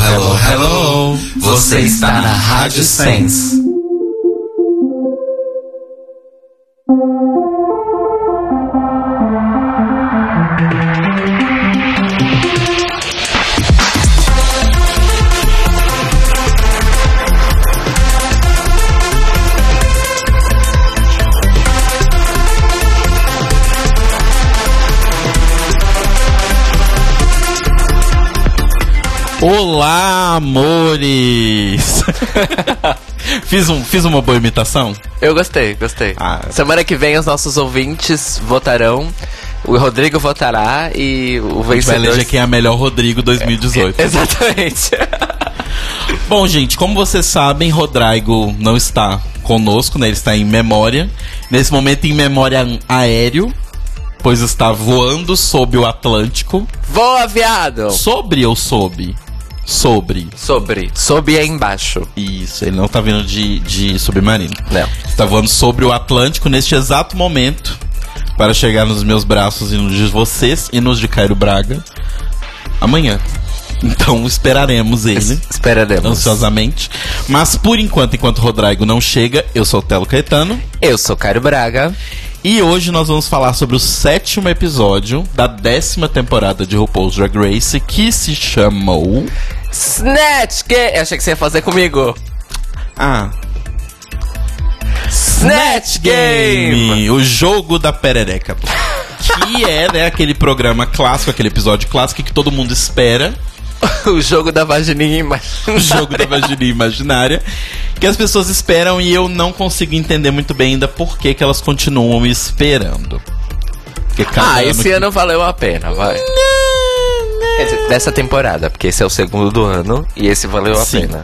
hello, hello. Você está na Rádio Sense. Olá, amores! Fiz uma boa imitação? Eu gostei. Semana que vem os nossos ouvintes votarão, o Rodrigo votará e o vencedor... vai eleger quem é a melhor Rodrigo 2018. Exatamente. Bom, gente, como vocês sabem, Rodrigo não está conosco, né? Ele está em memória. Nesse momento, em memória aéreo, pois está voando sob o Atlântico. Voa, viado! Sobre ou sob? Sobre. Sob é embaixo. Isso, ele não tá vindo de submarino. Não. Está voando sobre o Atlântico neste exato momento para chegar nos meus braços e nos de vocês e nos de Cairo Braga amanhã. Então esperaremos ele. Esperaremos. Ansiosamente. Mas por enquanto o Rodrigo não chega, eu sou o Telo Caetano. Eu sou Cairo Braga. E hoje nós vamos falar sobre o 7º episódio da 10ª temporada de RuPaul's Drag Race, que se chamou... Snatch Game! Eu achei que você ia fazer comigo. Snatch Game! O jogo da perereca. Que é, né, aquele programa clássico, aquele episódio clássico que todo mundo espera. O jogo da vagininha imaginária. O jogo da vagininha imaginária. Que as pessoas esperam e eu não consigo entender muito bem ainda por que elas continuam esperando. Esse ano valeu a pena, vai. Quer dizer, dessa temporada, porque esse é o segundo do ano e esse valeu a pena.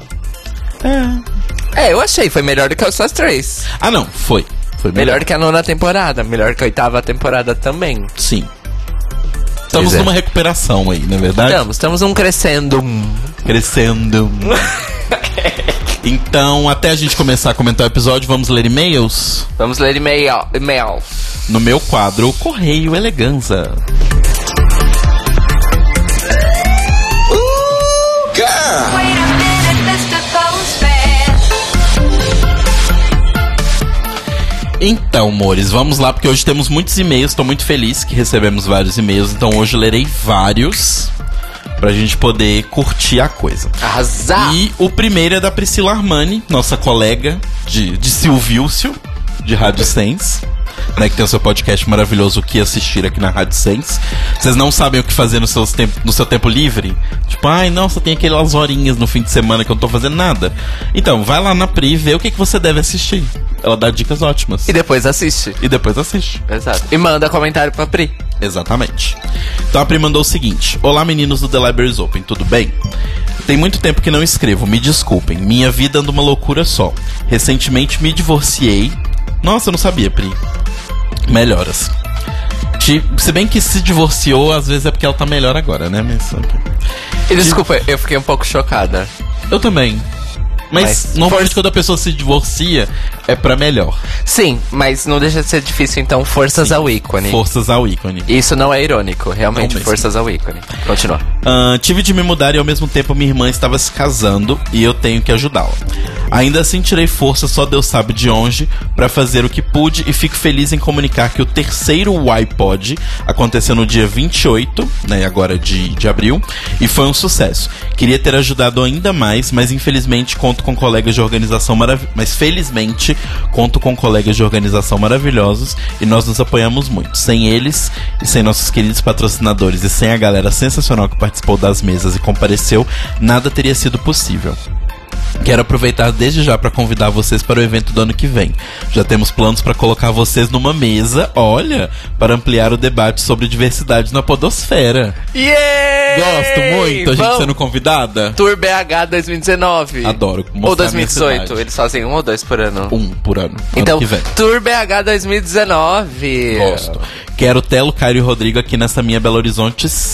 Eu achei, foi melhor do que os Fast 3. Não, foi melhor do que a 9ª temporada, melhor que a 8ª temporada também. Sim. Estamos numa recuperação aí, não é verdade? Estamos crescendo. Então, até a gente começar a comentar o episódio, vamos ler e-mails? Vamos ler e-mail. No meu quadro, Correio Eleganza. Então, amores, vamos lá, porque hoje temos muitos e-mails. Estou muito feliz que recebemos vários e-mails. Então hoje eu lerei vários pra gente poder curtir a coisa. Arrasar! E o primeiro é da Priscila Armani, nossa colega de Silvício, de Rádio Sense, né, que tem o seu podcast maravilhoso, O Que Assistir, aqui na Rádio Sense. Vocês não sabem o que fazer no seu tempo livre? Tipo, só tem aquelas horinhas no fim de semana que eu não tô fazendo nada. Então, vai lá na Pri e vê o que você deve assistir. Ela dá dicas ótimas. E depois assiste. Exato. E manda comentário pra Pri. Exatamente. Então a Pri mandou o seguinte: olá, meninos do The Libraries Open, tudo bem? Tem muito tempo que não escrevo, me desculpem. Minha vida anda uma loucura só. Recentemente me divorciei. Nossa, eu não sabia, Pri. Melhoras. Se bem que se divorciou, às vezes é porque ela tá melhor agora, né? E desculpa, eu fiquei um pouco chocada. Eu também. Mas normalmente quando a pessoa se divorcia, é pra melhor. Sim, mas não deixa de ser difícil, então forças ao ícone. Forças ao ícone. Isso não é irônico, realmente, forças ao ícone. Continua. Tive de me mudar e ao mesmo tempo minha irmã estava se casando e eu tenho que ajudá-la. Ainda assim tirei força, só Deus sabe de onde, pra fazer o que pude e fico feliz em comunicar que o terceiro Y-Pod aconteceu no dia 28, né, agora de abril, e foi um sucesso. Queria ter ajudado ainda mais, mas infelizmente conto com colegas de organização felizmente conto com colegas de organização maravilhosos e nós nos apoiamos muito. Sem eles e sem nossos queridos patrocinadores e sem a galera sensacional que participou das mesas e compareceu, nada teria sido possível. Quero aproveitar desde já para convidar vocês para o evento do ano que vem. Já temos planos para colocar vocês numa mesa, olha, para ampliar o debate sobre diversidade na podosfera. Yeah! Gosto muito, a gente sendo convidada. Tour BH 2019. Adoro. Ou 2018, eles fazem 1 ou 2 por ano? 1 por ano. Então, ano que vem. Tour BH 2019. Gosto. Quero Telo, Cairo e Rodrigo aqui nessa minha Belo Horizonte, sim.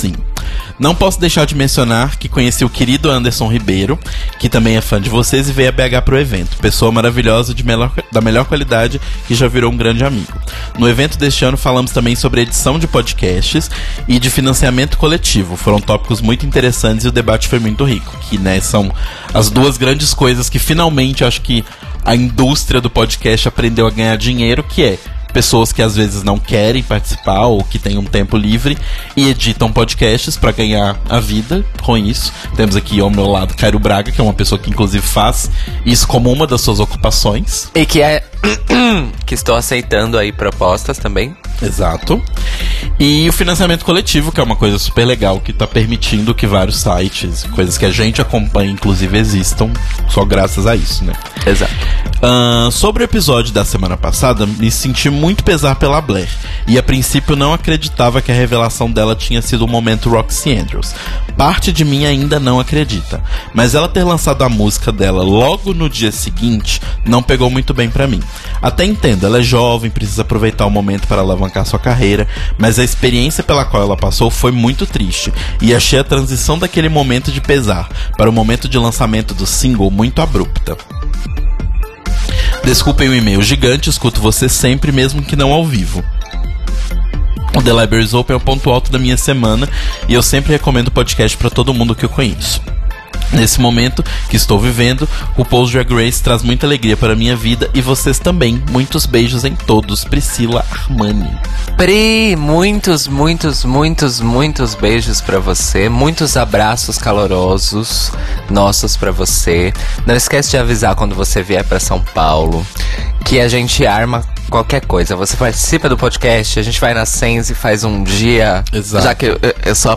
Não posso deixar de mencionar que conheci o querido Anderson Ribeiro, que também é fã de vocês e veio a BH pro evento. Pessoa maravilhosa, da melhor qualidade, que já virou um grande amigo. No evento deste ano falamos também sobre edição de podcasts e de financiamento coletivo. Foram tópicos muito interessantes e o debate foi muito rico. Que, né, são as duas grandes coisas que finalmente acho que a indústria do podcast aprendeu a ganhar dinheiro, que é pessoas que às vezes não querem participar ou que têm um tempo livre e editam podcasts pra ganhar a vida com isso. Temos aqui ao meu lado Cairo Braga, que é uma pessoa que inclusive faz isso como uma das suas ocupações. E que é que estou aceitando aí propostas também. Exato. E o financiamento coletivo, que é uma coisa super legal, que tá permitindo que vários sites, coisas que a gente acompanha, inclusive, existam só graças a isso, né? Exato. Sobre o episódio da semana passada, me senti muito pesar pela Blair. E a princípio não acreditava que a revelação dela tinha sido um momento Roxy Andrews. Parte de mim ainda não acredita. Mas ela ter lançado a música dela logo no dia seguinte não pegou muito bem pra mim. Até entendo, ela é jovem, precisa aproveitar o momento para alavancar sua carreira, mas a experiência pela qual ela passou foi muito triste, e achei a transição daquele momento de pesar para o momento de lançamento do single muito abrupta. Desculpem o e-mail gigante, escuto você sempre, mesmo que não ao vivo. O The Libraries Open é o ponto alto da minha semana, e eu sempre recomendo o podcast para todo mundo que eu conheço. Nesse momento que estou vivendo, o RuPaul's Drag Race traz muita alegria para a minha vida e vocês também. Muitos beijos em todos. Priscila Armani. Pri, muitos beijos pra você. Muitos abraços calorosos nossos pra você. Não esquece de avisar quando você vier pra São Paulo que a gente arma qualquer coisa. Você participa do podcast, a gente vai na Sense e faz um dia. Exato. Já que eu sou a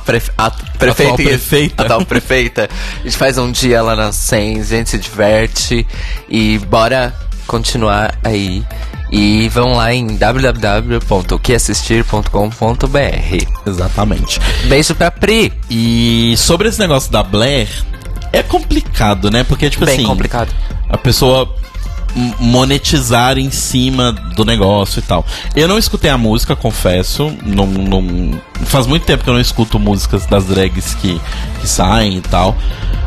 atual prefeita. A gente faz um dia lá na Sense, a gente se diverte e bora continuar aí. E vão lá em www.oqueassistir.com.br. Exatamente. Beijo pra Pri. E sobre esse negócio da Blair, é complicado, né? Porque, tipo bem assim, complicado. A pessoa monetizar em cima do negócio e tal. Eu não escutei a música, confesso. Não faz muito tempo que eu não escuto músicas das drags que saem e tal.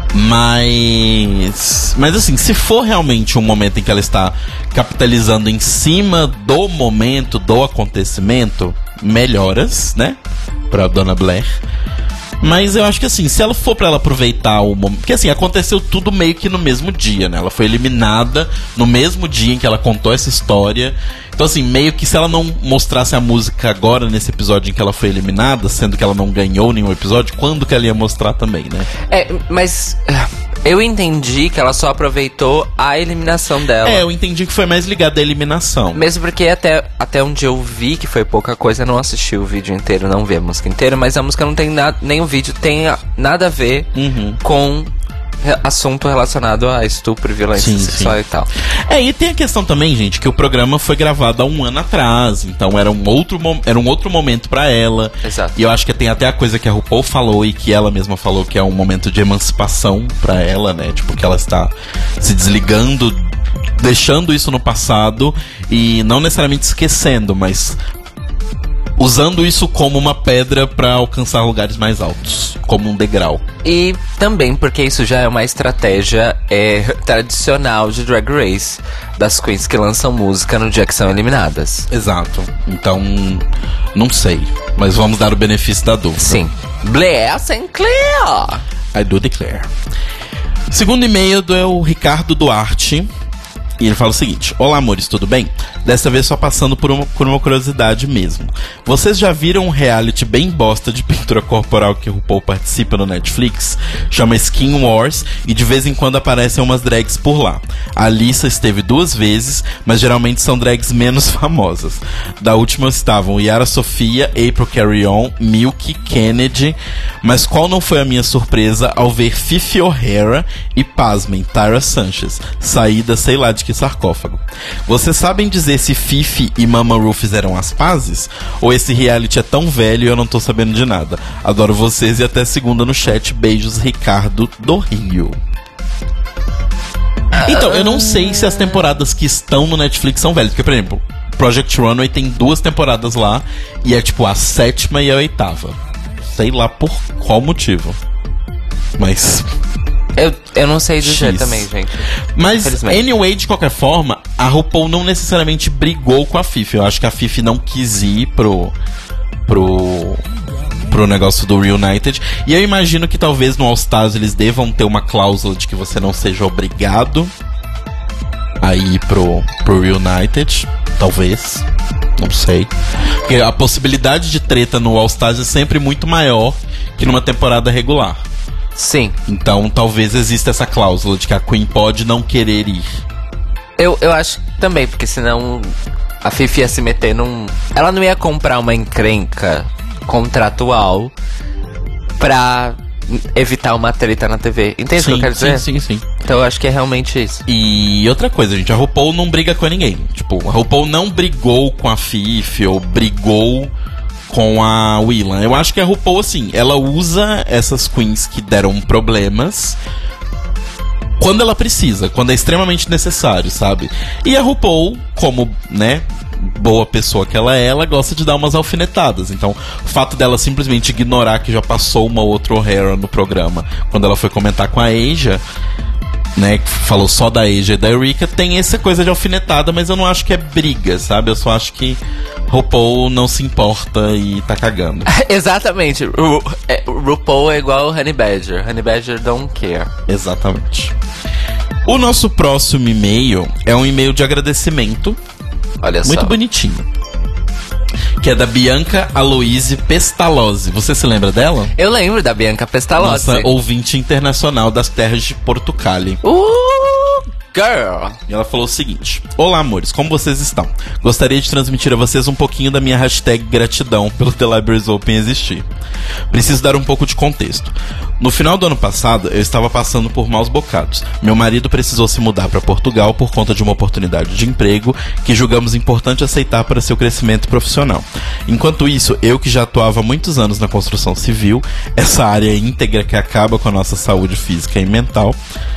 Mas assim, se for realmente um momento em que ela está capitalizando em cima do momento, do acontecimento, melhoras, né? Pra Dona Blair. Mas eu acho que assim, se ela for pra ela aproveitar o momento... Porque assim, aconteceu tudo meio que no mesmo dia, né? Ela foi eliminada no mesmo dia em que ela contou essa história. Então assim, meio que se ela não mostrasse a música agora, nesse episódio em que ela foi eliminada, sendo que ela não ganhou nenhum episódio, quando que ela ia mostrar também, né? Mas... eu entendi que ela só aproveitou a eliminação dela. Eu entendi que foi mais ligado à eliminação. Mesmo porque até onde eu vi, que foi pouca coisa, eu não assisti o vídeo inteiro, não vi a música inteira, mas a música não tem nada, nem o vídeo tem nada a ver com assunto relacionado a estupro e violência sexual e tal. E tem a questão também, gente, que o programa foi gravado há um ano atrás, então era um outro momento pra ela. Exato. E eu acho que tem até a coisa que a RuPaul falou e que ela mesma falou, que é um momento de emancipação pra ela, né? Tipo, que ela está se desligando, deixando isso no passado e não necessariamente esquecendo, mas usando isso como uma pedra pra alcançar lugares mais altos, como um degrau. E também porque isso já é uma estratégia tradicional de Drag Race, das queens que lançam música no dia que são eliminadas. Exato. Então, não sei, mas vamos dar o benefício da dúvida. Sim. Blair Sinclair. I do declare. Segundo e-mail é o Ricardo Duarte. E ele fala o seguinte: olá amores, tudo bem? Dessa vez só passando por uma curiosidade mesmo. Vocês já viram um reality bem bosta de pintura corporal que o RuPaul participa no Netflix? Chama Skin Wars e de vez em quando aparecem umas drags por lá. A Alissa esteve 2 vezes, mas geralmente são drags menos famosas. Da última estavam Yara Sofia, April Carry-On, Milk, Kennedy. Mas qual não foi a minha surpresa ao ver Fifi O'Hara e, pasmem, Tyra Sanchez, saída sei lá de que sarcófago. Vocês sabem dizer se Fifi e Mama Ru fizeram as pazes? Ou esse reality é tão velho e eu não tô sabendo de nada? Adoro vocês e até segunda no chat. Beijos, Ricardo do Rio. Então, eu não sei se as temporadas que estão no Netflix são velhas. Porque, por exemplo, Project Runway tem 2 temporadas lá e é tipo a 7ª e a 8ª. Sei lá por qual motivo. Mas... Eu não sei dizer também, gente. Mas, anyway, de qualquer forma, a RuPaul não necessariamente brigou com a Fifi. Eu acho que a Fifi não quis ir pro negócio do Reunited. E eu imagino que talvez no All Stars eles devam ter uma cláusula de que você não seja obrigado a ir pro Reunited. Talvez. Não sei. Porque a possibilidade de treta no All Stars é sempre muito maior que numa temporada regular. Sim. Então talvez exista essa cláusula de que a Queen pode não querer ir. Eu acho também, porque senão a Fifi ia se meter num... Ela não ia comprar uma encrenca contratual pra evitar uma treta na TV. Entende o que eu quero dizer? Sim. Então eu acho que é realmente isso. E outra coisa, gente, a RuPaul não briga com ninguém. Tipo, a RuPaul não brigou com a Fifi ou brigou com a Willam. Eu acho que a RuPaul, assim, ela usa essas queens que deram problemas quando ela precisa, quando é extremamente necessário, sabe? E a RuPaul, como, né, boa pessoa que ela gosta de dar umas alfinetadas. Então, o fato dela simplesmente ignorar que já passou uma outra O'Hara no programa, quando ela foi comentar com a Asia, né, que falou só da Asia e da Eureka, tem essa coisa de alfinetada, mas eu não acho que é briga, sabe? Eu só acho que RuPaul não se importa e tá cagando. Exatamente. RuPaul é igual Honey Badger. Honey Badger don't care. Exatamente. O nosso próximo e-mail é um e-mail de agradecimento. Olha só. Muito bonitinho. Que é da Bianca Aloise Pestalozzi. Você se lembra dela? Eu lembro da Bianca Pestalozzi. Nossa ouvinte internacional das terras de Portucali. Girl. E ela falou o seguinte: olá, amores, como vocês estão? Gostaria de transmitir a vocês um pouquinho da minha hashtag gratidão pelo The Libraries Open existir. Preciso dar um pouco de contexto. No final do ano passado, eu estava passando por maus bocados. Meu marido precisou se mudar para Portugal por conta de uma oportunidade de emprego que julgamos importante aceitar para seu crescimento profissional. Enquanto isso, eu que já atuava há muitos anos na construção civil, essa área íntegra que acaba com a nossa saúde física e mental,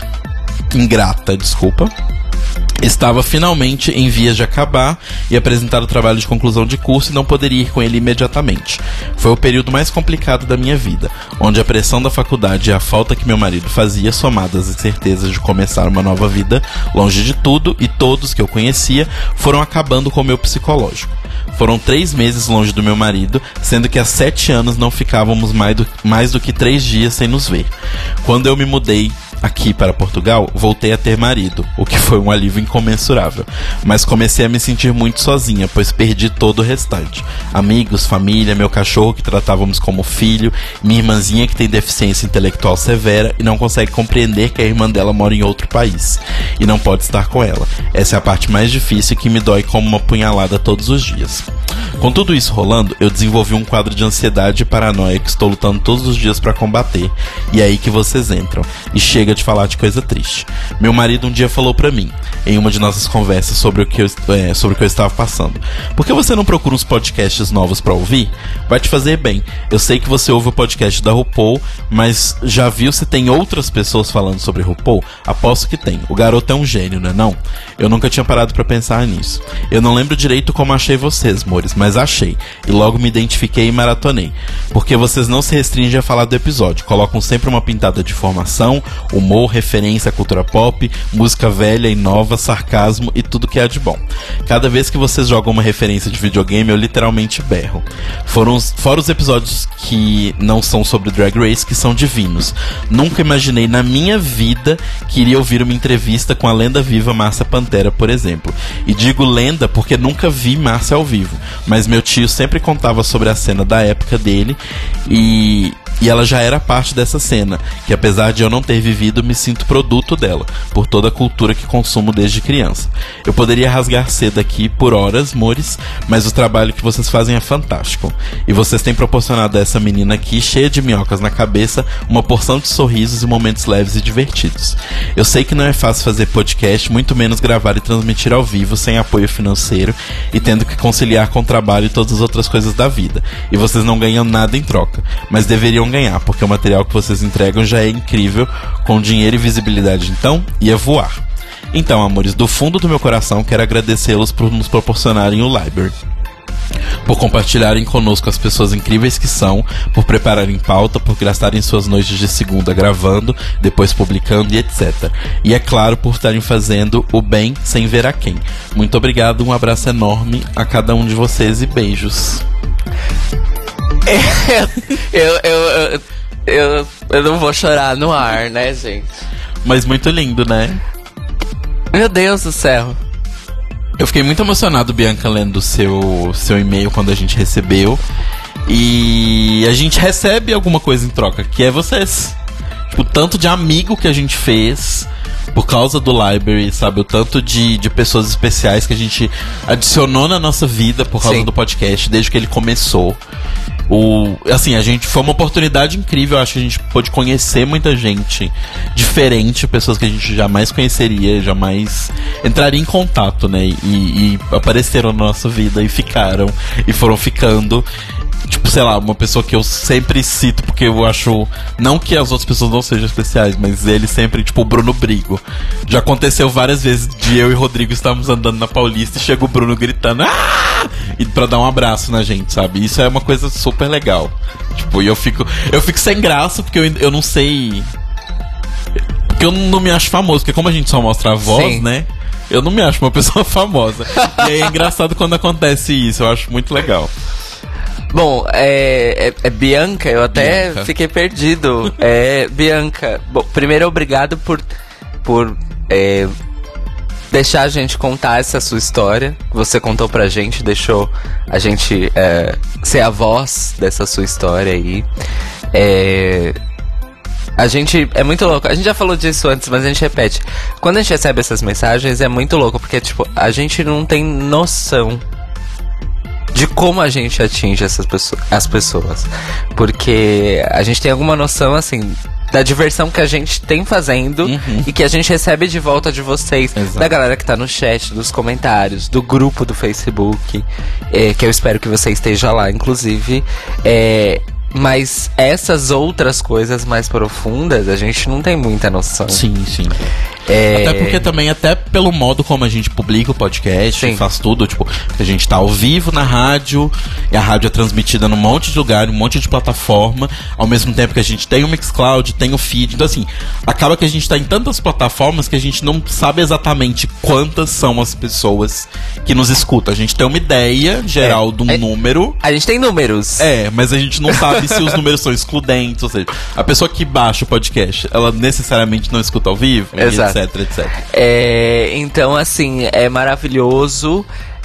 ingrata, desculpa, estava finalmente em vias de acabar e apresentar o trabalho de conclusão de curso e não poderia ir com ele imediatamente. Foi o período mais complicado da minha vida, onde a pressão da faculdade e a falta que meu marido fazia, somadas às incertezas de começar uma nova vida, longe de tudo e todos que eu conhecia, foram acabando com o meu psicológico. Foram 3 meses longe do meu marido, sendo que há 7 anos não ficávamos mais do que 3 dias sem nos ver. Quando eu me mudei aqui para Portugal, voltei a ter marido, o que foi um alívio incomensurável. Mas comecei a me sentir muito sozinha, pois perdi todo o restante. Amigos, família, meu cachorro que tratávamos como filho, minha irmãzinha que tem deficiência intelectual severa e não consegue compreender que a irmã dela mora em outro país e não pode estar com ela. Essa é a parte mais difícil que me dói como uma punhalada todos os dias. Com tudo isso rolando, eu desenvolvi um quadro de ansiedade e paranoia que estou lutando todos os dias para combater. E é aí que vocês entram. E chega de falar de coisa triste. Meu marido um dia falou pra mim, em uma de nossas conversas sobre o que eu estava passando: por que você não procura uns podcasts novos pra ouvir? Vai te fazer bem. Eu sei que você ouve o podcast da RuPaul, mas já viu se tem outras pessoas falando sobre RuPaul? Aposto que tem. O garoto é um gênio, não é não? Eu nunca tinha parado pra pensar nisso. Eu não lembro direito como achei vocês, amores, mas achei. E logo me identifiquei e maratonei. Porque vocês não se restringem a falar do episódio. Colocam sempre uma pintada de informação, humor, referência à cultura pop, música velha e nova, sarcasmo e tudo que há de bom. Cada vez que vocês jogam uma referência de videogame, eu literalmente berro. Fora os episódios que não são sobre Drag Race, que são divinos. Nunca imaginei na minha vida que iria ouvir uma entrevista com a lenda viva Márcia Pantera, por exemplo. E digo lenda porque nunca vi Márcia ao vivo, mas meu tio sempre contava sobre a cena da época dele e ela já era parte dessa cena, que apesar de eu não ter vivido, me sinto produto dela, por toda a cultura que consumo desde criança. Eu poderia rasgar cedo aqui por horas, mores, mas o trabalho que vocês fazem é fantástico. E vocês têm proporcionado a essa menina aqui, cheia de minhocas na cabeça, uma porção de sorrisos e momentos leves e divertidos. Eu sei que não é fácil fazer podcast, muito menos gravar e transmitir ao vivo, sem apoio financeiro, e tendo que conciliar com o trabalho e todas as outras coisas da vida. E vocês não ganham nada em troca, mas deveriam ganhar, porque o material que vocês entregam já é incrível, com dinheiro e visibilidade, então ia voar. Então, amores, do fundo do meu coração, quero agradecê-los por nos proporcionarem o Library. por compartilharem conosco as pessoas incríveis que são, por prepararem pauta, por gastarem suas noites de segunda gravando, depois publicando e etc. E é claro, por estarem fazendo o bem sem ver a quem. Muito obrigado, um abraço enorme a cada um de vocês e beijos. Eu não vou chorar no ar, né, gente? Mas muito lindo, né? Meu Deus do céu. Eu fiquei muito emocionado, Bianca, lendo o seu e-mail quando a gente recebeu. E a gente recebe alguma coisa em troca, que é vocês. Tipo, o tanto de amigo que a gente fez por causa do Library, sabe? O tanto de pessoas especiais que a gente adicionou na nossa vida por causa do podcast, desde que ele começou. Assim, a gente foi uma oportunidade incrível. Acho que a gente pôde conhecer muita gente diferente, pessoas que a gente jamais conheceria, jamais entraria em contato, né? E apareceram na nossa vida e ficaram, e foram ficando. Tipo, sei lá, uma pessoa que eu sempre cito, porque eu acho, não que as outras pessoas não sejam especiais, mas ele sempre, tipo, o Bruno Brigo. Já aconteceu várias vezes de eu e Rodrigo estarmos andando na Paulista e chega o Bruno gritando "Ah!" e pra dar um abraço na gente, sabe? Isso é uma coisa super legal. Tipo, e eu fico sem graça, porque eu não sei, porque eu não me acho famoso, porque como a gente só mostra a voz, né? Eu não me acho uma pessoa famosa. E aí é engraçado quando acontece isso, eu acho muito legal. Bom, é Bianca, eu até fiquei perdido. Bianca, bom, primeiro obrigado por deixar a gente contar essa sua história. Você contou pra gente, deixou a gente ser a voz dessa sua história aí. A gente é muito louco. A gente já falou disso antes, mas a gente repete. Quando a gente recebe essas mensagens é muito louco, porque tipo, a gente não tem noção de como a gente atinge as pessoas. Porque a gente tem alguma noção, assim, da diversão que a gente tem fazendo e que a gente recebe de volta de vocês. Exato. Da galera que tá no chat, dos comentários, do grupo do Facebook, que eu espero que você esteja lá, inclusive. Mas essas outras coisas mais profundas, a gente não tem muita noção. Sim. Até porque também, até pelo modo como a gente publica o podcast, faz tudo, tipo, a gente tá ao vivo na rádio, e a rádio é transmitida num monte de lugar, um monte de plataforma, ao mesmo tempo que a gente tem o Mixcloud, tem o feed, então assim, acaba que a gente tá em tantas plataformas que a gente não sabe exatamente quantas são as pessoas que nos escutam. A gente tem uma ideia geral de um número. A gente tem números. Mas a gente não sabe se os números são excludentes, ou seja, a pessoa que baixa o podcast, ela necessariamente não escuta ao vivo, etc. Então, assim, é maravilhoso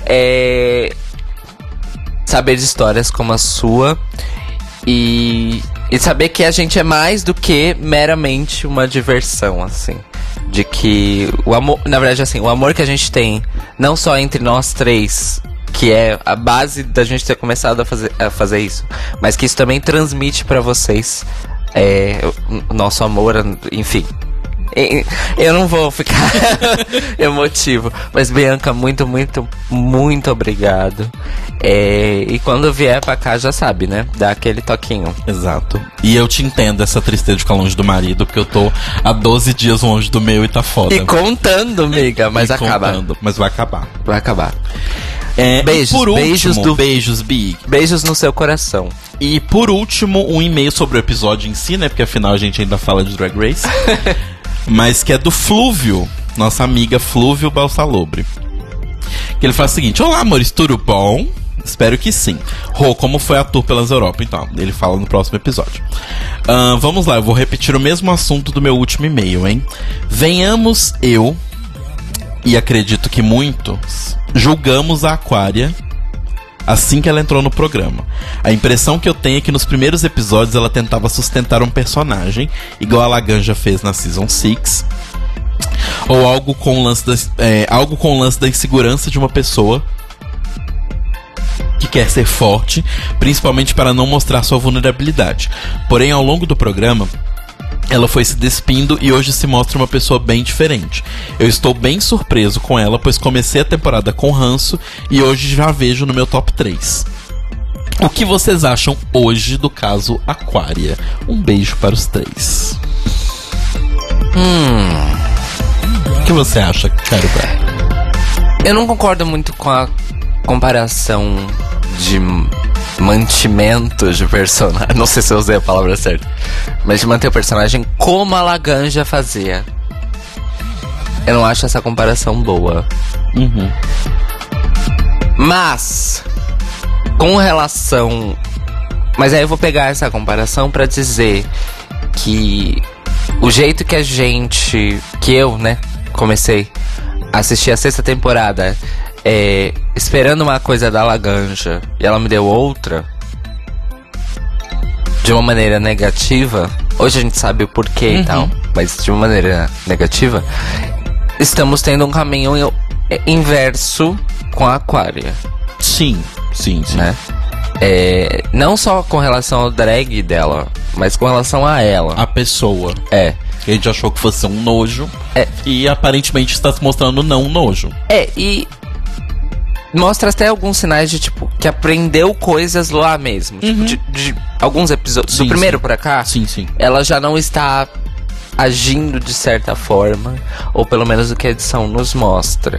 saber de histórias como a sua e saber que a gente é mais do que meramente uma diversão, assim. De que o amor, na verdade, assim, o amor que a gente tem, não só entre nós três, que é a base da gente ter começado a fazer isso, mas que isso também transmite pra vocês o nosso amor, enfim. Eu não vou ficar emotivo, mas Bianca, muito, muito, muito obrigado. E quando vier pra cá, já sabe, né? Dá aquele toquinho. Exato. E eu te entendo essa tristeza de ficar longe do marido, porque eu tô há 12 dias longe do meu e tá foda. E contando, amiga, mas acaba. Mas vai acabar. Vai acabar. Beijos, por último, beijos, Big. Beijos no seu coração. E por último, um e-mail sobre o episódio em si, né? Porque afinal a gente ainda fala de Drag Race. Mas que é do Flúvio, nossa amiga Flúvio Balsalobre. Que ele faz o seguinte: olá, amores, tudo bom? Espero que sim. Rô, como foi a tour pelas Europa? Então, ele fala no próximo episódio. Vamos lá, eu vou repetir o mesmo assunto do meu último e-mail, hein? Venhamos eu, e acredito que muitos, julgamos a Aquária assim que ela entrou no programa. A impressão que eu tenho é que nos primeiros episódios ela tentava sustentar um personagem, igual a Laganja fez na Season 6, ou algo com o lance da insegurança de uma pessoa que quer ser forte, principalmente para não mostrar sua vulnerabilidade. Porém, ao longo do programa, ela foi se despindo e hoje se mostra uma pessoa bem diferente. Eu estou bem surpreso com ela, pois comecei a temporada com ranço e hoje já vejo no meu top 3. O que vocês acham hoje do caso Aquária? Um beijo para os três. O que você acha, Caro Bra? Eu não concordo muito com a comparação de mantimento de personagem. Não sei se eu usei a palavra certa, mas de manter o personagem como a Laganja fazia. Eu não acho essa comparação boa. Mas, com relação... Mas aí eu vou pegar essa comparação pra dizer que o jeito que eu, né, comecei a assistir a 6ª temporada, esperando uma coisa da Laganja, e ela me deu outra, de uma maneira negativa. Hoje a gente sabe o porquê e tal, mas de uma maneira negativa, estamos tendo um caminho inverso com a Aquária. Sim. Né? Não só com relação ao drag dela, mas com relação a ela. A pessoa. Que a gente achou que fosse um nojo. E aparentemente está se mostrando não um nojo. E mostra até alguns sinais de, tipo, que aprendeu coisas lá mesmo. Tipo, de alguns episódios. Do primeiro pra cá. Sim. Ela já não está agindo de certa forma, ou pelo menos o que a edição nos mostra.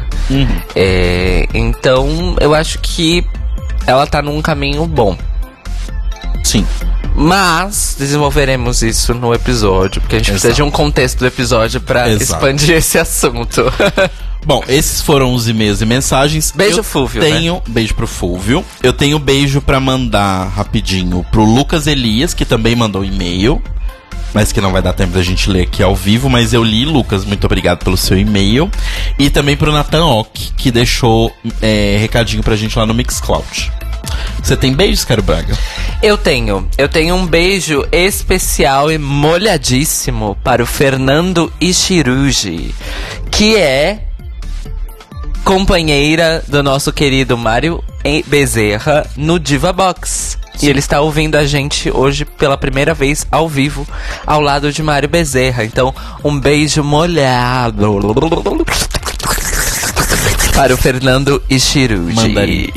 Então, eu acho que ela tá num caminho bom. Sim. Mas desenvolveremos isso no episódio, porque a gente precisa de um contexto do episódio pra expandir esse assunto. Bom, esses foram os e-mails e mensagens. Beijo, Fúvio, né? Beijo pro Fúvio. Eu tenho beijo pra mandar rapidinho pro Lucas Elias, que também mandou e-mail, mas que não vai dar tempo da gente ler aqui ao vivo, mas eu li. Lucas, muito obrigado pelo seu e-mail. E também pro Nathan Ock, que deixou recadinho pra gente lá no Mixcloud. Você tem beijos, Caio Braga? Eu tenho um beijo especial e molhadíssimo para o Fernando Ishiruji, que é companheira do nosso querido Mário Bezerra no Diva Box. E ele está ouvindo a gente hoje pela primeira vez ao vivo, ao lado de Mário Bezerra. Então, um beijo molhado para o Fernando Ishiruji. Mandarim.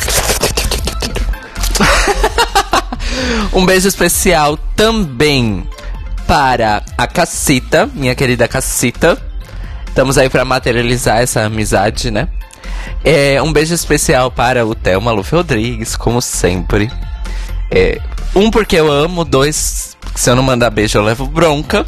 Um beijo especial também para a Cassita, minha querida Cassita. Estamos aí para materializar essa amizade, né? Um beijo especial para o Theo Maluf Rodrigues, como sempre. Porque eu amo, 2, se eu não mandar beijo eu levo bronca.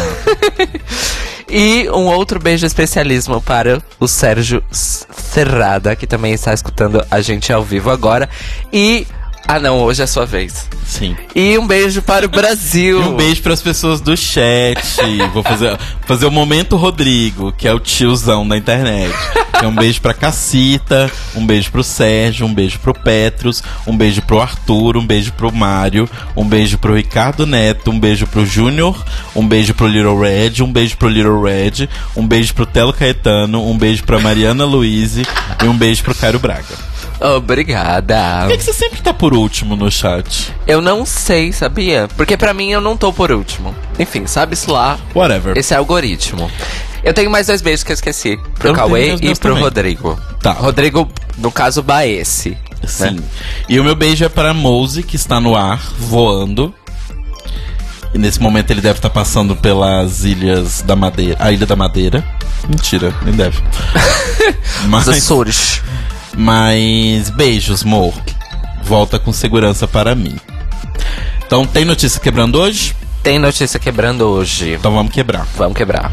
E um outro beijo especialismo para o Sérgio Serrada, que também está escutando a gente ao vivo agora. E... não, hoje é a sua vez. Sim. E um beijo para o Brasil. E um beijo para as pessoas do chat. Vou fazer o momento Rodrigo, que é o tiozão da internet. Um beijo pra Cassita, um beijo pro Sérgio, um beijo pro Petrus, um beijo pro Arthur, um beijo pro Mário, um beijo pro Ricardo Neto, um beijo pro Júnior, um beijo pro Little Red, um beijo pro Little Red, um beijo pro Telo Caetano, um beijo pra Mariana Luiz e um beijo pro Caio Braga. Obrigada. Por que você sempre tá por último no chat? Eu não sei, sabia? Porque pra mim eu não tô por último. Enfim, sabe-se lá. Whatever. Esse algoritmo. Eu tenho mais 2 beijos que eu esqueci. Pro Cauê e pro também. Rodrigo. Tá. Rodrigo, no caso, Baesse. Sim. Né? E o meu beijo é para Mose, que está no ar, voando. E nesse momento ele deve estar passando pelas Ilhas da Madeira. A Ilha da Madeira. Mentira, nem deve. Os Açores. Mas beijos, amor. Volta com segurança para mim. Então, tem notícia quebrando hoje? Tem notícia quebrando hoje. Então vamos quebrar. Vamos quebrar.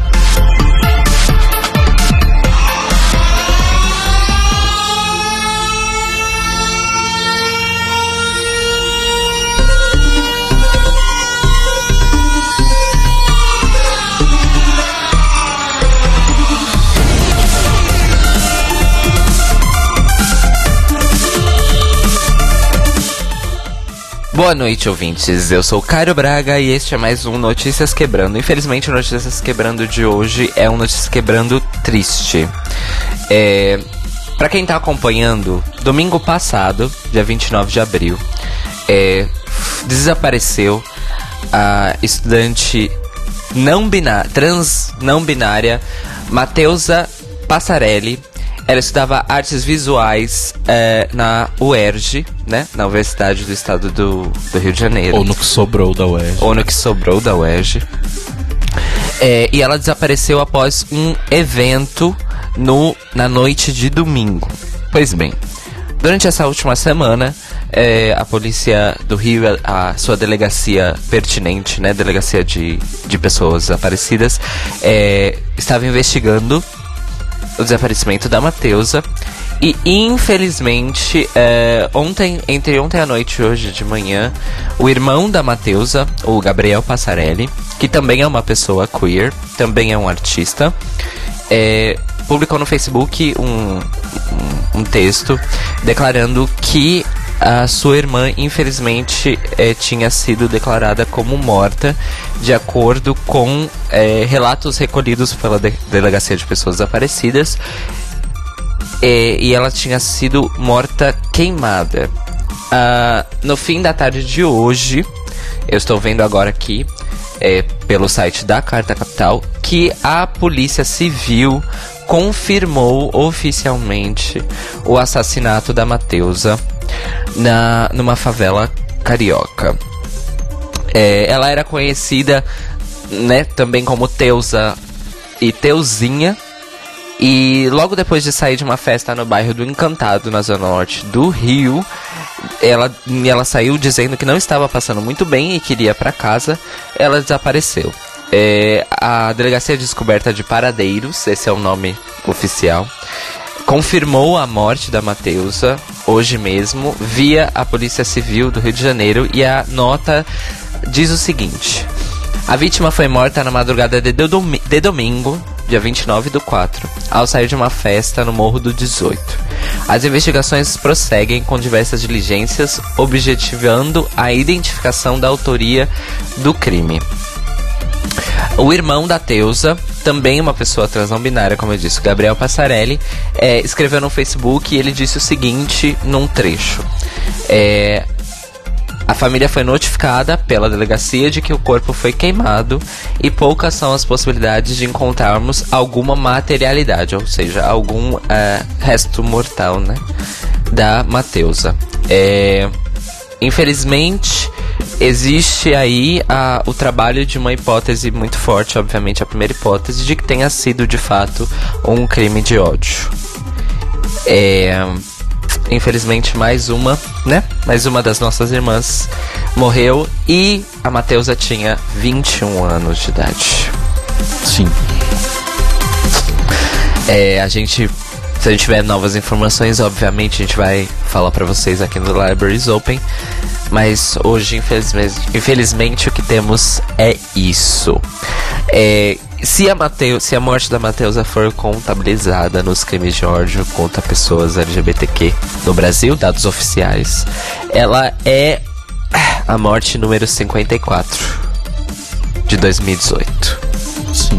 Boa noite, ouvintes. Eu sou o Caio Braga e este é mais um Notícias Quebrando. Infelizmente, o Notícias Quebrando de hoje é um Notícias Quebrando triste. Pra quem tá acompanhando, domingo passado, dia 29 de abril, desapareceu a estudante trans não binária Mateusa Passarelli. Ela estudava artes visuais na UERJ, né? Na Universidade do Estado do Rio de Janeiro. Ou no que sobrou da UERJ. E ela desapareceu após um evento na noite de domingo. Pois bem, durante essa última semana, a polícia do Rio, a sua delegacia pertinente, né, delegacia de pessoas desaparecidas, estava investigando o desaparecimento da Mateusa. E infelizmente, entre ontem à noite e hoje de manhã, o irmão da Mateusa, o Gabriel Passarelli, que também é uma pessoa queer, também é um artista, publicou no Facebook um texto declarando que a sua irmã, infelizmente, tinha sido declarada como morta, de acordo com relatos recolhidos pela Delegacia de Pessoas Desaparecidas. E ela tinha sido morta queimada. No fim da tarde de hoje, eu estou vendo agora aqui, pelo site da Carta Capital, que a Polícia Civil confirmou oficialmente o assassinato da Mateusa numa favela carioca. Ela era conhecida, né, também como Teusa e Teuzinha. E logo depois de sair de uma festa no bairro do Encantado, na zona norte do Rio, ela saiu dizendo que não estava passando muito bem e queria para casa. Ela desapareceu. A Delegacia de Descoberta de Paradeiros, esse é o nome oficial, confirmou a morte da Mateusa hoje mesmo via a Polícia Civil do Rio de Janeiro, e a nota diz o seguinte: a vítima foi morta na madrugada de domingo, dia 29/4, ao sair de uma festa no Morro do 18. As investigações prosseguem com diversas diligências, objetivando a identificação da autoria do crime. O irmão da Teusa, também uma pessoa trans não binária, como eu disse, Gabriel Passarelli, escreveu no Facebook, e ele disse o seguinte num trecho: a família foi notificada pela delegacia de que o corpo foi queimado e poucas são as possibilidades de encontrarmos alguma materialidade, ou seja, algum resto mortal, né, da Mateusa. Infelizmente, existe aí o trabalho de uma hipótese muito forte, obviamente a primeira hipótese, de que tenha sido de fato um crime de ódio. Infelizmente, mais uma das nossas irmãs morreu, e a Mateusa tinha 21 anos de idade. Sim. Se a gente tiver novas informações, obviamente a gente vai falar pra vocês aqui no Libraries Open. Mas hoje, infelizmente, o que temos é isso. Se a morte da Mateusa for contabilizada nos crimes de ódio contra pessoas LGBTQ no Brasil, dados oficiais, ela é a morte número 54 de 2018. Sim.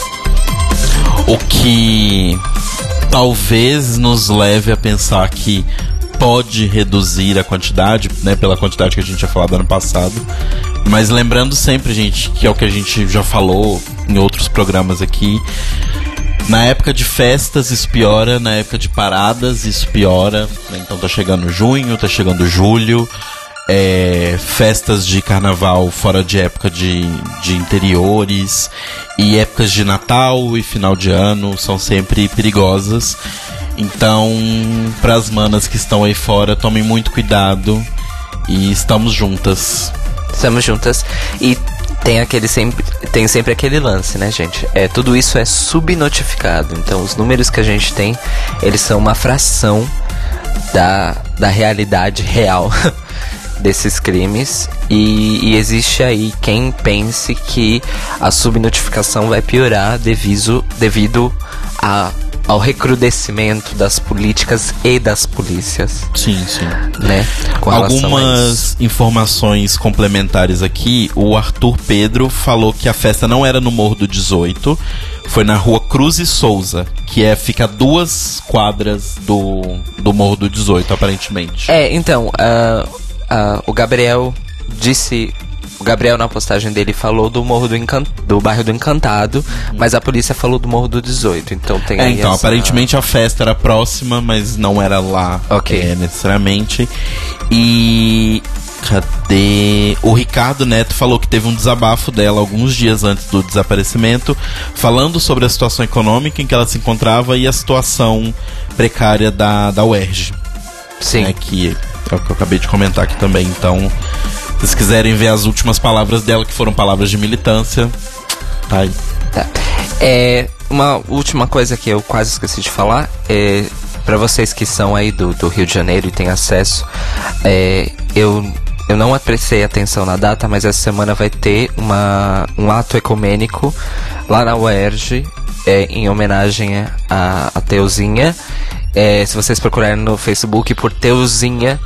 O que talvez nos leve a pensar que pode reduzir a quantidade, né, pela quantidade que a gente tinha falado ano passado. Mas lembrando sempre, gente, que é o que a gente já falou em outros programas aqui, na época de festas isso piora, na época de paradas isso piora, né? Então tá chegando junho, tá chegando julho, festas de carnaval fora de época de interiores, e épocas de Natal e final de ano são sempre perigosas. Então, pras manas que estão aí fora, tomem muito cuidado, e estamos juntas. Estamos juntas, e tem sempre aquele lance, né, gente? Tudo isso é subnotificado, então os números que a gente tem, eles são uma fração da realidade real desses crimes, e existe aí quem pense que a subnotificação vai piorar devido ao recrudescimento das políticas e das polícias. Sim, sim. Né? Algumas informações complementares aqui. O Arthur Pedro falou que a festa não era no Morro do 18, foi na Rua Cruz e Souza, que fica a 2 quadras do Morro do 18, aparentemente. Então, o Gabriel disse... O Gabriel, na postagem dele, falou do Morro do bairro do Encantado, mas a polícia falou do Morro do 18, então tem aí então, aparentemente a festa era próxima, mas não era lá, necessariamente. E... cadê? O Ricardo Neto falou que teve um desabafo dela alguns dias antes do desaparecimento, falando sobre a situação econômica em que ela se encontrava e a situação precária da UERJ. Sim. Que É o que eu acabei de comentar aqui também. Então, se vocês quiserem ver as últimas palavras dela, que foram palavras de militância, tá aí. Tá. Uma última coisa que eu quase esqueci de falar. Pra vocês que são aí do Rio de Janeiro e têm acesso, eu não prestei atenção na data, mas essa semana vai ter um ato ecumênico lá na UERJ, em homenagem a Teuzinha. Se vocês procurarem no Facebook por Teuzinha,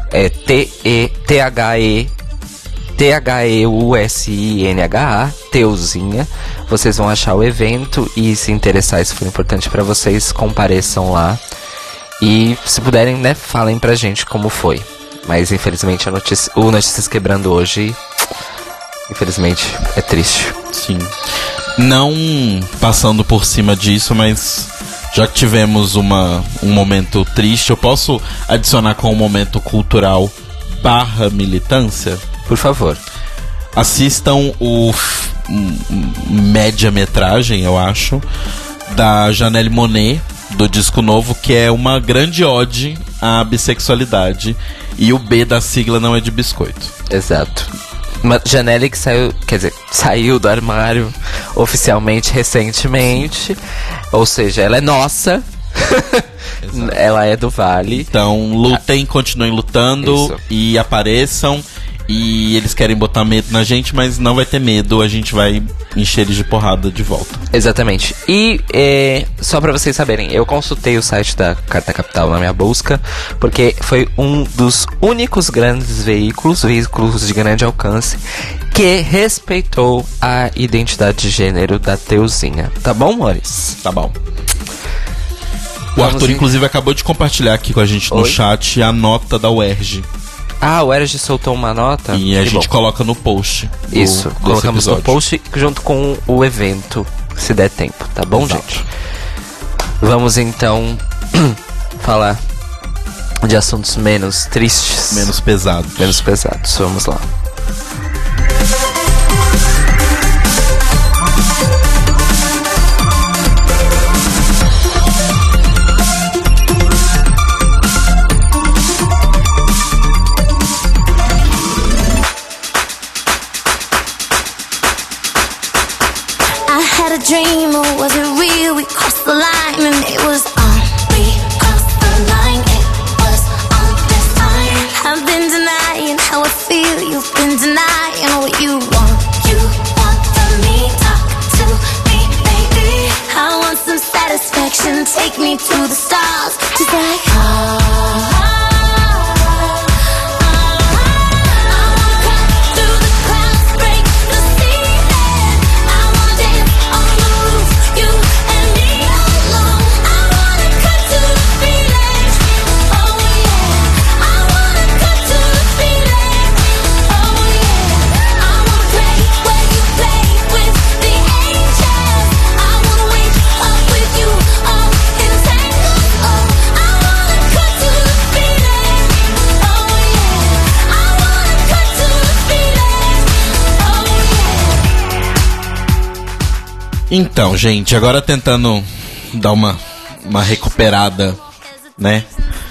Theusinha, Teuzinha, vocês vão achar o evento e se interessar, se for importante pra vocês, compareçam lá. E se puderem, né, falem pra gente como foi. Mas infelizmente o Notícias Quebrando hoje, infelizmente, é triste. Sim. Não passando por cima disso, mas já que tivemos um momento triste, eu posso adicionar com um momento cultural / militância? Por favor. Assistam o média-metragem, eu acho, da Janelle Monáe, do disco novo, que é uma grande ode à bissexualidade. E o B da sigla não é de biscoito. Exato. Uma Janelle que saiu do armário oficialmente recentemente. Ou seja, ela é nossa. Ela é do Vale. Então lutem, continuem lutando. Isso. E apareçam. E eles querem botar medo na gente, mas não vai ter medo, a gente vai encher eles de porrada de volta. Exatamente. E só pra vocês saberem, eu consultei o site da Carta Capital na minha busca, porque foi um dos únicos grandes veículos de grande alcance, que respeitou a identidade de gênero da Teuzinha. Tá bom, amores? Tá bom. O Arthur, inclusive, acabou de compartilhar aqui com a gente no chat a nota da UERJ. Ah, o Erge soltou uma nota. E a gente coloca no post. Isso, colocamos no post junto com o evento, se der tempo, tá bom, Exato. Gente? Vamos então falar de assuntos menos tristes. Menos pesados. Vamos lá. Dream, or was it real? We crossed the line and it was on. We crossed the line, it was on this time. I've been denying how I feel. You've been denying what you want. You want from me, talk to me, baby. I want some satisfaction. Take me to the stars, just like Então, gente, agora tentando dar uma recuperada, né,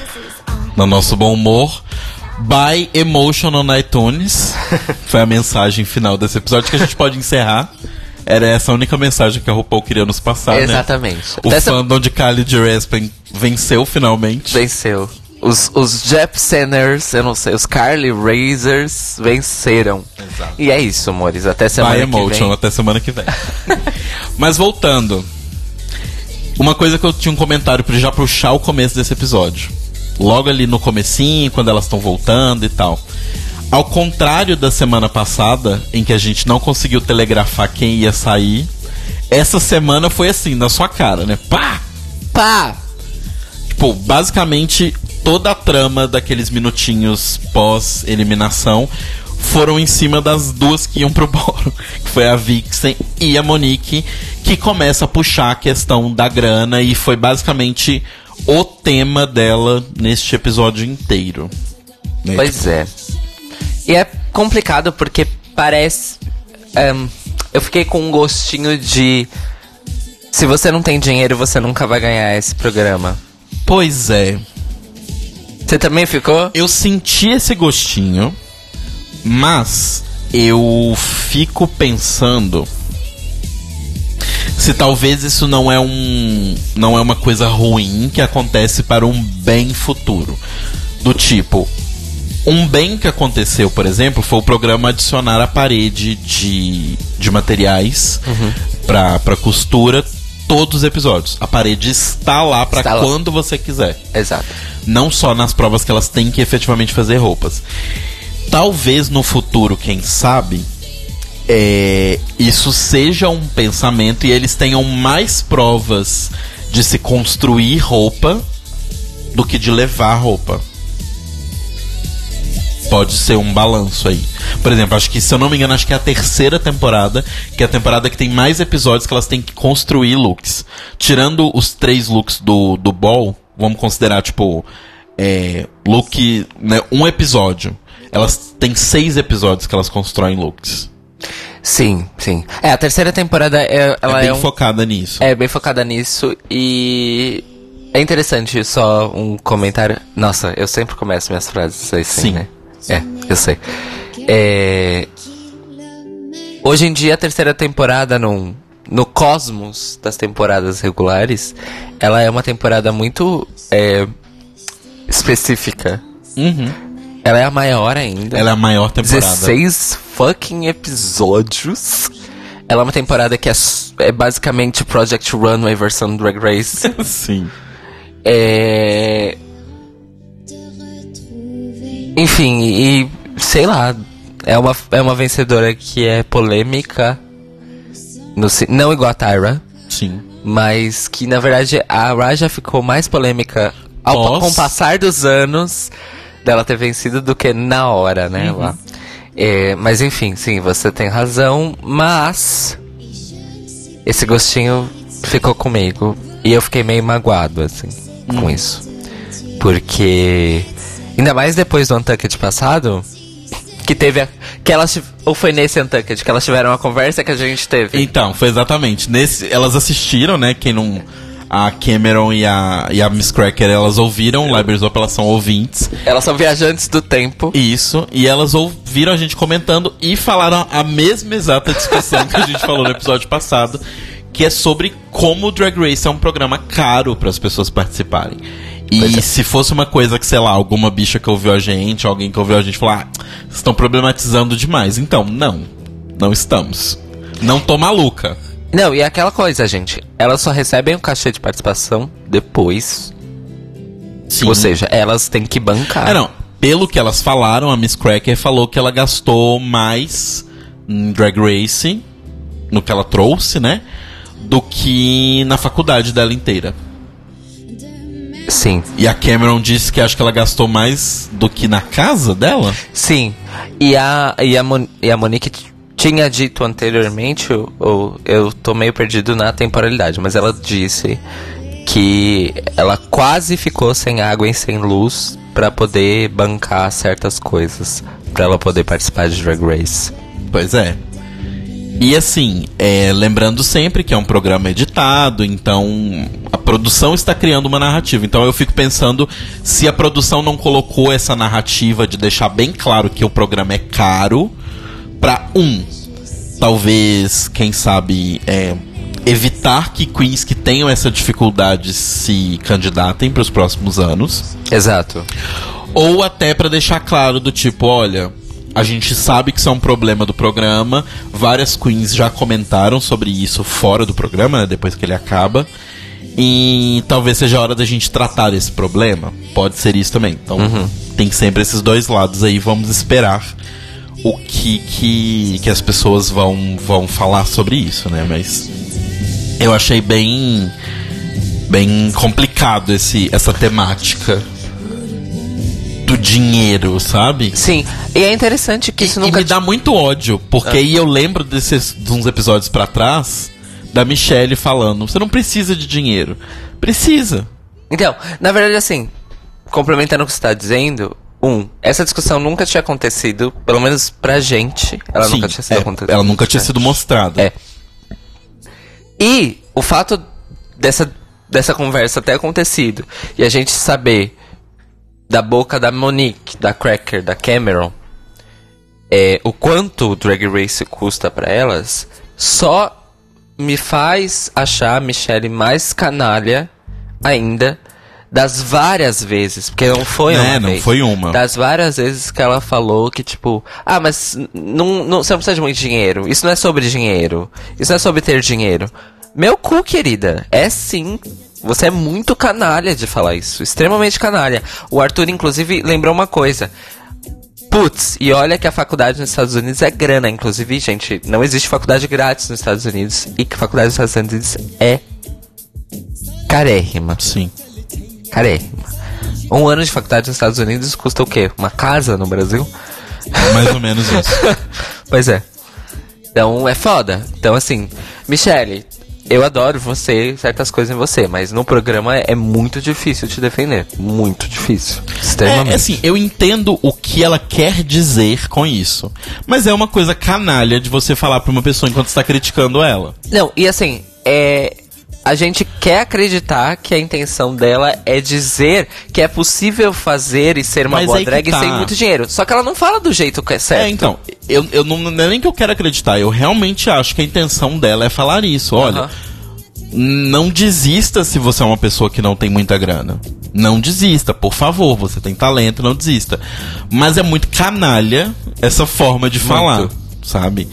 no nosso bom humor. Buy Emotion on iTunes. Foi a mensagem final desse episódio que a gente pode encerrar. Era essa a única mensagem que a RuPaul queria nos passar, exatamente. Né? O fandom de Kylie Raspin venceu finalmente. Venceu. Os Jep Senners, eu não sei, os Carly Razors venceram. Exato. E é isso, amores. Até semana Buy que vem. Emotion, até semana que vem. Mas voltando, uma coisa que eu tinha um comentário pra já puxar o começo desse episódio. Logo ali no comecinho, quando elas estão voltando e tal. Ao contrário da semana passada, em que a gente não conseguiu telegrafar quem ia sair, essa semana foi assim, na sua cara, né? Pá! Pá! Tipo, basicamente, toda a trama daqueles minutinhos pós-eliminação foram em cima das duas que iam pro bórum, que foi a Vixen e a Monique, que começa a puxar a questão da grana, e foi basicamente o tema dela neste episódio inteiro. Né? Pois é. E é complicado porque parece... eu fiquei com um gostinho de... Se você não tem dinheiro, você nunca vai ganhar esse programa. Pois é. Você também ficou? Eu senti esse gostinho, mas eu fico pensando se talvez isso não é uma coisa ruim que acontece para um bem futuro. Do tipo, um bem que aconteceu, por exemplo, foi o programa adicionar a parede de materiais pra costura todos os episódios. A parede está lá pra quando você quiser. Exato. Não só nas provas que elas têm que efetivamente fazer roupas. Talvez no futuro, quem sabe, isso seja um pensamento e eles tenham mais provas de se construir roupa do que de levar roupa. Pode ser um balanço aí. Por exemplo, acho que, se eu não me engano, acho que é a terceira temporada, que é a temporada que tem mais episódios que elas têm que construir looks. Tirando os 3 looks do Ball, vamos considerar, tipo, look, né, um episódio. Elas têm 6 episódios que elas constroem looks. Sim. A terceira temporada ela é bem focada nisso. É bem focada nisso e é interessante, só um comentário. Nossa, eu sempre começo minhas frases assim, sim, né? Eu sei. Hoje em dia a terceira temporada no cosmos das temporadas regulares, ela é uma temporada muito específica. Ela é a maior ainda. Ela é a maior temporada. 16 fucking episódios. Ela é uma temporada que é basicamente Project Runway versão Drag Race. Sim. Enfim, e sei lá, é uma vencedora que é polêmica, não igual a Tyra. Sim. Mas que, na verdade, a Raja ficou mais polêmica com o passar dos anos dela ter vencido do que na hora, né? Lá. Mas enfim, sim, você tem razão, mas esse gostinho ficou comigo e eu fiquei meio magoado, assim, com isso. Porque, ainda mais depois do Untucked passado, que teve ou foi nesse Untucked que elas tiveram uma conversa que a gente teve? Então, foi exatamente. Elas assistiram, né? Quem não... A Cameron e a Miss Cracker, elas ouviram o Libraries Up, elas são ouvintes. Elas são viajantes do tempo. Isso, e elas ouviram a gente comentando e falaram a mesma exata discussão que a gente falou no episódio passado, que é sobre como o Drag Race é um programa caro para as pessoas participarem. E se fosse uma coisa que, sei lá, alguma bicha que ouviu a gente, alguém que ouviu a gente falar, vocês estão problematizando demais. Então, não estamos. Não tô maluca. Não, e é aquela coisa, gente. Elas só recebem o cachê de participação depois. Sim. Ou seja, elas têm que bancar. Não. Pelo que elas falaram, a Miss Cracker falou que ela gastou mais em Drag Race, no que ela trouxe, né? Do que na faculdade dela inteira. Sim. E a Cameron disse que acho que ela gastou mais do que na casa dela? Sim. E a Monique tinha dito anteriormente, ou eu tô meio perdido na temporalidade, mas ela disse que ela quase ficou sem água e sem luz pra poder bancar certas coisas, pra ela poder participar de Drag Race. Pois é. E assim, lembrando sempre que é um programa editado, então a produção está criando uma narrativa. Então eu fico pensando se a produção não colocou essa narrativa de deixar bem claro que o programa é caro, pra talvez, quem sabe, evitar que queens que tenham essa dificuldade se candidatem para os próximos anos. Exato. Ou até pra deixar claro do tipo, olha, a gente sabe que isso é um problema do programa, várias queens já comentaram sobre isso fora do programa, né, depois que ele acaba, e talvez seja a hora da gente tratar esse problema. Pode ser isso também. Então tem sempre esses dois lados aí, vamos esperar o que as pessoas vão falar sobre isso, né? Mas eu achei bem complicado essa temática do dinheiro, sabe? Sim, e é interessante que isso nunca... E me dá muito ódio, porque aí eu lembro de uns episódios pra trás da Michelle falando, você não precisa de dinheiro. Precisa. Então, na verdade, assim, complementando o que você tá dizendo... essa discussão nunca tinha acontecido, pelo menos pra gente. Ela nunca tinha sido acontecida. Ela nunca tinha sido mostrada. E o fato dessa conversa ter acontecido e a gente saber da boca da Monique, da Cracker, da Cameron, o quanto o Drag Race custa pra elas, só me faz achar a Michelle mais canalha ainda, das várias vezes, porque não foi uma vez. Foi uma. Das várias vezes que ela falou que, tipo, mas não, você não precisa de muito dinheiro. Isso não é sobre dinheiro. Isso não é sobre ter dinheiro. Meu cu, querida. É sim. Você é muito canalha de falar isso. Extremamente canalha. O Arthur, inclusive, lembrou uma coisa. Putz, e olha que a faculdade nos Estados Unidos é grana. Inclusive, gente, não existe faculdade grátis nos Estados Unidos. E que a faculdade nos Estados Unidos é carérrima. Sim. Carérrima. 1 ano de faculdade nos Estados Unidos custa o quê? Uma casa no Brasil? Mais ou menos isso. Pois é. Então é foda. Então assim, Michelle, eu adoro você, certas coisas em você, mas no programa é muito difícil te defender. Muito difícil. Extremamente. Assim, eu entendo o que ela quer dizer com isso. Mas é uma coisa canalha de você falar pra uma pessoa enquanto está criticando ela. Não, e assim, a gente quer acreditar que a intenção dela é dizer que é possível fazer e ser uma boa drag sem muito dinheiro. Só que ela não fala do jeito que é certo. Então, eu não é nem que eu quero acreditar, eu realmente acho que a intenção dela é falar isso. Olha, não desista se você é uma pessoa que não tem muita grana. Não desista, por favor, você tem talento, não desista. Mas é muito canalha essa forma de falar, sabe?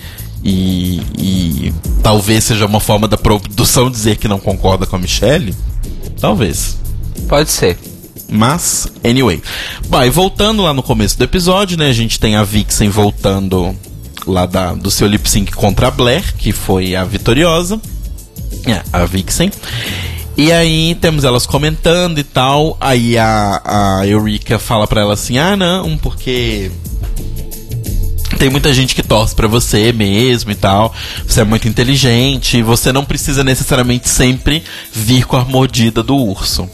E talvez seja uma forma da produção dizer que não concorda com a Michelle. Talvez. Pode ser. Mas, anyway. Bom, e voltando lá no começo do episódio, né? A gente tem a Vixen voltando lá do seu lip sync contra a Blair, que foi a vitoriosa. A Vixen. E aí temos elas comentando e tal. Aí a Eureka fala pra ela assim: não, porque tem muita gente que torce pra você mesmo e tal. Você é muito inteligente. Você não precisa necessariamente sempre vir com a mordida do urso.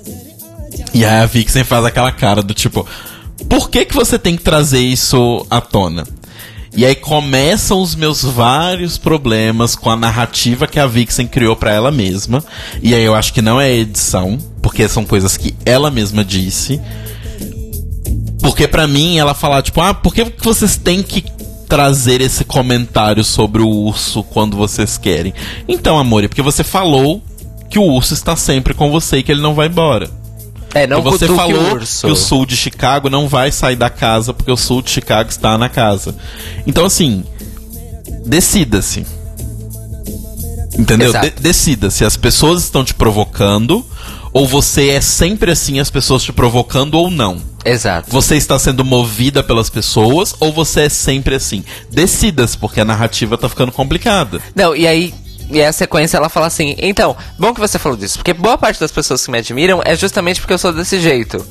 E aí a Vixen faz aquela cara do tipo: por que você tem que trazer isso à tona? E aí começam os meus vários problemas com a narrativa que a Vixen criou pra ela mesma. E aí eu acho que não é edição, porque são coisas que ela mesma disse. Porque pra mim, ela falar, tipo, por que vocês têm que trazer esse comentário sobre o urso quando vocês querem? Então, amor, é porque você falou que o urso está sempre com você e que ele não vai embora. Não e você falou urso. Que o sul de Chicago não vai sair da casa porque o sul de Chicago está na casa. Então, assim, decida-se. Entendeu? Decida-se. As pessoas estão te provocando, ou você é sempre assim, as pessoas te provocando ou não. Exato. Você está sendo movida pelas pessoas, ou você é sempre assim. Decida-se, porque a narrativa tá ficando complicada. Não, e aí... E a sequência ela fala assim: então, bom que você falou disso, porque boa parte das pessoas que me admiram é justamente porque eu sou desse jeito.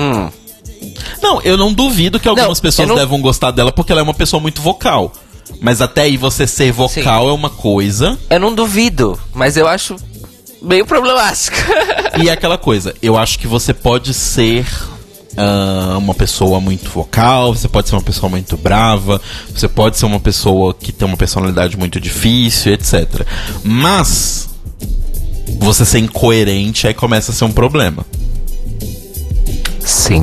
Não, eu não duvido que algumas pessoas devam gostar dela porque ela é uma pessoa muito vocal. Mas até aí você ser vocal é uma coisa. Eu não duvido, mas eu acho meio problemático. E é aquela coisa, eu acho que você pode ser uma pessoa muito vocal, você pode ser uma pessoa muito brava, você pode ser uma pessoa que tem uma personalidade muito difícil, etc. Mas você ser incoerente, aí começa a ser um problema. Sim.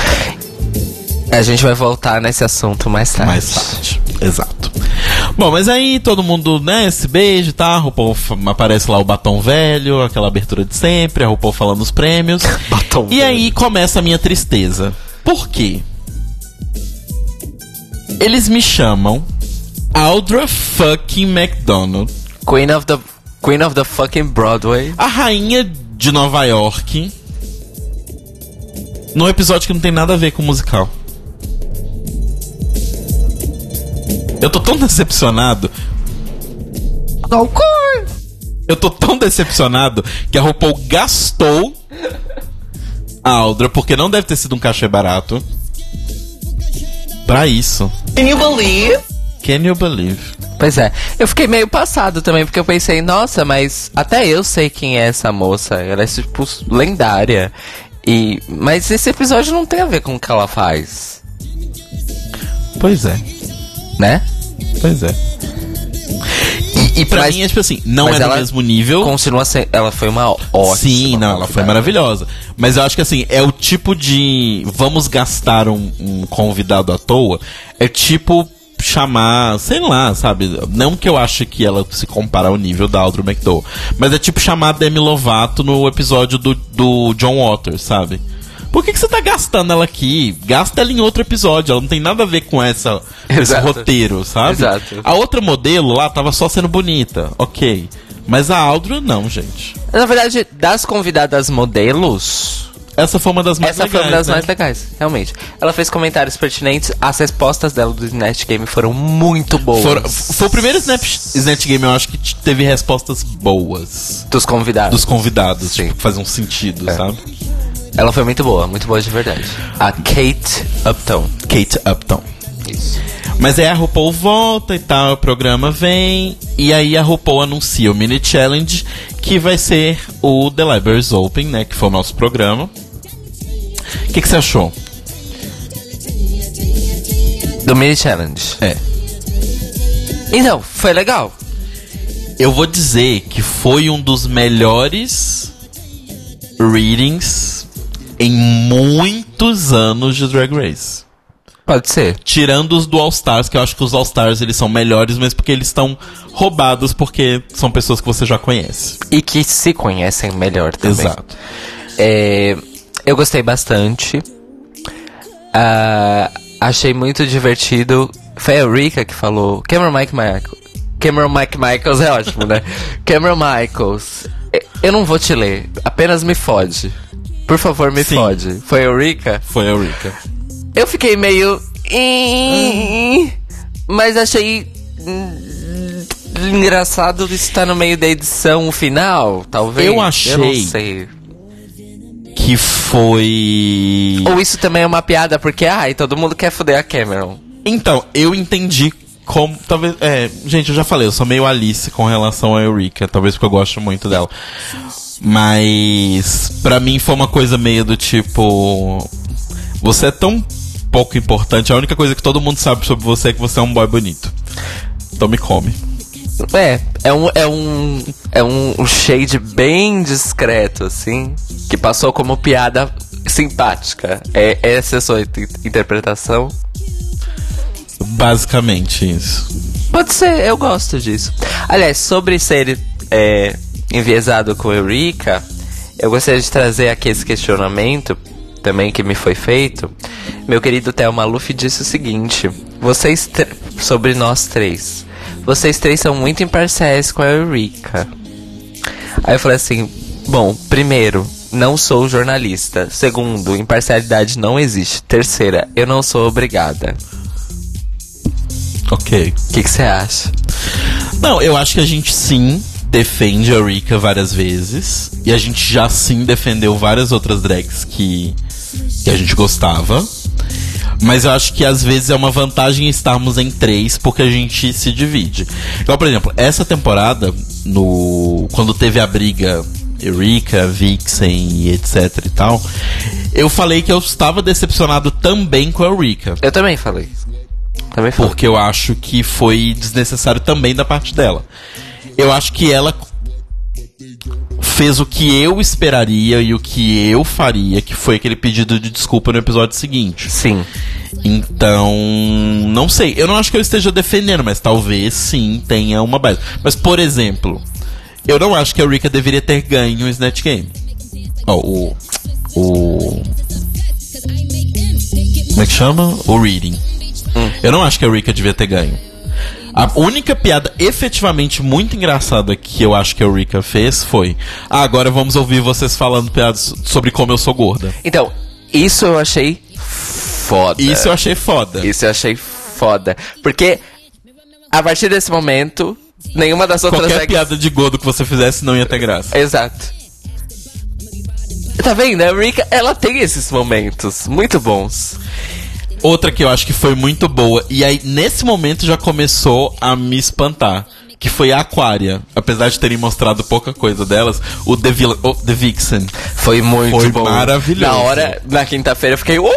A gente vai voltar nesse assunto mais tarde. Exato. Bom, mas aí todo mundo, né, se beija, tá? A RuPaul aparece lá o batom velho, aquela abertura de sempre, a RuPaul falando os prêmios. Batom e velho. Aí começa a minha tristeza. Por quê? Eles me chamam Audra fucking McDonald, Queen of the fucking Broadway, a rainha de Nova York, num episódio que não tem nada a ver com o musical. Eu tô tão decepcionado. Eu tô tão decepcionado que a RuPaul gastou a Audra, porque não deve ter sido um cachê barato, pra isso. Can you believe? Pois é, eu fiquei meio passado também, porque eu pensei, nossa, mas até eu sei quem é essa moça. Ela é tipo lendária. Mas esse episódio não tem a ver com o que ela faz. Pois é. Né? Pois é. E pra mim é tipo assim, não é do mesmo nível. Continua sendo, ela foi uma ótima. Sim, não, ela foi maravilhosa. Mas eu acho que assim, é o tipo de vamos gastar um convidado à toa. É tipo chamar, sei lá, sabe? Não que eu ache que ela se compara ao nível da Audrey McDowell, mas é tipo chamar a Demi Lovato no episódio do John Waters, sabe? Por que você tá gastando ela aqui? Gasta ela em outro episódio, ela não tem nada a ver com esse roteiro, sabe? Exato. A outra modelo lá tava só sendo bonita, ok. Mas a Audrey não, gente. Na verdade, das convidadas modelos... Essa foi uma das mais legais. Essa foi uma das mais legais, realmente. Ela fez comentários pertinentes. As respostas dela do Snatch Game foram muito boas. Foi o primeiro Snatch Game, eu acho, que teve respostas boas. Dos convidados. Tipo, que faziam sentido, sabe? Ela foi muito boa de verdade. A Kate Upton. Isso. Mas aí a RuPaul volta e tal, o programa vem, e aí a RuPaul anuncia o Mini Challenge, que vai ser o The Libraries Open, né, que foi o nosso programa. O que você achou? Do Mini Challenge? É. Então, foi legal. Eu vou dizer que foi um dos melhores readings em muitos anos de Drag Race. Pode ser. Tirando os do All Stars, que eu acho que os All Stars eles são melhores, mas porque eles estão roubados, porque são pessoas que você já conhece. E que se conhecem melhor também. Exato. Eu gostei bastante. Achei muito divertido. Foi a Eureka que falou. Cameron Mike Michaels é ótimo, né? Cameron Michaels. Eu não vou te ler. Apenas me fode. Por favor, me fode. Foi a Eureka? Foi a Eureka. Eu fiquei meio... Mas achei... engraçado estar no meio da edição final, talvez. Eu achei... Eu não sei. Que foi... Ou isso também é uma piada, porque todo mundo quer foder a Cameron. Então, eu entendi como... Talvez... gente, eu já falei, eu sou meio Alice com relação a Eureka. Talvez porque eu gosto muito dela. Mas... pra mim foi uma coisa meio do tipo... Você é tão pouco importante. A única coisa que todo mundo sabe sobre você é que você é um boy bonito. Então me come. É um shade bem discreto, assim, que passou como piada simpática. Essa é a sua interpretação? Basicamente isso. Pode ser, eu gosto disso. Aliás, sobre ser enviesado com Eureka, eu gostaria de trazer aqui esse questionamento também que me foi feito. Meu querido Theo Maluf disse o seguinte: sobre nós três, vocês três são muito imparciais com a Eureka. Aí eu falei assim: bom, primeiro, não sou jornalista. Segundo, imparcialidade não existe. Terceira, eu não sou obrigada. Ok. O que você acha? Não, eu acho que a gente sim defende a Eureka várias vezes. E a gente já sim defendeu várias outras drags que a gente gostava. Mas eu acho que às vezes é uma vantagem estarmos em três, porque a gente se divide. Então, por exemplo, essa temporada, quando teve a briga Eureka, Vixen e etc e tal, eu falei que eu estava decepcionado também com a Eureka. Eu também falei. Porque eu acho que foi desnecessário também da parte dela. Eu acho que ela fez o que eu esperaria e o que eu faria, que foi aquele pedido de desculpa no episódio seguinte. Sim. Então, não sei. Eu não acho que eu esteja defendendo, mas talvez sim tenha uma base. Mas, por exemplo, eu não acho que a Eureka deveria ter ganho o Snatch Game. Como é que chama? O Reading. Eu não acho que a Eureka devia ter ganho. A única piada efetivamente muito engraçada que eu acho que a Eureka fez foi: agora vamos ouvir vocês falando piadas sobre como eu sou gorda. Então, isso eu achei foda. Isso eu achei foda. Porque, a partir desse momento, nenhuma das outras... Qualquer piada de gordo que você fizesse não ia ter graça. Exato. Tá vendo? A Eureka, ela tem esses momentos muito bons. Outra que eu acho que foi muito boa, e aí nesse momento já começou a me espantar, que foi a Aquaria. Apesar de terem mostrado pouca coisa delas, o The Vixen foi muito bom. Foi maravilhoso. Na quinta-feira eu fiquei...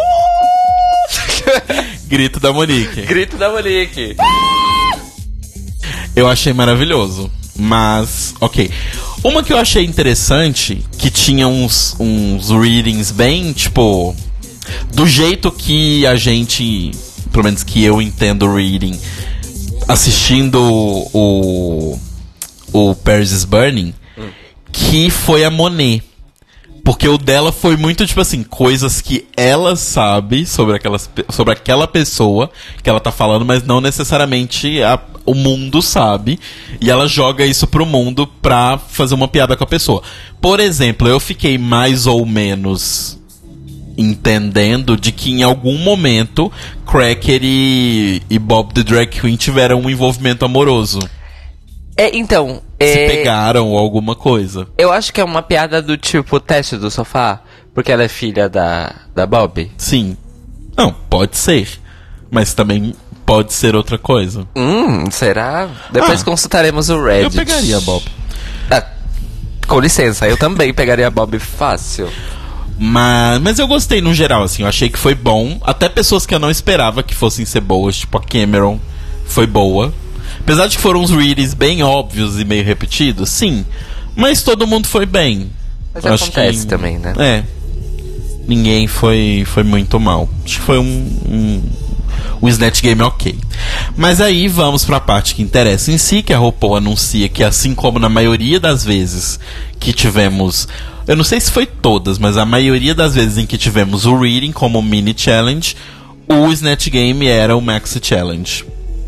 Grito da Monique. Eu achei maravilhoso. Mas, ok. Uma que eu achei interessante, que tinha uns readings bem, tipo... Do jeito que a gente... Pelo menos que eu entendo o reading... Assistindo o Paris is Burning... Que foi a Monet. Porque o dela foi muito, tipo assim, coisas que ela sabe sobre aquela pessoa que ela tá falando, mas não necessariamente o mundo sabe. E ela joga isso pro mundo pra fazer uma piada com a pessoa. Por exemplo, eu fiquei mais ou menos entendendo de que em algum momento Cracker e Bob the Drag Queen tiveram um envolvimento amoroso. Então... Se pegaram ou alguma coisa. Eu acho que é uma piada do tipo teste do sofá, porque ela é filha da Bob. Sim. Não, pode ser. Mas também pode ser outra coisa. Será? Depois consultaremos o Reddit. Eu pegaria a Bob. Com licença, eu também pegaria a Bob fácil. Mas eu gostei no geral, assim. Eu achei que foi bom. Até pessoas que eu não esperava que fossem ser boas, tipo a Cameron, foi boa. Apesar de que foram uns readings bem óbvios e meio repetidos, sim. Mas todo mundo foi bem. Mas acontece também, né? Ninguém foi muito mal. Acho que foi um Snatch Game ok. Mas aí vamos pra parte que interessa em si, que a RuPaul anuncia que, assim como na maioria das vezes que tivemos... Eu não sei se foi todas, mas a maioria das vezes em que tivemos o reading como mini challenge, o Snatch Game era o Maxi Challenge.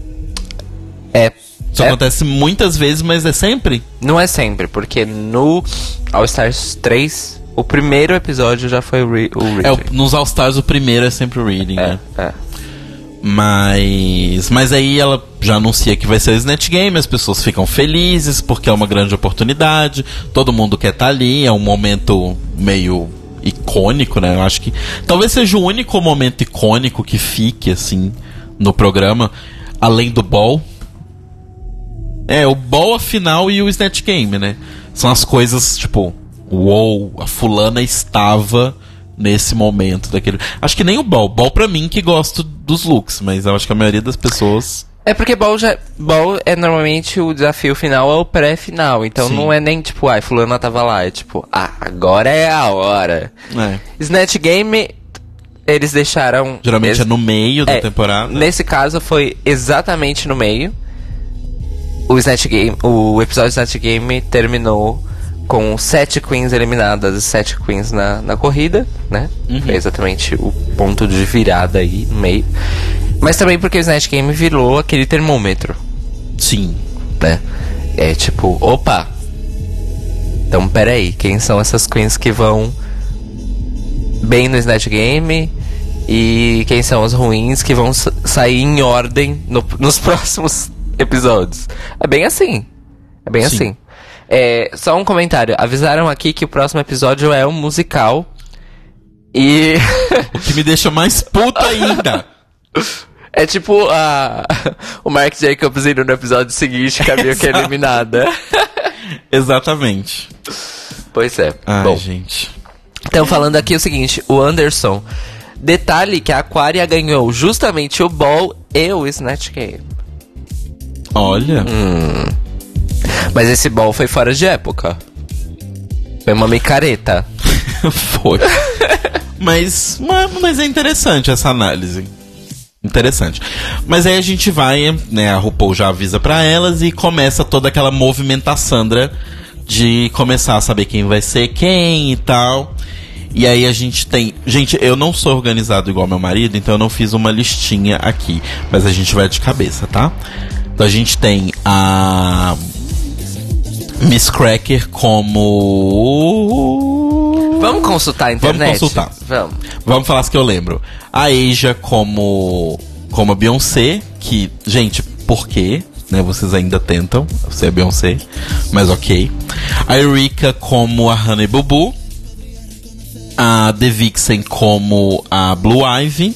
Isso acontece muitas vezes, mas é sempre? Não é sempre, porque no All Stars 3, o primeiro episódio já foi o reading. Nos All Stars o primeiro é sempre o reading, né? Mas aí ela já anuncia que vai ser o Snatch Game, as pessoas ficam felizes porque é uma grande oportunidade, todo mundo quer estar ali, é um momento meio icônico, né? Eu acho que talvez seja o único momento icônico que fique, assim, no programa, além do ball. O ball, a final e o Snatch Game, né? São as coisas, tipo, uou, a fulana estava nesse momento daquele... Acho que nem o ball. Ball pra mim que gosto dos looks, mas eu acho que a maioria das pessoas... Porque ball é normalmente o desafio final é o pré-final. Então Sim. Não é nem tipo, fulana tava lá. É tipo, agora é a hora. Snatch Game... Eles deixaram... Geralmente é no meio da temporada. Nesse caso foi exatamente no meio. O episódio de Snatch Game terminou com 7 queens eliminadas e 7 queens na corrida, né? Foi exatamente o ponto de virada aí no meio. Mas também porque o Snatch Game virou aquele termômetro. Sim. Né? É tipo, opa! Então peraí, quem são essas queens que vão bem no Snatch Game? E quem são as ruins que vão sair em ordem nos próximos episódios? É bem assim. Assim. Só um comentário. Avisaram aqui que o próximo episódio é um musical. E... O que me deixa mais puta ainda. É tipo o Marc Jacobs indo no episódio seguinte, caminho que é eliminada. Exatamente. Pois é. Ai, bom, gente. Então, falando aqui o seguinte, o Anderson. Detalhe que a Aquaria ganhou justamente o Ball e o Snatch Game. Olha. Mas esse Ball foi fora de época. Foi uma micareta. Foi. Mas é interessante essa análise. Interessante. Mas aí a gente vai, né, a RuPaul já avisa pra elas e começa toda aquela movimentaçandra de começar a saber quem vai ser quem e tal. E aí a gente tem... Gente, eu não sou organizado igual meu marido, então eu não fiz uma listinha aqui. Mas a gente vai de cabeça, tá? Então a gente tem a Miss Cracker como... Vamos consultar a internet? Vamos consultar. Vamos. Vamos falar as que eu lembro. A Asia como a Beyoncé, que... Gente, por quê? Né, vocês ainda tentam ser a Beyoncé, mas ok. A Eureka como a Honey Boo Boo. A The Vixen como a Blue Ivy.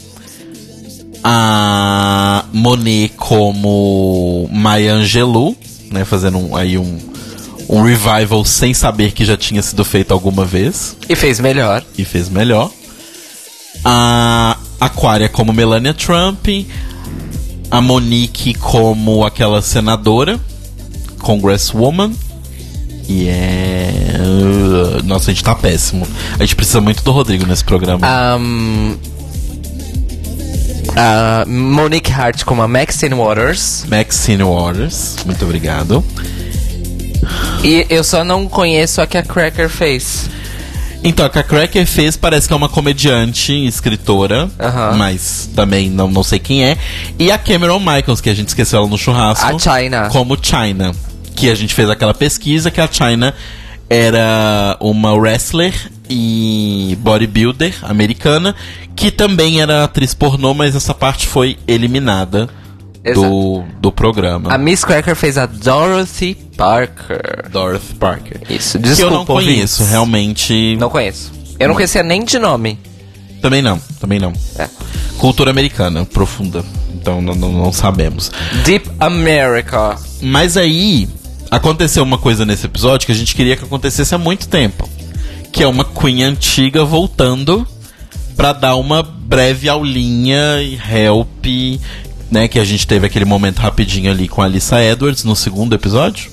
A Monet como Maya Angelou, né, fazendo um revival sem saber que já tinha sido feito alguma vez. E fez melhor. A Aquaria como Melania Trump. A Monique como aquela senadora, Congresswoman. E nossa, a gente tá péssimo. A gente precisa muito do Rodrigo nesse programa. Monique Hart como a Maxine Waters. Maxine Waters, muito obrigado. E eu só não conheço a que a Cracker fez. Então, a que a Cracker fez parece que é uma comediante, escritora, mas também não sei quem é. E a Cameron Michaels, que a gente esqueceu ela no churrasco. A China. Como China. Que a gente fez aquela pesquisa que a China era uma wrestler e bodybuilder americana, que também era atriz pornô, mas essa parte foi eliminada do programa. A Miss Cracker fez a Dorothy Parker. Isso, desculpa. Que eu não conheço, realmente. Não conheço. Eu não conhecia nem de nome. Também não. Cultura americana, profunda. Então não sabemos. Deep America. Mas aí, aconteceu uma coisa nesse episódio que a gente queria que acontecesse há muito tempo. Que é uma Queen antiga voltando pra dar uma breve aulinha e help, né? Que a gente teve aquele momento rapidinho ali com a Alyssa Edwards no segundo episódio.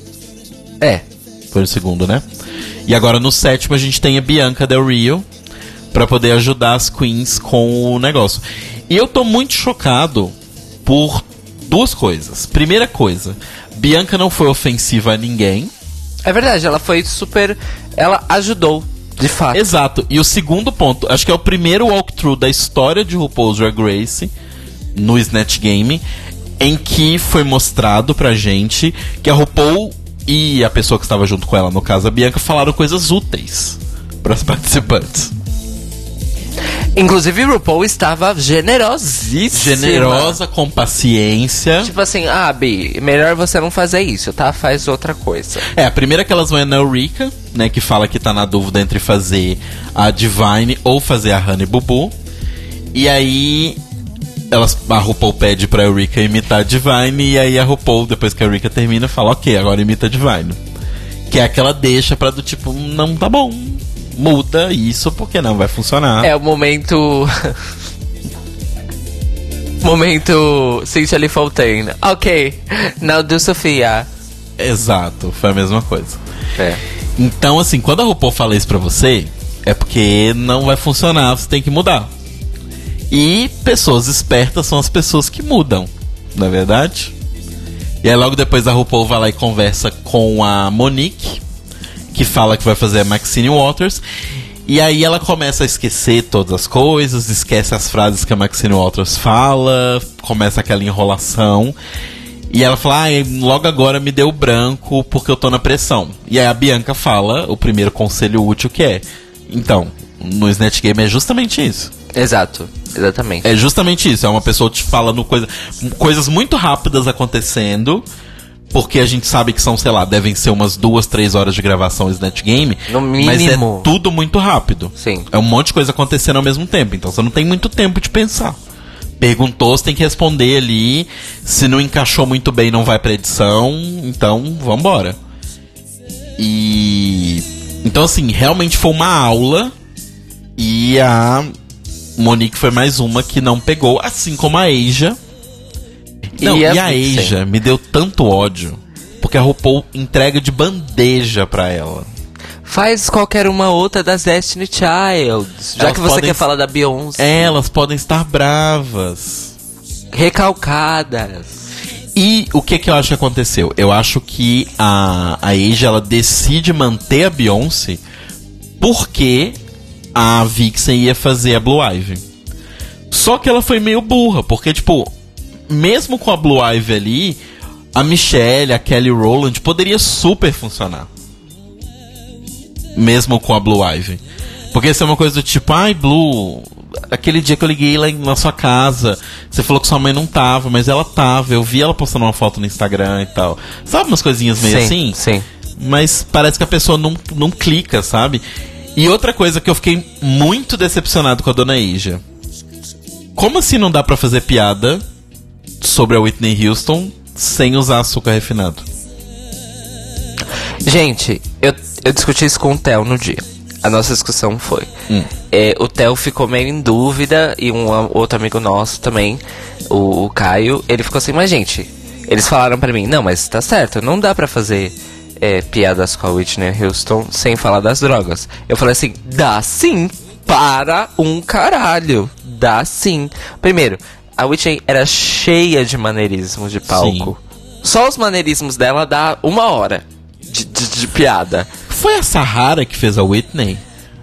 Foi no segundo, né? E agora no sétimo a gente tem a Bianca Del Rio pra poder ajudar as Queens com o negócio. E eu tô muito chocado por duas coisas. Primeira coisa, Bianca não foi ofensiva a ninguém. É verdade, ela foi super... Ela ajudou, de fato. Exato. E o segundo ponto, acho que é o primeiro walkthrough da história de RuPaul's Drag Race no Snatch Game, em que foi mostrado pra gente que a RuPaul e a pessoa que estava junto com ela, no caso a Bianca, falaram coisas úteis para os participantes. Inclusive, RuPaul estava generosíssima. Generosa, com paciência. Tipo assim, Bi, melhor você não fazer isso, tá? Faz outra coisa. A primeira que elas vão é na Eureka, né? Que fala que tá na dúvida entre fazer a Divine ou fazer a Honey Boo Boo. E aí, a RuPaul pede pra Eureka imitar a Divine. E aí a RuPaul, depois que a Eureka termina, fala, ok, agora imita a Divine. Que é aquela deixa pra do tipo, não tá bom. Muda isso porque não vai funcionar. É o momento... momento Cynthia Lee Fontaine. Ok, now do Sofia. Exato, foi a mesma coisa. Então, assim, quando a RuPaul fala isso pra você, é porque não vai funcionar, você tem que mudar. E pessoas espertas são as pessoas que mudam, não é verdade? E aí logo depois a RuPaul vai lá e conversa com a Monique, que fala que vai fazer a Maxine Waters. E aí ela começa a esquecer todas as coisas, esquece as frases que a Maxine Waters fala, começa aquela enrolação. E ela fala, logo agora me deu branco porque eu tô na pressão. E aí a Bianca fala o primeiro conselho útil que é, então, no Snatch Game é justamente isso. Exato, exatamente. É justamente isso, é uma pessoa te falando coisas muito rápidas acontecendo, porque a gente sabe que são, sei lá, devem ser umas 2-3 horas de gravação Snatch Game. No mínimo. Mas é tudo muito rápido. Sim. É um monte de coisa acontecendo ao mesmo tempo. Então você não tem muito tempo de pensar. Perguntou, você tem que responder ali. Se não encaixou muito bem, não vai pra edição. Então, vambora. Então, assim, realmente foi uma aula. E a Monique foi mais uma que não pegou. Assim como a Asia. Não, e a Asia me deu tanto ódio, porque a RuPaul entrega de bandeja pra ela. Faz qualquer uma outra das Destiny Childs, já que você quer falar da Beyoncé. Elas podem estar bravas, recalcadas. E o que eu acho que aconteceu? Eu acho que a Asia, ela decide manter a Beyoncé porque a Vixen ia fazer a Blue Ivy. Só que ela foi meio burra, porque tipo, mesmo com a Blue Ivy ali, a Michelle, a Kelly Rowland poderia super funcionar. Mesmo com a Blue Ivy. Porque isso é uma coisa do tipo, Blue, aquele dia que eu liguei lá na sua casa, você falou que sua mãe não tava, mas ela tava. Eu vi ela postando uma foto no Instagram e tal. Sabe umas coisinhas meio assim? Sim. Mas parece que a pessoa não clica, sabe? E outra coisa que eu fiquei muito decepcionado com a dona Asia. Como assim não dá pra fazer piada sobre a Whitney Houston sem usar açúcar refinado? Gente, eu discuti isso com o Theo no dia. A nossa discussão foi o Theo ficou meio em dúvida. E um outro amigo nosso também, o Caio, ele ficou assim, mas gente, eles falaram pra mim, não, mas tá certo, não dá pra fazer piadas com a Whitney Houston sem falar das drogas. Eu falei assim, dá sim, para um caralho, dá sim. Primeiro, a Whitney era cheia de maneirismos de palco. Sim. Só os maneirismos dela dá 1 hora de piada. Foi a Sahara que fez a Whitney?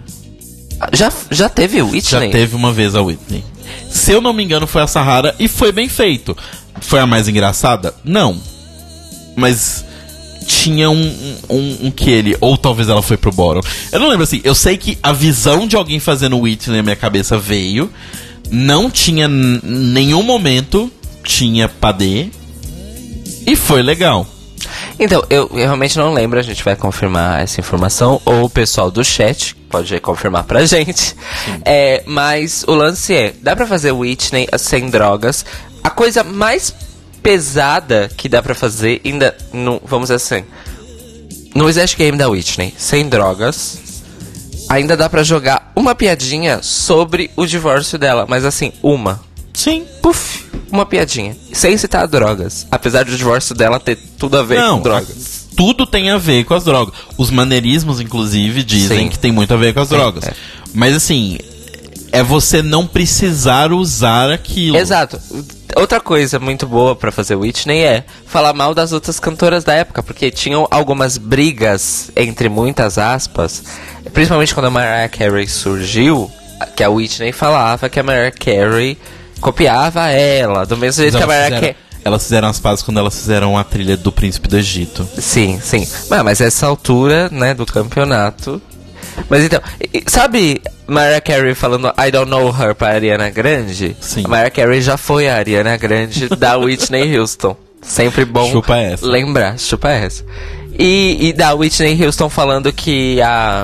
Já teve Whitney? Já teve uma vez a Whitney. Se eu não me engano, foi a Sahara e foi bem feito. Foi a mais engraçada? Não. Mas tinha um que ele... Ou talvez ela foi pro bottom. Eu não lembro assim. Eu sei que a visão de alguém fazendo Whitney na minha cabeça veio. Não tinha nenhum momento. Tinha padê. E foi legal. Então, eu realmente não lembro. A gente vai confirmar essa informação. Ou o pessoal do chat pode confirmar pra gente. Mas o lance dá pra fazer Whitney sem drogas. A coisa mais pesada que dá pra fazer, ainda, vamos dizer assim, no Snatch Game da Whitney, sem drogas, ainda dá pra jogar uma piadinha sobre o divórcio dela. Mas assim, uma. Sim. Puf, uma piadinha. Sem citar drogas. Apesar do divórcio dela ter tudo a ver com drogas. Tudo tem a ver com as drogas. Os maneirismos, inclusive, dizem que tem muito a ver com as drogas. Mas assim, é você não precisar usar aquilo. Exato. Outra coisa muito boa pra fazer Whitney é falar mal das outras cantoras da época, porque tinham algumas brigas, entre muitas aspas, principalmente quando a Mariah Carey surgiu, que a Whitney falava que a Mariah Carey copiava ela, do mesmo jeito que a Mariah Carey... Elas fizeram as pazes quando elas fizeram a trilha do Príncipe do Egito. Sim, sim. Mas essa altura, né, do campeonato... Mas então, sabe Mariah Carey falando I don't know her pra Ariana Grande? Sim. A Mariah Carey já foi a Ariana Grande da Whitney Houston. Sempre bom chupa essa. Lembrar, chupa essa. E da Whitney Houston falando que a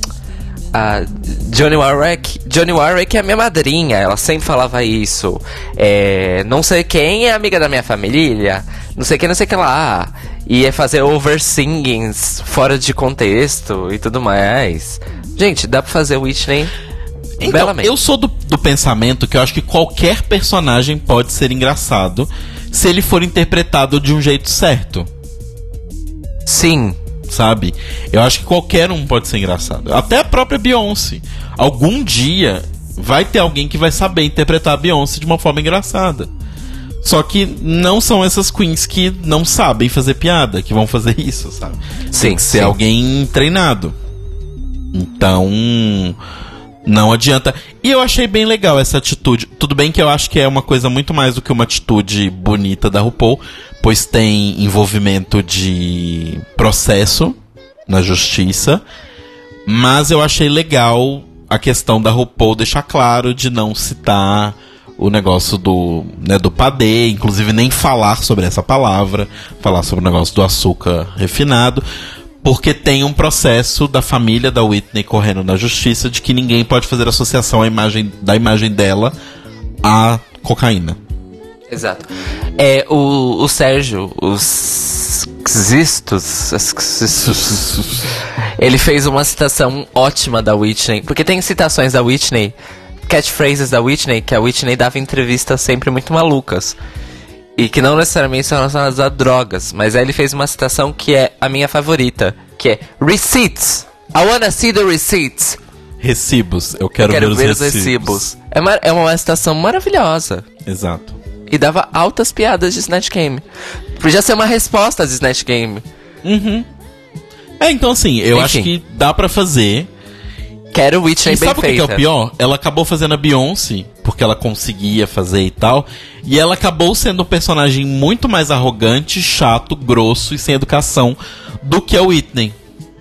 Johnny Warwick é a minha madrinha. Ela sempre falava isso. Não sei quem é amiga da minha família. Não sei que lá. E fazer oversingings fora de contexto e tudo mais. Gente, dá pra fazer Whitney belamente. Eu sou do pensamento que eu acho que qualquer personagem pode ser engraçado se ele for interpretado de um jeito certo. Sim. Sabe? Eu acho que qualquer um pode ser engraçado. Até a própria Beyoncé. Algum dia vai ter alguém que vai saber interpretar a Beyoncé de uma forma engraçada. Só que não são essas queens que não sabem fazer piada que vão fazer isso, sabe? Sim, tem que ser alguém treinado. Então, não adianta. E eu achei bem legal essa atitude. Tudo bem que eu acho que é uma coisa muito mais do que uma atitude bonita da RuPaul, pois tem envolvimento de processo na justiça. Mas eu achei legal a questão da RuPaul deixar claro de não citar o negócio do padê, inclusive nem falar sobre essa palavra, falar sobre o negócio do açúcar refinado, porque tem um processo da família da Whitney correndo na justiça de que ninguém pode fazer associação da imagem dela à cocaína. Exato. O Sérgio, os Xistos, ele fez uma citação ótima da Whitney, porque tem citações da Whitney, catchphrases da Whitney, que a Whitney dava entrevistas sempre muito malucas. E que não necessariamente são relacionadas a drogas. Mas aí ele fez uma citação que é a minha favorita, que é Receipts. I wanna see the receipts. Recibos. Eu quero ver os recibos. É uma citação maravilhosa. Exato. E dava altas piadas de Snatch Game. Podia ser uma resposta de Snatch Game. Uhum. Então assim, eu acho que dá pra fazer. Quero Whitney bem feita. Sabe o que é o pior? Ela acabou fazendo a Beyoncé, porque ela conseguia fazer e tal, e ela acabou sendo um personagem muito mais arrogante, chato, grosso e sem educação do que a Whitney.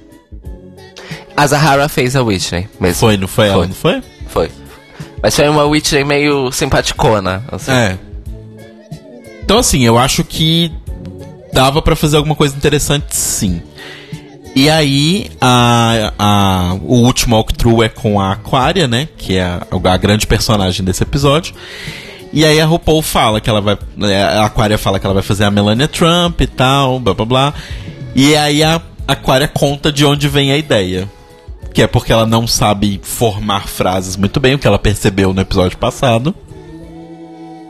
A Zahara fez a Whitney mesmo. Foi, não foi ela, não foi? Foi. Mas foi uma Whitney meio simpaticona. Assim. Então assim, eu acho que dava pra fazer alguma coisa interessante, sim. E aí, o último walkthrough é com a Aquaria, né? Que é a grande personagem desse episódio. E aí a RuPaul fala que ela vai... A Aquaria fala que ela vai fazer a Melania Trump e tal, blá blá blá. E aí a Aquaria conta de onde vem a ideia. Que é porque ela não sabe formar frases muito bem, o que ela percebeu no episódio passado.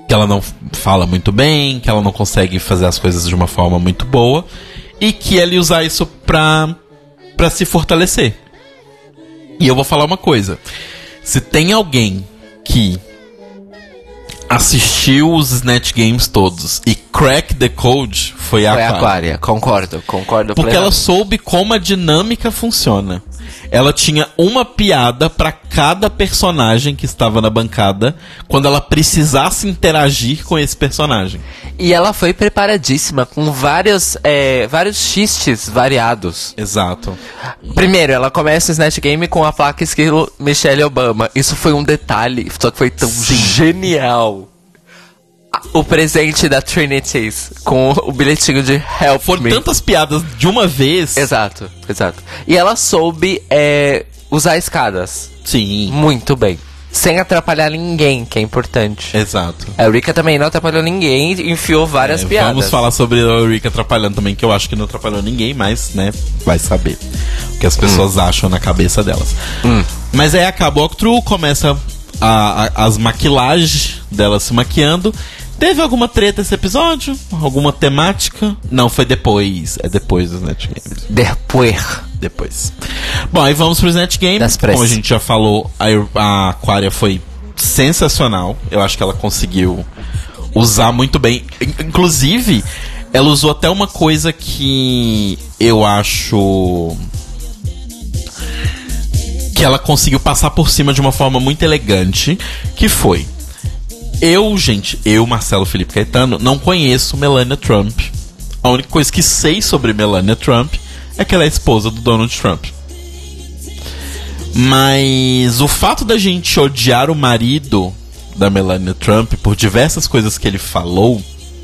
que ela não fala muito bem, que ela não consegue fazer as coisas de uma forma muito boa, e que ela ia usar isso pra se fortalecer. E eu vou falar uma coisa. Se tem alguém que assistiu os Snatch Games todos e crack the code, foi a Aquaria. Concordo Porque plenamente. ela soube como a dinâmica funciona. Ela tinha uma piada pra cada personagem que estava na bancada quando ela precisasse interagir com esse personagem. E ela foi preparadíssima com vários xistes variados. Exato. Primeiro, ela começa o Snatch Game com a placa escrito Michelle Obama. Isso foi um detalhe, só que foi tão genial. O presente da Trinity com o bilhetinho de Help Foram Me. tantas piadas de uma vez. Exato. E ela soube usar escadas. Sim. Muito bem. Sem atrapalhar ninguém, que é importante. Exato. A Eureka também não atrapalhou ninguém, enfiou várias piadas. Vamos falar sobre a Eureka atrapalhando também, que eu acho que não atrapalhou ninguém, mas, né, vai saber o que as pessoas acham na cabeça delas. Mas aí a Caboclo começa as maquilagens dela se maquiando. Teve alguma treta esse episódio? Alguma temática? Não, foi depois. É depois dos Snatch Games. Depois. Bom, aí vamos pro Snatch Game. Como a gente já falou, a Aquaria foi sensacional. Eu acho que ela conseguiu usar muito bem. Inclusive, ela usou até uma coisa que eu acho que ela conseguiu passar por cima de uma forma muito elegante, que foi... Eu, Marcelo Felipe Caetano, não conheço Melania Trump. A única coisa que sei sobre Melania Trump é que ela é esposa do Donald Trump. Mas o fato da gente odiar o marido da Melania Trump por diversas coisas que ele falou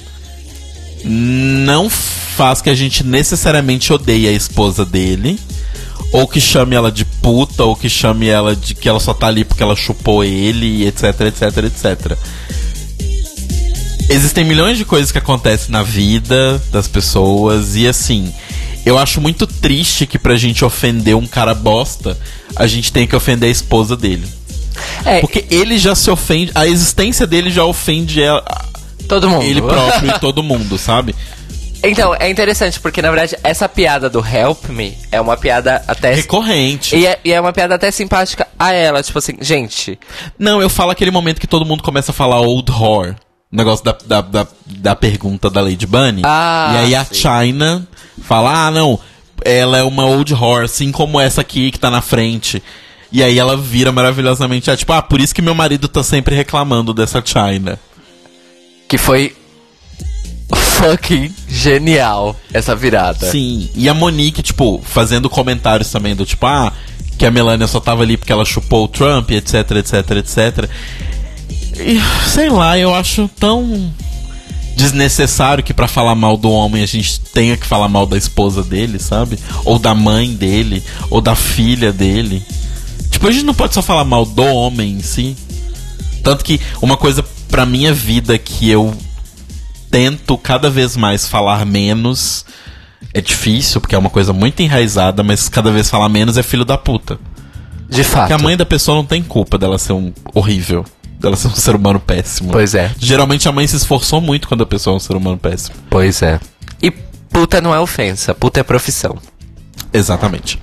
não faz que a gente necessariamente odeie a esposa dele, ou que chame ela de puta, ou que chame ela de que ela só tá ali porque ela chupou ele, etc, etc, etc. Existem milhões de coisas que acontecem na vida das pessoas, e assim, eu acho muito triste que pra gente ofender um cara bosta, a gente tem que ofender a esposa dele. Porque ele já se ofende, a existência dele já ofende todo mundo. Ele próprio e todo mundo, sabe? Então, é interessante, porque na verdade essa piada do Help Me é uma piada até... recorrente. E é uma piada até simpática a ela, tipo assim, gente... Não, eu falo aquele momento que todo mundo começa a falar old whore. O negócio da pergunta da Lady Bunny. E aí a China fala, não, ela é uma old whore, assim como essa aqui que tá na frente. E aí ela vira maravilhosamente, tipo, por isso que meu marido tá sempre reclamando dessa China. Que foi... fucking genial essa virada. Sim, e a Monique, tipo, fazendo comentários também do tipo, que a Melania só tava ali porque ela chupou o Trump, etc, etc, etc. E, sei lá, eu acho tão desnecessário que pra falar mal do homem a gente tenha que falar mal da esposa dele, sabe? Ou da mãe dele, ou da filha dele. Tipo, a gente não pode só falar mal do homem em si. Tanto que uma coisa pra minha vida que eu tento cada vez mais falar menos. É difícil, porque é uma coisa muito enraizada, mas cada vez falar menos é filho da puta. De fato. Porque a mãe da pessoa não tem culpa dela ser horrível, dela ser um ser humano péssimo. Pois é. Geralmente a mãe se esforçou muito quando a pessoa é um ser humano péssimo. Pois é. E puta não é ofensa, puta é profissão. Exatamente.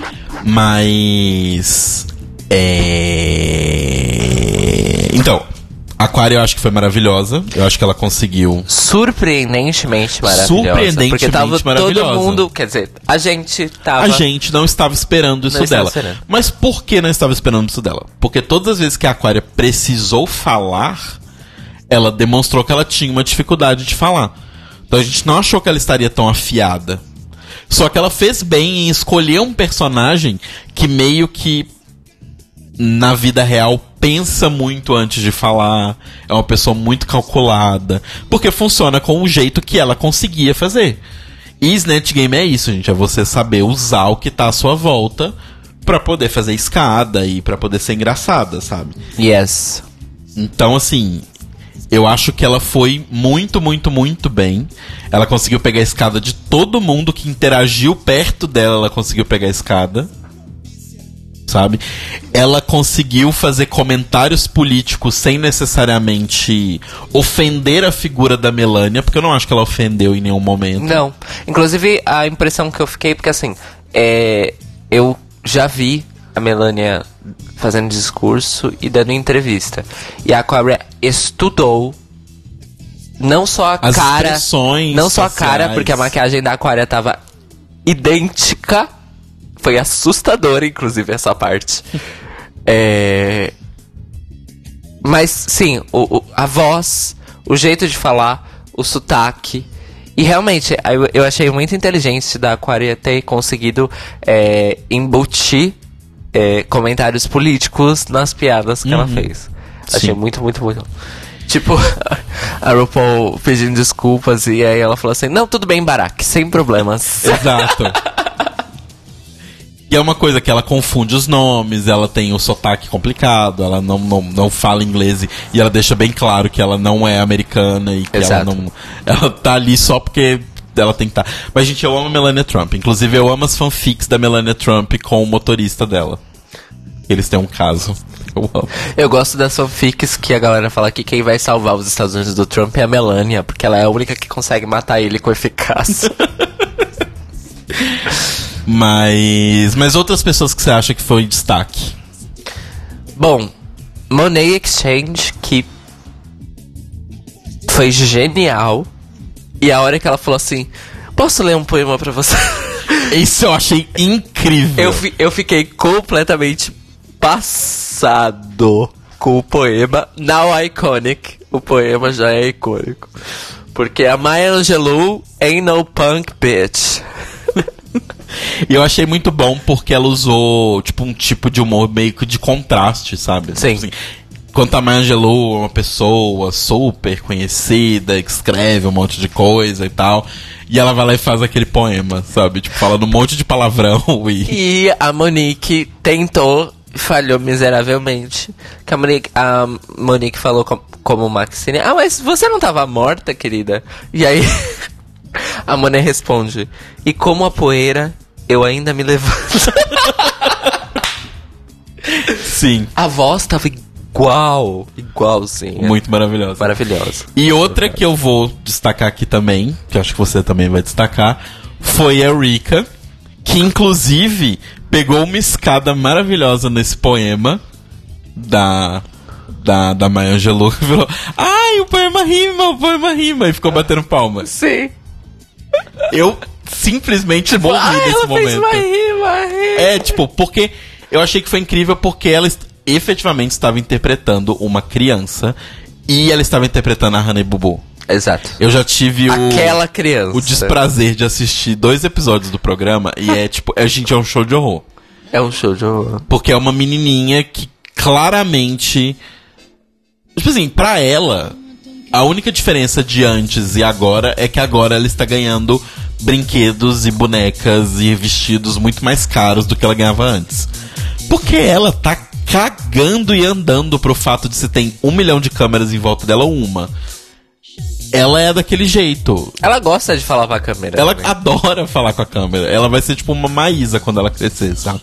Mas... Então... A Aquaria eu acho que foi maravilhosa. Eu acho que ela conseguiu... Surpreendentemente maravilhosa. Porque tava todo mundo... Quer dizer, a gente não estava esperando isso dela. Mas por que não estava esperando isso dela? Porque todas as vezes que a Aquaria precisou falar, ela demonstrou que ela tinha uma dificuldade de falar. Então a gente não achou que ela estaria tão afiada. Só que ela fez bem em escolher um personagem que meio que... na vida real pensa muito antes de falar, é uma pessoa muito calculada, porque funciona com o jeito que ela conseguia fazer. E Snatch Game é isso, gente, é você saber usar o que tá à sua volta pra poder fazer escada e pra poder ser engraçada, sabe? Yes. Então, assim, eu acho que ela foi muito, muito, muito bem. Ela conseguiu pegar a escada de todo mundo que interagiu perto dela, ela conseguiu pegar a escada. sabe? Ela conseguiu fazer comentários políticos sem necessariamente ofender a figura da Melania, porque eu não acho que ela ofendeu em nenhum momento. Não. Inclusive, a impressão que eu fiquei, porque assim, eu já vi a Melania fazendo discurso e dando entrevista. E a Aquaria estudou não só a as cara, expressões não só a cara, faciais. porque a maquiagem da Aquaria tava idêntica. Foi assustadora, inclusive, essa parte. Mas, sim, a voz, o jeito de falar, o sotaque. E realmente, eu achei muito inteligente da Aquaria ter conseguido embutir comentários políticos nas piadas que ela fez. Sim. Achei muito, muito, muito. Tipo, a RuPaul pedindo desculpas e aí ela falou assim: não, tudo bem, Barack, sem problemas. Exato. E é uma coisa que ela confunde os nomes, ela tem o sotaque complicado, ela não fala inglês e ela deixa bem claro que ela não é americana e que ela tá ali só porque ela tem que estar. Mas, gente, eu amo a Melania Trump. Inclusive, eu amo as fanfics da Melania Trump com o motorista dela. Eles têm um caso. Eu amo. Eu gosto das fanfics que a galera fala que quem vai salvar os Estados Unidos do Trump é a Melania, porque ela é a única que consegue matar ele com eficácia. Mas outras pessoas que você acha que foi destaque? Bom, Monet Exchange, que foi genial. E a hora que ela falou assim: posso ler um poema pra você? Isso eu achei incrível. Eu fiquei completamente passado com o poema. Now iconic. O poema já é icônico. Porque a Maya Angelou ain't no punk bitch. E eu achei muito bom porque ela usou um tipo de humor meio que de contraste, sabe? Sim. Assim, enquanto a Maya Angelou é uma pessoa super conhecida, que escreve um monte de coisa e tal, e ela vai lá e faz aquele poema, sabe? Tipo, falando um monte de palavrão E a Monique tentou, falhou miseravelmente. Que a Monique falou como Maxine: ah, mas você não tava morta, querida? E aí a Monet responde: e como a poeira, eu ainda me levanto. Sim. A voz tava igualzinha. Muito maravilhosa. Maravilhosa. E outra que eu vou destacar aqui também, que eu acho que você também vai destacar, foi a Rika, que inclusive pegou uma escada maravilhosa nesse poema da Maya Angelou e falou: ai, o poema rima, e ficou batendo palmas. Sim. Eu simplesmente morri nesse momento. Porque eu achei que foi incrível porque ela efetivamente estava interpretando uma criança e ela estava interpretando a Honey Boo Boo. Exato. Eu já tive aquela criança. O desprazer de assistir 2 episódios do programa e é um show de horror. É um show de horror. Porque é uma menininha que claramente, tipo assim, pra ela, a única diferença de antes e agora é que agora ela está ganhando brinquedos e bonecas e vestidos muito mais caros do que ela ganhava antes. Porque ela tá cagando e andando pro fato de se tem 1 milhão de câmeras em volta dela ou uma. Ela é daquele jeito. Ela gosta de falar com a câmera. Ela também adora falar com a câmera. Ela vai ser tipo uma Maísa quando ela crescer, sabe?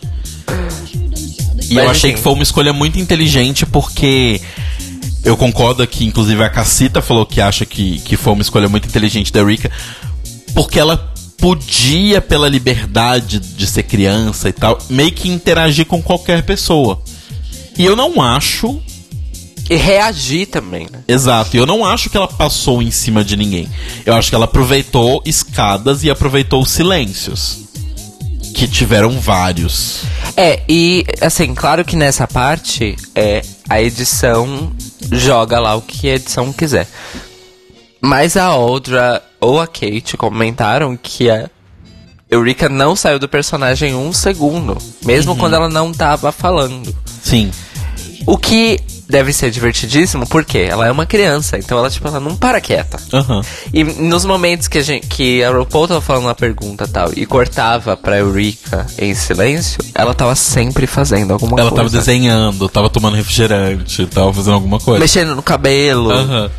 E eu achei que foi uma escolha muito inteligente porque eu concordo aqui, inclusive a Cassita falou que acha que foi uma escolha muito inteligente da Rika, porque ela podia, pela liberdade de ser criança e tal, meio que interagir com qualquer pessoa. E eu não acho... E reagir também, né? Exato, e eu não acho que ela passou em cima de ninguém. Eu acho que ela aproveitou escadas e aproveitou os silêncios, que tiveram vários. E assim, claro que nessa parte a edição joga lá o que a edição quiser. Mas a Audra ou a Kate comentaram que a Eureka não saiu do personagem 1 segundo, mesmo quando ela não tava falando. Sim. O que deve ser divertidíssimo, porque ela é uma criança, então ela não para quieta. E nos momentos que a RuPaul tava falando uma pergunta e tal, e cortava pra Eureka em silêncio, ela tava sempre fazendo alguma coisa. Ela tava desenhando, tava tomando refrigerante, tava fazendo alguma coisa. Mexendo no cabelo.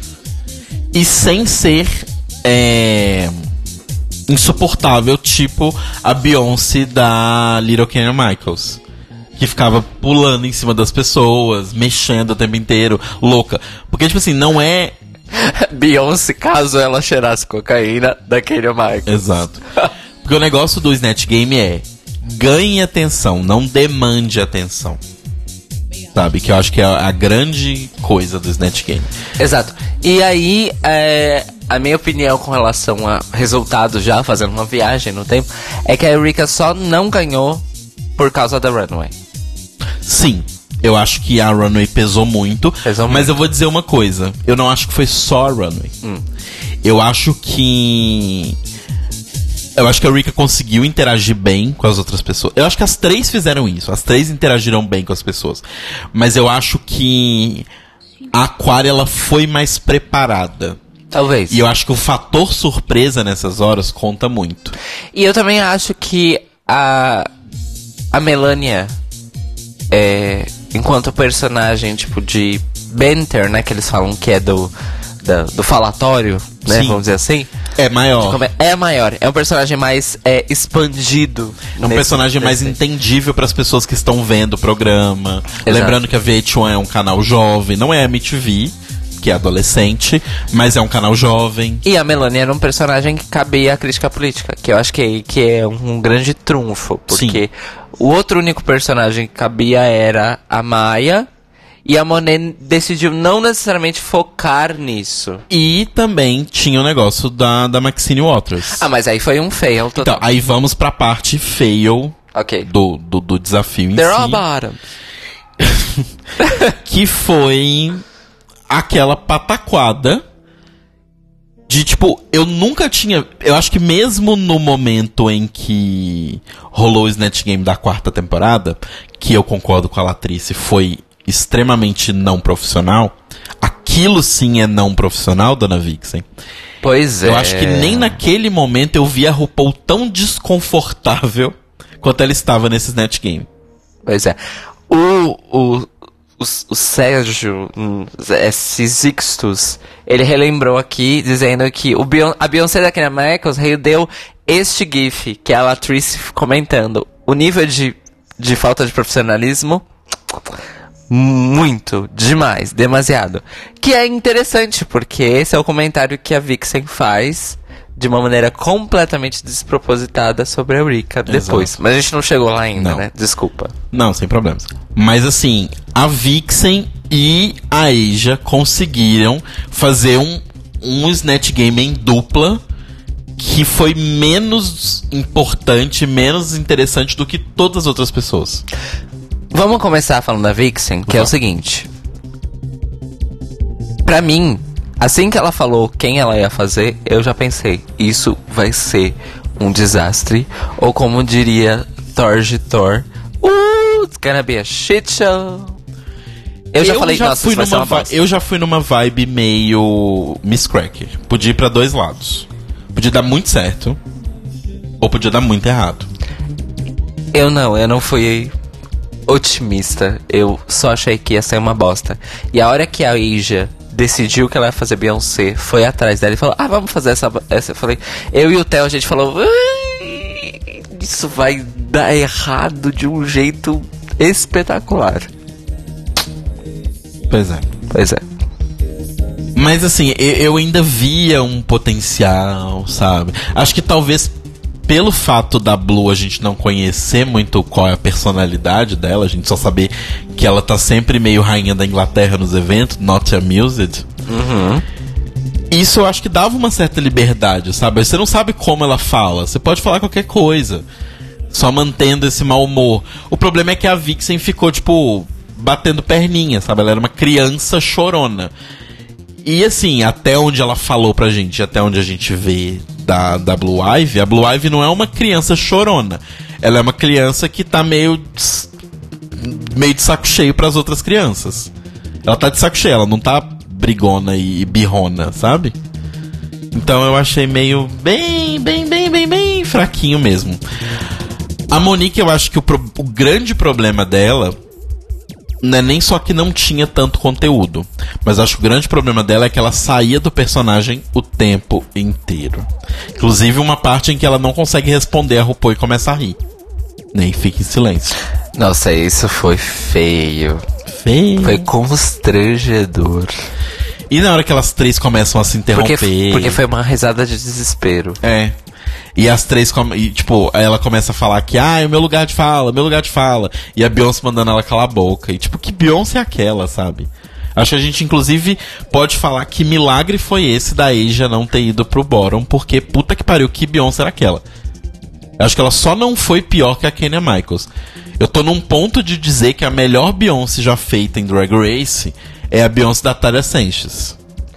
E sem ser insuportável, tipo a Beyoncé da Little Kenny Michaels. que ficava pulando em cima das pessoas, mexendo o tempo inteiro, louca. Porque, tipo assim, não é... Beyoncé, caso ela cheirasse cocaína, daquele Michael. Exato. Porque o negócio do Snatch Game é ganhe atenção, não demande atenção. Sabe? Que eu acho que é a grande coisa do Snatch Game. Exato. E aí, a minha opinião com relação a resultados, já fazendo uma viagem no tempo, é que a Eureka só não ganhou por causa da Runway. Sim, eu acho que a Runway pesou muito. Mas eu vou dizer uma coisa, eu não acho que foi só a Runway. Eu acho que a Eureka conseguiu interagir bem com as outras pessoas. Eu acho que as três fizeram isso. As três interagiram bem com as pessoas. Mas eu acho que a Aquaria, ela foi mais preparada. Talvez. E eu acho que o fator surpresa nessas horas conta muito. E eu também acho que a Melania, enquanto personagem tipo de banter, né, que eles falam que é do falatório, né, vamos dizer assim. É maior. É maior. É um personagem mais expandido. É um personagem mais entendível para as pessoas que estão vendo o programa. Exato. Lembrando que a VH1 é um canal jovem, não é a MTV, que é adolescente, mas é um canal jovem. E a Melania era um personagem que cabia à crítica política, que eu acho que é um grande trunfo, porque o outro único personagem que cabia era a Maya, e a Monet decidiu não necessariamente focar nisso. E também tinha o negócio da Maxine Waters. Ah, mas aí foi um fail total. Então, aí vamos pra parte fail do desafio em They're si. all bottom. Que foi aquela pataquada de, tipo, eu nunca tinha... Eu acho que mesmo no momento em que rolou o Snatch Game da 4ª temporada, que eu concordo com a Latrice, foi extremamente não profissional. Aquilo sim é não profissional, Dona Vixen. Pois é. Eu acho que nem naquele momento eu vi a RuPaul tão desconfortável quanto ela estava nesse Snatch Game. Pois é. O Sérgio Sixtus, ele relembrou aqui, dizendo que a Beyoncé da Kenya Michaels rendeu este gif, que é a Latrice comentando. O nível de falta de profissionalismo... muito, demais, demasiado. Que é interessante, porque esse é o comentário que a Vixen faz de uma maneira completamente despropositada sobre a Eureka depois. Exato. Mas a gente não chegou lá ainda, né? Desculpa. Não, sem problemas. Mas assim, a Vixen e a Asia conseguiram fazer um Snatch Game em dupla que foi menos importante, menos interessante do que todas as outras pessoas. Vamos começar falando da Vixen, que é o seguinte. Pra mim, assim que ela falou quem ela ia fazer, eu já pensei, isso vai ser um desastre. Ou como diria Thor, it's gonna be a shit show. Eu já falei, nossa, isso vai ser uma bosta. Eu já fui numa vibe meio Miss Cracker. Podia ir pra dois lados. Podia dar muito certo, ou podia dar muito errado. Eu não fui otimista. Eu só achei que ia ser uma bosta. E a hora que a Asia decidiu que ela ia fazer Beyoncé, foi atrás dela e falou, vamos fazer essa. Eu falei, eu e o Theo, a gente falou, isso vai dar errado de um jeito espetacular. Pois é. Mas assim, eu ainda via um potencial, sabe? Acho que talvez pelo fato da Blue a gente não conhecer muito qual é a personalidade dela, a gente só saber que ela tá sempre meio rainha da Inglaterra nos eventos, not amused. Isso eu acho que dava uma certa liberdade, sabe? Você não sabe como ela fala, você pode falar qualquer coisa, só mantendo esse mau humor. O problema é que a Vixen ficou, tipo, batendo perninha, sabe? Ela era uma criança chorona. E assim, até onde ela falou pra gente, até onde a gente vê da Blue Ivy, a Blue Ivy não é uma criança chorona. Ela é uma criança que tá meio de saco cheio pras outras crianças. Ela tá de saco cheio, ela não tá brigona e birrona, sabe? Então eu achei meio bem fraquinho mesmo. A Monique, eu acho que o grande problema dela não é nem só que não tinha tanto conteúdo, mas acho que o grande problema dela é que ela saía do personagem o tempo inteiro. Inclusive uma parte em que ela não consegue responder a RuPaul e começa a rir, nem fica em silêncio. Nossa, isso foi feio. Foi constrangedor. E na hora que elas três começam a se interromper... Porque foi uma risada de desespero. É. E as três, tipo, aí ela começa a falar que, é o meu lugar de fala, meu lugar de fala. E a Beyoncé mandando ela calar a boca. E tipo, que Beyoncé é aquela, sabe? Acho que a gente, inclusive, pode falar que milagre foi esse da Asia não ter ido pro bottom, porque puta que pariu, que Beyoncé era aquela. Acho que ela só não foi pior que a Kenya Michaels. Eu tô num ponto de dizer que a melhor Beyoncé já feita em Drag Race é a Beyoncé da Tyra Sanchez.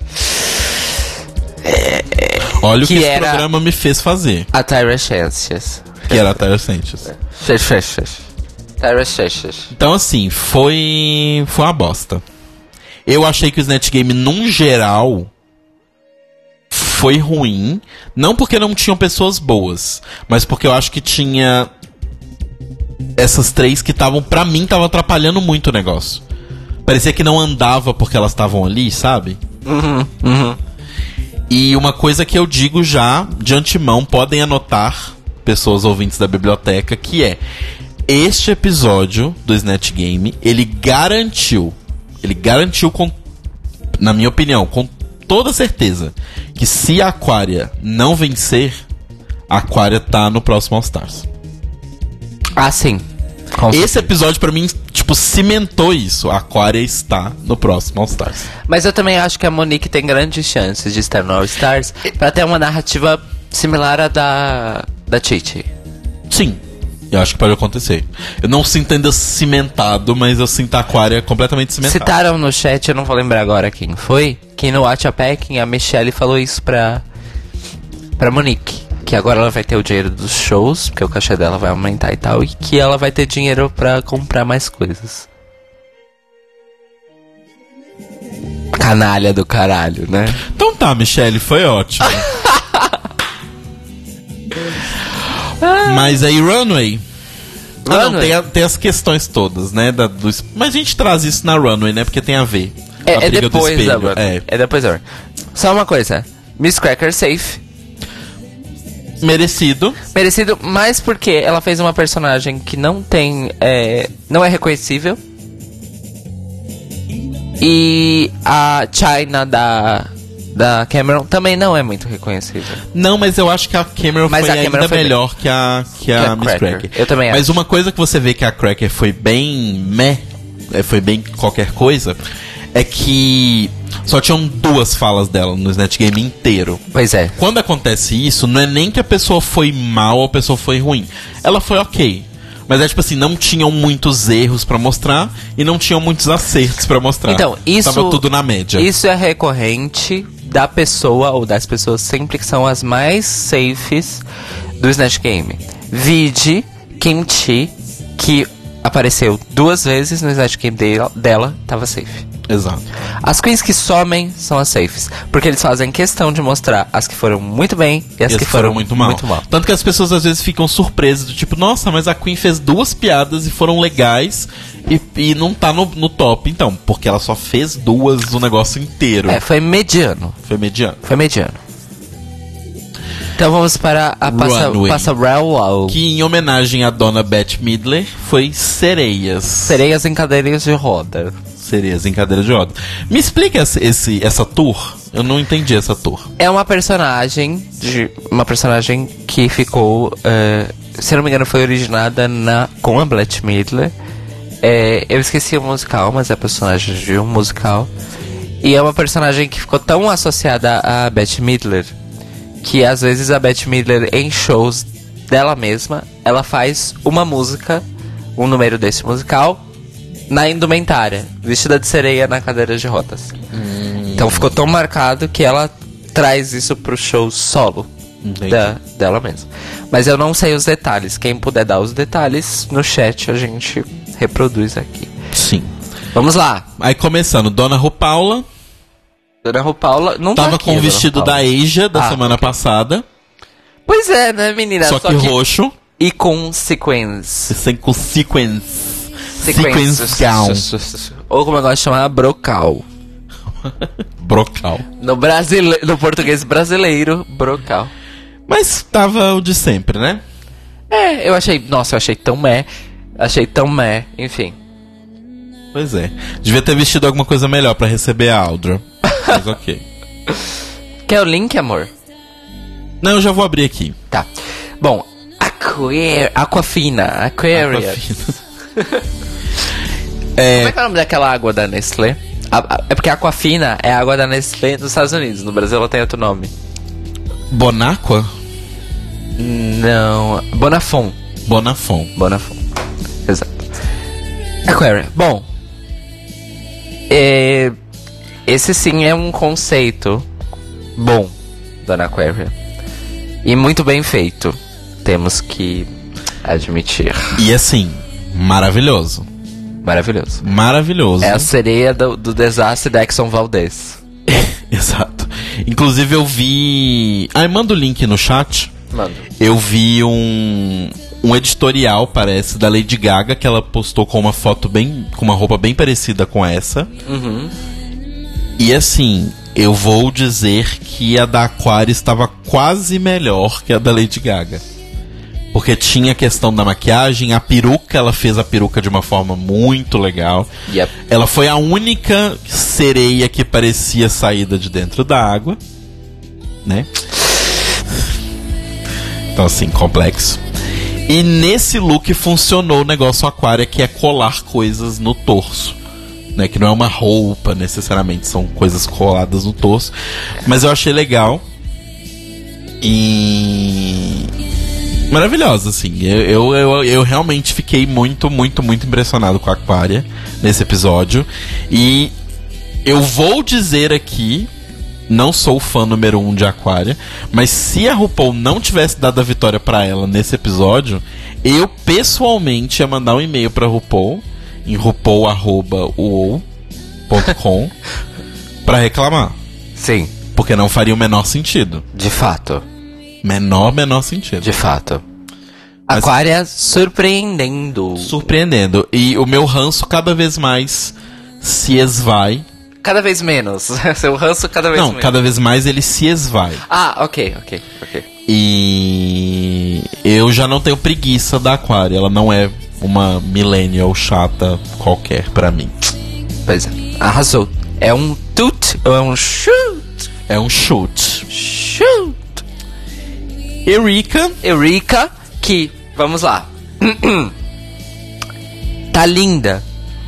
Olha o que esse programa me fez fazer. A Tyra Sanchez. Que era a Tyra Sanchez. Tyra Sanchez. Então, assim, foi uma bosta. Eu achei que o Snatch Game, num geral, foi ruim. Não porque não tinham pessoas boas, mas porque eu acho que tinha essas três que estavam, pra mim, estavam atrapalhando muito o negócio. Parecia que não andava porque elas estavam ali, sabe? E uma coisa que eu digo já, de antemão, podem anotar, pessoas ouvintes da biblioteca, que é: este episódio do Snatch Game, ele garantiu, na minha opinião, com toda certeza, que se a Aquaria não vencer, a Aquaria tá no próximo All Stars. Ah, sim. Esse episódio, pra mim, tipo, cimentou isso. A Aquaria está no próximo All Stars. Mas eu também acho que a Monique tem grandes chances de estar no All Stars pra ter uma narrativa similar à da Titi. Sim, eu acho que pode acontecer. Eu não sinto ainda cimentado, mas eu sinto a Aquaria completamente cimentada. Citaram no chat, eu não vou lembrar agora quem foi, que no Watch a Packing a Michelle falou isso pra Monique. Que agora ela vai ter o dinheiro dos shows, porque o cachê dela vai aumentar e tal, e que ela vai ter dinheiro pra comprar mais coisas. Canalha do caralho, né? Então tá, Michelle, foi ótimo. Mas aí, Runway. Não, tem as questões todas, né? Mas a gente traz isso na Runway, né? Porque tem a ver. É depois da Runway. É depois da Runway. Só uma coisa. Miss Cracker safe. Merecido, mas porque ela fez uma personagem que não tem... não é reconhecível. E a China da Cameron também não é muito reconhecível. Não, mas eu acho que a Cameron foi ainda melhor que a Miss Cracker. Eu também acho. Mas uma coisa que você vê que a Cracker foi bem foi bem qualquer coisa, é que só tinham 2 falas dela no Snatch Game inteiro. Pois é. Quando acontece isso, não é nem que a pessoa foi mal ou a pessoa foi ruim. Ela foi ok. Mas é tipo assim, não tinham muitos erros pra mostrar e não tinham muitos acertos pra mostrar. Então, isso... Tava tudo na média. Isso é recorrente da pessoa ou das pessoas sempre que são as mais safes do Snatch Game. Vide Kimchi, que apareceu 2 vezes no Snatch Game dela, tava safe. Exato. As queens que somem são as safes, porque eles fazem questão de mostrar as que foram muito bem e as que foram muito mal. Tanto que as pessoas às vezes ficam surpresas, do tipo, nossa, mas a Queen fez 2 piadas e foram legais e não tá no top. Então, porque ela só fez 2 o negócio inteiro. Foi mediano. Foi mediano. Então vamos para a Passarela, que em homenagem à dona Bette Midler foi Sereias. Sereias em cadeiras de roda. Sereias em cadeira de roda. Me explica essa tour. Eu não entendi essa tour. É uma personagem que ficou, se eu não me engano, foi originada com a Bette Midler. Eu esqueci o musical, mas é personagem de um musical. E é uma personagem que ficou tão associada a Bette Midler que às vezes a Bette Midler, em shows dela mesma, ela faz uma música, um número desse musical, na indumentária, vestida de sereia na cadeira de rodas. Então ficou tão marcado que ela traz isso pro show solo dela mesma. Mas eu não sei os detalhes. Quem puder dar os detalhes no chat, a gente reproduz aqui. Sim. Vamos lá. Aí começando, Dona RuPaula. Dona RuPaula não tava com o vestido da Asia da semana passada. Pois é, né, menina? Só que roxo. E com sequence. Com sequence gown. Ou como eu gosto de chamar, brocal. Brocal. No português brasileiro, brocal. Mas tava o de sempre, né? Eu achei tão Achei tão meh, enfim. Pois é. Devia ter vestido alguma coisa melhor pra receber a Audra. Mas ok. Quer o link, amor? Não, eu já vou abrir aqui. Tá. Bom, Aquafina. Aquarius. Como é que é o nome daquela água da Nestlé? É porque a Aquafina é a água da Nestlé nos Estados Unidos. No Brasil ela tem outro nome. Bonaqua? Não. Bonafont. Exato. Aquarius. Bom. Esse sim é um conceito bom da Aquarius. E muito bem feito. Temos que admitir. E assim, maravilhoso. É a sereia do desastre da Exxon Valdez. Exato. Inclusive eu vi... manda o link no chat. Manda. Eu vi um editorial, parece, da Lady Gaga, que ela postou com uma foto com uma roupa bem parecida com essa. Uhum. E assim, eu vou dizer que a da Aquaria estava quase melhor que a da Lady Gaga. Porque tinha a questão da maquiagem, a peruca, ela fez a peruca de uma forma muito legal. Yep. Ela foi a única sereia que parecia saída de dentro da água, né? Então assim, complexo. E nesse look funcionou o negócio Aquaria, que é colar coisas no torso, né? Que não é uma roupa necessariamente, são coisas coladas no torso. Mas eu achei legal. E... maravilhosa, assim. Eu realmente fiquei muito impressionado com a Aquaria nesse episódio. E eu vou dizer aqui, não sou fã número 1 de Aquaria, mas se a RuPaul não tivesse dado a vitória pra ela nesse episódio, eu pessoalmente ia mandar um e-mail pra RuPaul em rupaul@uou.com pra reclamar. Sim. Porque não faria o menor sentido. De fato. Menor sentido. De fato. Mas... Aquaria surpreendendo. E o meu ranço cada vez mais se esvai. Cada vez menos. Seu ranço cada vez menos. Não, cada vez mais ele se esvai. Ok. E eu já não tenho preguiça da Aquaria. Ela não é uma millennial chata qualquer pra mim. Pois é. Arrasou. É um toot ou é um shoot? É um shoot. Shoot. Eureka, que, vamos lá. Tá linda.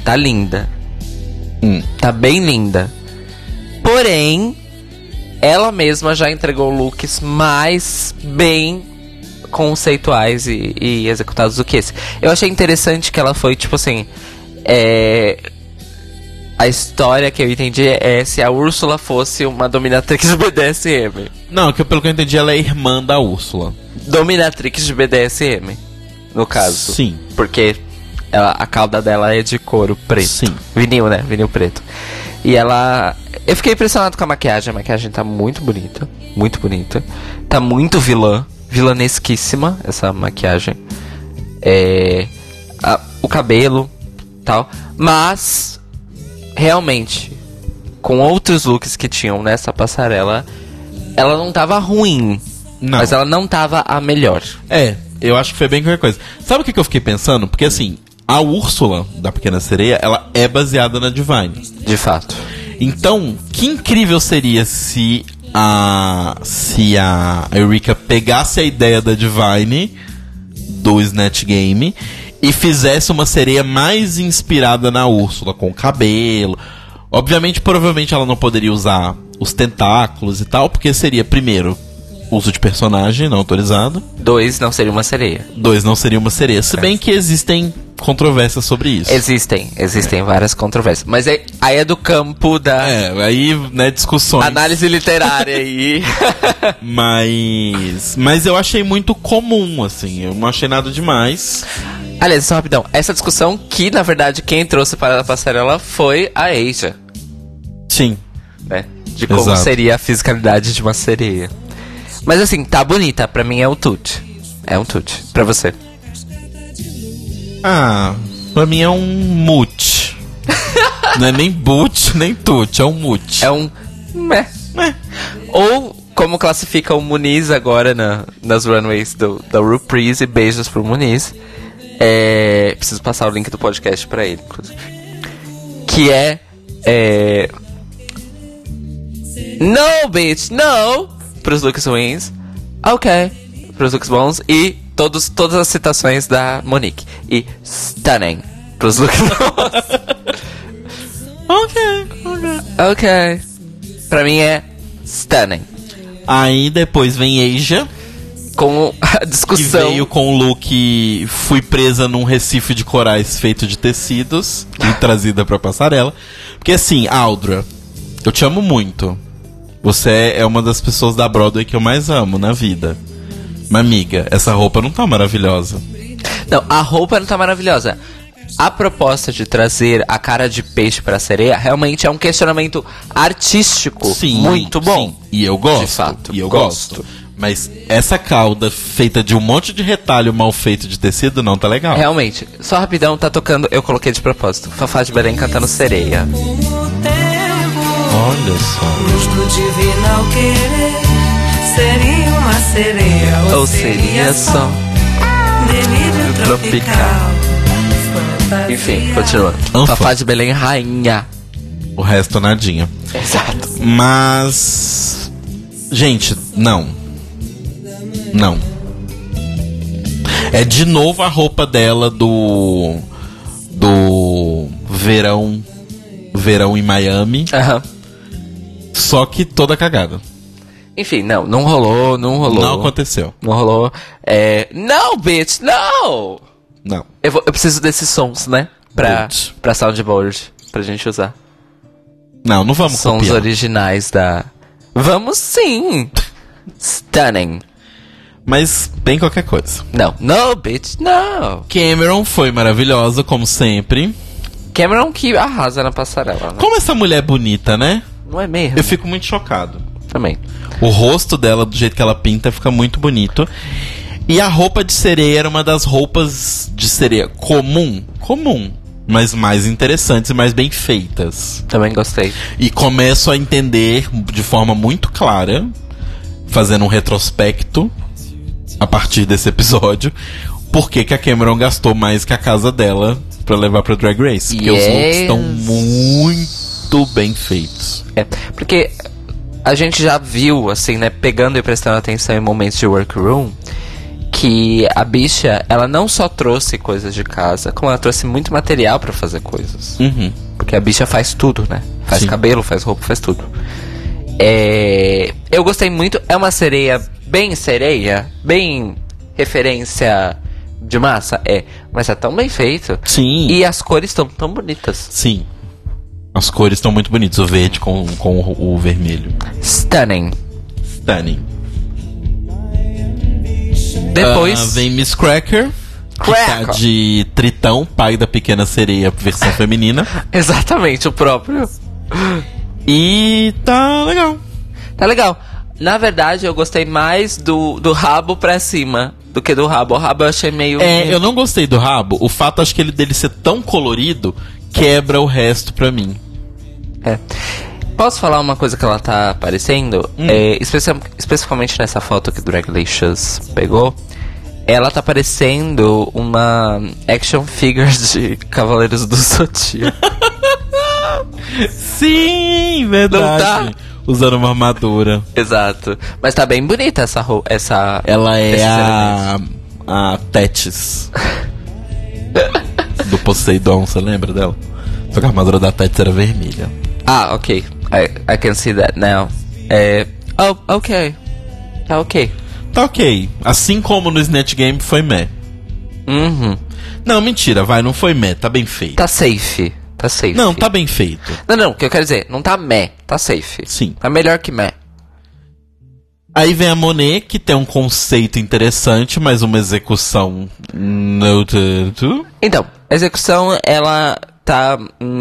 Tá bem linda. Porém, ela mesma já entregou looks mais bem conceituais e executados do que esse. Eu achei interessante que ela foi, tipo assim... A história que eu entendi é se a Úrsula fosse uma dominatrix de BDSM. Não, pelo que eu entendi, ela é irmã da Úrsula. Dominatrix de BDSM, no caso. Sim. Porque a cauda dela é de couro preto. Sim. Vinil, né? Vinil preto. E ela... Eu fiquei impressionado com a maquiagem. A maquiagem tá muito bonita. Muito bonita. Tá muito vilanesquíssima, essa maquiagem. O cabelo, tal. Mas... realmente, com outros looks que tinham nessa passarela, ela não tava ruim, não. Mas ela não tava a melhor. Eu acho que foi bem qualquer coisa. Sabe o que eu fiquei pensando? Porque assim, a Úrsula da Pequena Sereia, ela é baseada na Divine. De fato. Então, que incrível seria se a Eureka pegasse a ideia da Divine do Snatch Game e fizesse uma sereia mais inspirada na Úrsula, com cabelo. Obviamente, provavelmente ela não poderia usar os tentáculos e tal, porque seria, primeiro, uso de personagem não autorizado. 2, não seria uma sereia. Se bem que existem controvérsias sobre isso. Existem várias controvérsias. Mas aí é do campo da... aí, né, discussões. Análise literária aí. Mas eu achei muito comum, assim. Eu não achei nada demais. Aliás, só rapidão. Essa discussão que, na verdade, quem trouxe para a passarela foi a Asia. Sim. Né? De como Exato. seria a fisicalidade de uma sereia. Mas assim, tá bonita. Pra mim é um tute. É um tute. Pra você? Pra mim é um mute. Não é nem boot, nem tute. É um mute. É um... meh. Ou, como classifica o Muniz agora nas runways da Reprise, beijos pro Muniz, Preciso passar o link do podcast pra ele, inclusive. Que é... No, bitch, no! Pros looks ruins. Ok. Pros looks bons. E todas as citações da Monique. E stunning. Pros looks bons. Ok. Pra mim é stunning. Aí depois vem Asia. Com a discussão. Que veio com o look fui presa num recife de corais feito de tecidos e trazida pra passarela. Porque assim, Audra, eu te amo muito. Você é uma das pessoas da Broadway que eu mais amo na vida. Mas amiga, essa roupa não tá maravilhosa. Não, a roupa não tá maravilhosa. A proposta de trazer a cara de peixe pra sereia realmente é um questionamento artístico. Sim, muito bom. Sim. E eu gosto. De fato, e eu gosto. Mas essa cauda feita de um monte de retalho mal feito de tecido não tá legal. Realmente. Só rapidão, tá tocando, eu coloquei de propósito, Fafá de Belém cantando Sereia. Olha só. Gosto divinal querer, seria uma sereia Ou seria só delírio tropical. Enfim, continuando. Fafá de Belém, rainha. O resto nadinha. Exato. Mas... gente, não. Não. É de novo a roupa dela do verão em Miami. Aham. Só que toda cagada. Enfim, não rolou. Não aconteceu. Não rolou. Não, bitch, não! Não. Eu preciso desses sons, né? Pra soundboard, pra gente usar. Não vamos Sons copiar. originais da... Vamos sim! Stunning. Mas bem qualquer coisa. Não, bitch, não! Cameron foi maravilhosa, como sempre. Cameron que arrasa na passarela, né? Como essa mulher é bonita, né? Não é mesmo? Eu fico muito chocado. Também. O rosto dela, do jeito que ela pinta, fica muito bonito. E a roupa de sereia era uma das roupas de sereia comum, mas mais interessantes e mais bem feitas. Também gostei. E começo a entender de forma muito clara, fazendo um retrospecto a partir desse episódio, por que a Cameron gastou mais que a casa dela pra levar pra Drag Race. Porque os looks estão muito bem feitos. Porque a gente já viu, assim, né, pegando e prestando atenção em momentos de workroom, que a bicha, ela não só trouxe coisas de casa, como ela trouxe muito material pra fazer coisas. Uhum. Porque a bicha faz tudo, né? Faz Sim. cabelo, faz roupa, faz tudo. Eu gostei muito. É uma sereia, bem referência de massa, mas é tão bem feito. Sim. E as cores estão tão bonitas. Sim. As cores estão muito bonitas. O verde com o vermelho. Stunning. Depois vem Miss Cracker. Que tá de Tritão, pai da Pequena Sereia, versão feminina. Exatamente, o próprio. E tá legal. Tá legal. Na verdade, eu gostei mais do rabo pra cima do que do rabo. O rabo eu achei meio... Eu não gostei do rabo. O fato, acho que dele ser tão colorido quebra o resto pra mim. Posso falar uma coisa que ela tá aparecendo? Especificamente nessa foto que o Draglicious pegou. Ela tá parecendo uma action figure de Cavaleiros do Zodíaco. Sim, verdade. Não tá? Usando uma armadura. Exato. Mas tá bem bonita essa roupa. Ela é a Tétis do Poseidon, você lembra dela? Só que a armadura da Tétis era vermelha. Ah, ok. I can see that now. Ok. Tá ok. Tá ok. Assim como no Snatch Game foi meh. Uhum. Não, mentira, não foi meh, tá bem feito. Tá safe. Não, tá bem feito. Não, o que eu quero dizer, não tá meh, tá safe. Sim. Tá melhor que meh. Aí vem a Monet, que tem um conceito interessante, mas uma execução não tanto. Então, a execução, ela tá...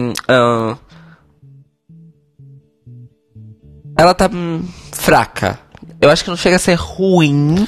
ela tá fraca. Eu acho que não chega a ser ruim,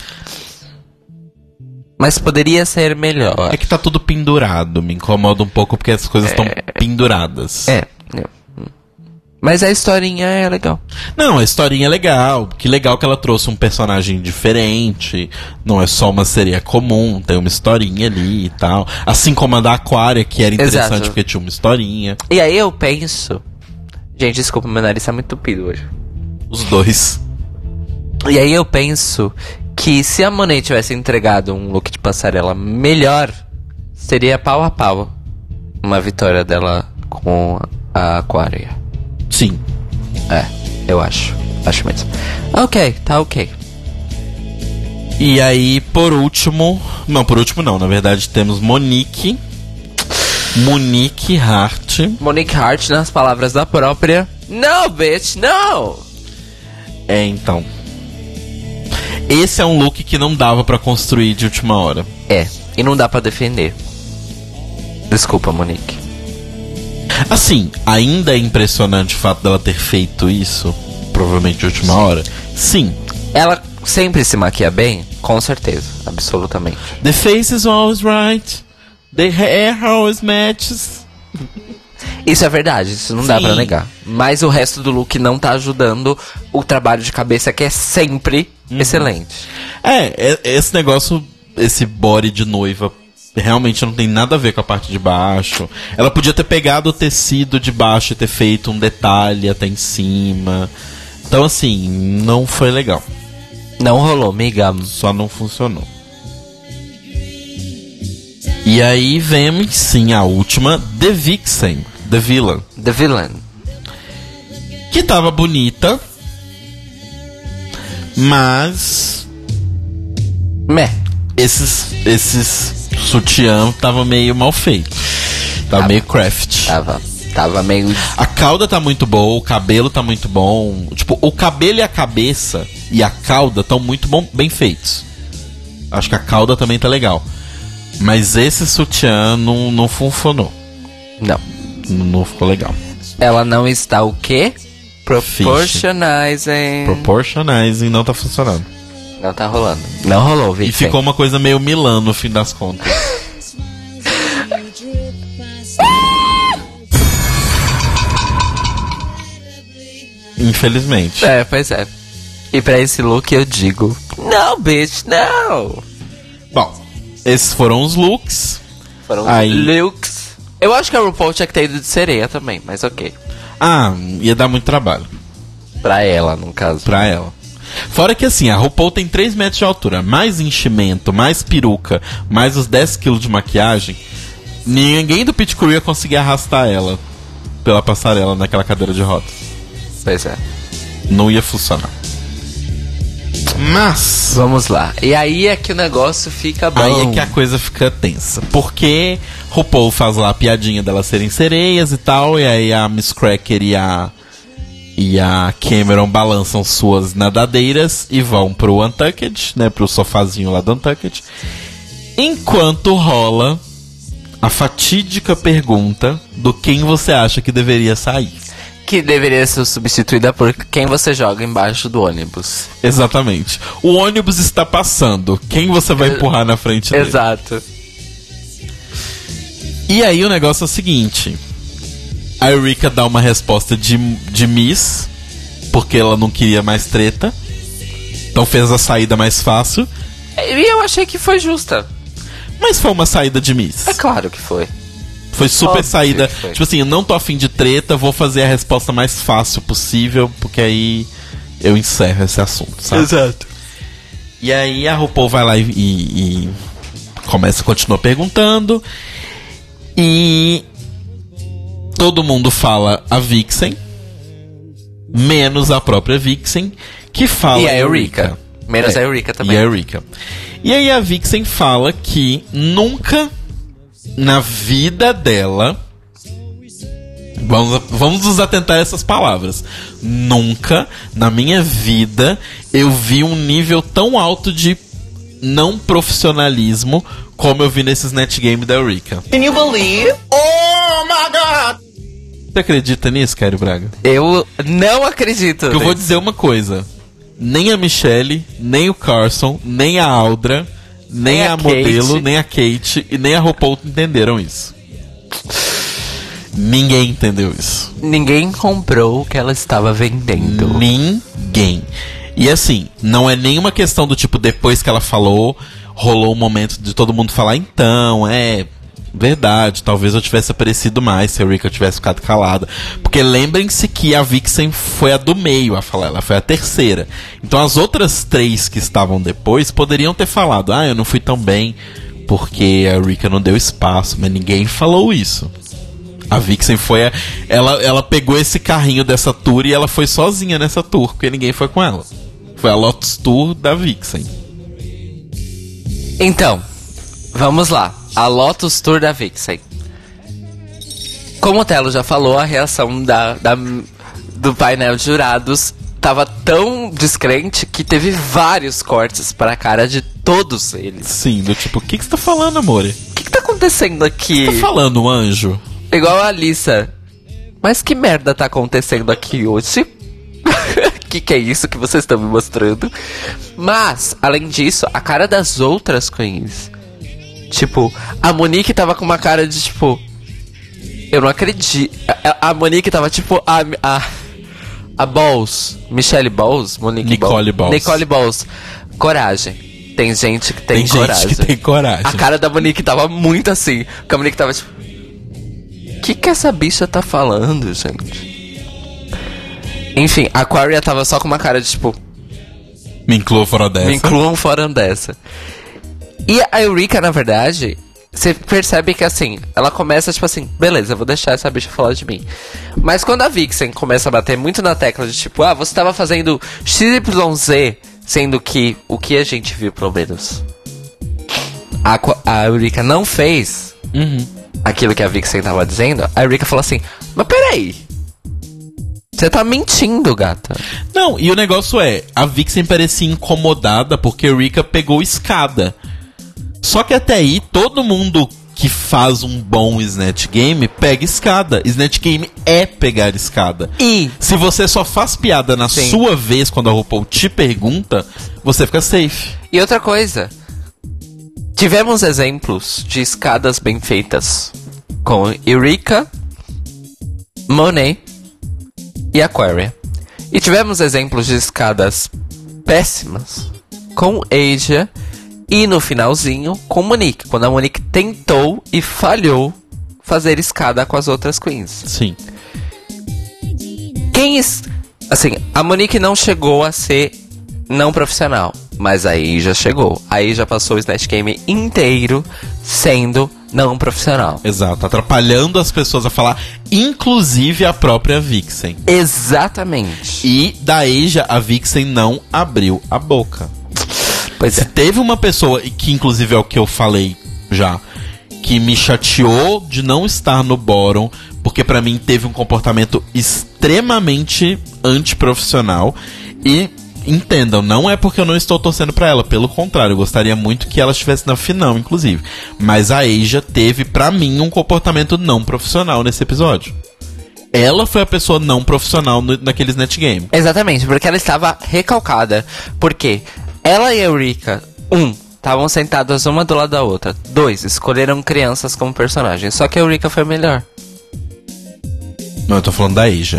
mas poderia ser melhor. É que tá tudo pendurado, me incomoda um pouco porque as coisas estão penduradas. Mas a historinha é legal. Não, a historinha é legal. Que legal que ela trouxe um personagem diferente. Não é só uma sereia comum, tem uma historinha ali e tal. Assim como a da Aquária, que era interessante. Exato. Porque tinha uma historinha. E aí eu penso... Gente, desculpa, meu nariz tá muito entupido hoje. Os dois. E aí eu penso que se a Monet tivesse entregado um look de passarela melhor, seria pau a pau uma vitória dela com a Aquária. Sim. Eu acho. Acho mesmo. Ok, tá ok. E aí, por último... Não, por último não. Na verdade, temos Monique Heart. Monique Heart, nas palavras da própria... No, bitch, no! Então... Esse é um look que não dava pra construir de última hora. E não dá pra defender. Desculpa, Monique. Assim, ainda é impressionante o fato dela ter feito isso, provavelmente de última hora. Sim. Ela sempre se maquia bem? Com certeza, absolutamente. The face is always right. The hair always matches. Isso é verdade, isso não dá pra negar. Mas o resto do look não tá ajudando o trabalho de cabeça, que é sempre excelente. Esse negócio, esse body de noiva, realmente não tem nada a ver com a parte de baixo. Ela podia ter pegado o tecido de baixo e ter feito um detalhe até em cima. Então, assim, não foi legal. Não rolou, miga. Só não funcionou. E aí vemos, sim, a última, The Vixen, The Villain. The Villain. Que tava bonita, mas... Esses sutiã tava meio mal feito. Tava meio craft. Tava meio... A cauda tá muito boa, o cabelo tá muito bom. Tipo, o cabelo e a cabeça e a cauda estão muito bem feitos. Acho que a cauda também tá legal. Mas esse sutiã não funcionou. Não ficou legal. Ela não está o quê? Proportionizing. Proportionizing não tá funcionando. Não tá rolando. Não rolou, Victor. E ficou uma coisa meio Milan no fim das contas. Infelizmente. Pois é. E pra esse look eu digo... Não, bitch, não! Bom, esses foram os looks. Looks. Eu acho que a RuPaul tinha que ter ido de sereia também, mas ok. Ia dar muito trabalho. Pra ela, no caso. Pra ela. Fora que assim, a RuPaul tem 3 metros de altura. Mais enchimento, mais peruca, mais os 10 quilos de maquiagem. Ninguém do pit crew ia conseguir arrastar ela pela passarela naquela cadeira de rodas. Pois é. Não ia funcionar. Mas... Vamos lá. E aí é que o negócio fica bom. Aí é que a coisa fica tensa. Porque RuPaul faz lá a piadinha delas serem sereias e tal. E aí a Miss Cracker e a Cameron balançam suas nadadeiras e vão pro Untucked, né? Pro sofazinho lá do Untucked. Enquanto rola a fatídica pergunta do quem você acha que deveria sair. Que deveria ser substituída por quem você joga embaixo do ônibus. Exatamente. O ônibus está passando. Quem você vai empurrar na frente dele? Exato. E aí o negócio é o seguinte. A Eureka dá uma resposta de Miss, porque ela não queria mais treta. Então fez a saída mais fácil. E eu achei que foi justa. Mas foi uma saída de Miss. É claro que foi. Foi super saída. Tipo assim, eu não tô afim de treta, vou fazer a resposta mais fácil possível, porque aí eu encerro esse assunto, sabe? Exato. E aí a RuPaul vai lá e continua perguntando. E todo mundo fala a Vixen, menos a própria Vixen, que fala e a Eureka. Menos a Eureka também. E a Eureka. E aí a Vixen fala que nunca na vida dela, vamos nos atentar a essas palavras, nunca na minha vida eu vi um nível tão alto de não profissionalismo como eu vi nesses netgame da Eureka. Can you believe? Oh my God! Você acredita nisso, Caio Braga? Eu não acredito. Porque eu vou dizer uma coisa. Nem a Michelle, nem o Carson, nem a Audra, nem a modelo, nem a Kate e nem a RuPaul entenderam isso. Ninguém entendeu isso. Ninguém comprou o que ela estava vendendo. Ninguém. E assim, não é nenhuma questão do tipo, depois que ela falou, rolou um momento de todo mundo falar, então, verdade, talvez eu tivesse aparecido mais se a Rika tivesse ficado calada. Porque lembrem-se que a Vixen foi a do meio a falar, ela foi a terceira. Então as outras 3 que estavam depois poderiam ter falado, eu não fui tão bem porque a Rika não deu espaço, mas ninguém falou isso. A Vixen foi ela pegou esse carrinho dessa tour e ela foi sozinha nessa tour, porque ninguém foi com ela. Foi a Lotus Tour da Vixen. Então, vamos lá. A Lotus Tour da Vixen. Como o Telo já falou, a reação do painel de jurados tava tão descrente que teve vários cortes para a cara de todos eles. Sim, do tipo, o que você tá falando, amore? O que tá acontecendo aqui? O que você tá falando, anjo? Igual a Alissa. Mas que merda tá acontecendo aqui hoje? Que é isso que vocês estão me mostrando? Mas, além disso, a cara das outras queens. Tipo, a Monique tava com uma cara de tipo, eu não acredito. A Monique tava tipo a Balls, Michelle Balls, Nicole Balls. Coragem. Tem gente que tem coragem. Gente que tem coragem. A cara da Monique tava muito assim. Porque a Monique tava tipo, o que essa bicha tá falando, gente? Enfim, a Aquaria tava só com uma cara de tipo, me incluam fora dessa. E a Eureka, na verdade, você percebe que assim, ela começa tipo assim, beleza, eu vou deixar essa bicha falar de mim. Mas quando a Vixen começa a bater muito na tecla de tipo, você tava fazendo XYZ, sendo que o que a gente viu, pelo menos, a Eureka não fez aquilo que a Vixen tava dizendo, a Eureka falou assim, mas peraí, você tá mentindo, gata. Não, e o negócio a Vixen parecia incomodada porque a Rika pegou escada. Só que até aí, todo mundo que faz um bom Snatch Game pega escada. Snatch Game é pegar escada. E se você só faz piada na sua vez quando a RuPaul te pergunta, você fica safe. E outra coisa, tivemos exemplos de escadas bem feitas com Eureka, Monet e Aquaria. E tivemos exemplos de escadas péssimas com Asia e no finalzinho com Monique, quando a Monique tentou e falhou fazer escada com as outras queens. Sim. Assim, a Monique não chegou a ser não profissional, mas a Asia chegou. A Asia passou o Snatch Game inteiro sendo não profissional. Exato, atrapalhando as pessoas a falar, inclusive a própria Vixen. Exatamente. E da Asia, a Vixen não abriu a boca. Pois é. Teve uma pessoa, que inclusive é o que eu falei já, que me chateou de não estar no bottom, porque pra mim teve um comportamento extremamente antiprofissional. E entendam, não é porque eu não estou torcendo pra ela, pelo contrário, eu gostaria muito que ela estivesse na final, inclusive. Mas a Asia teve, pra mim, um comportamento não profissional nesse episódio. Ela foi a pessoa não profissional naquele Snatch Game. Exatamente, porque ela estava recalcada. Porque ela e a Eureka, estavam sentadas uma do lado da outra. 2, escolheram crianças como personagens. Só que a Eureka foi melhor. Não, eu tô falando da Asia.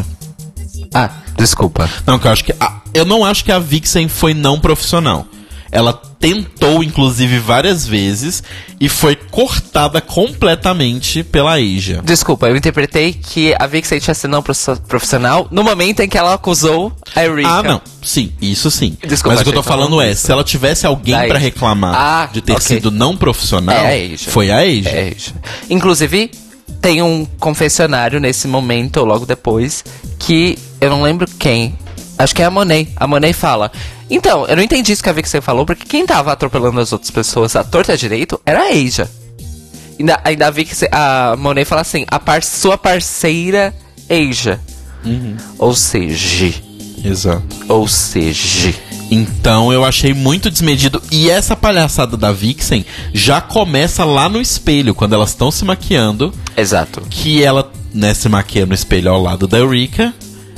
Desculpa. Não, que eu acho que eu não acho que a Vixen foi não profissional. Ela tentou, inclusive, várias vezes e foi cortada completamente pela Asia. Desculpa, eu interpretei que a Vixen tinha sido não profissional no momento em que ela acusou a Eureka. Não. Sim, isso sim. Desculpa, mas o que eu tô falando se ela tivesse alguém pra reclamar de ter sido não profissional, foi a Asia. Inclusive, tem um confessionário nesse momento, ou logo depois, que eu não lembro quem. Acho que é a Monet. A Monet fala, então, eu não entendi isso que a Vixen falou, porque quem tava atropelando as outras pessoas à torta direito era a Asia. Ainda a Monet fala assim, sua parceira Asia. Ou seja... Exato. Ou seja... Então eu achei muito desmedido. E essa palhaçada da Vixen já começa lá no espelho, quando elas estão se maquiando. Exato. Que ela, se maquia no espelho ao lado da Eureka.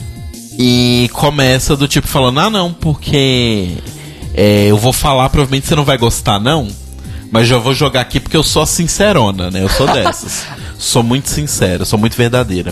E começa do tipo falando, não, porque eu vou falar, provavelmente você não vai gostar, não. Mas já vou jogar aqui porque eu sou sincerona, né? Eu sou dessas. Sou muito sincera, sou muito verdadeira.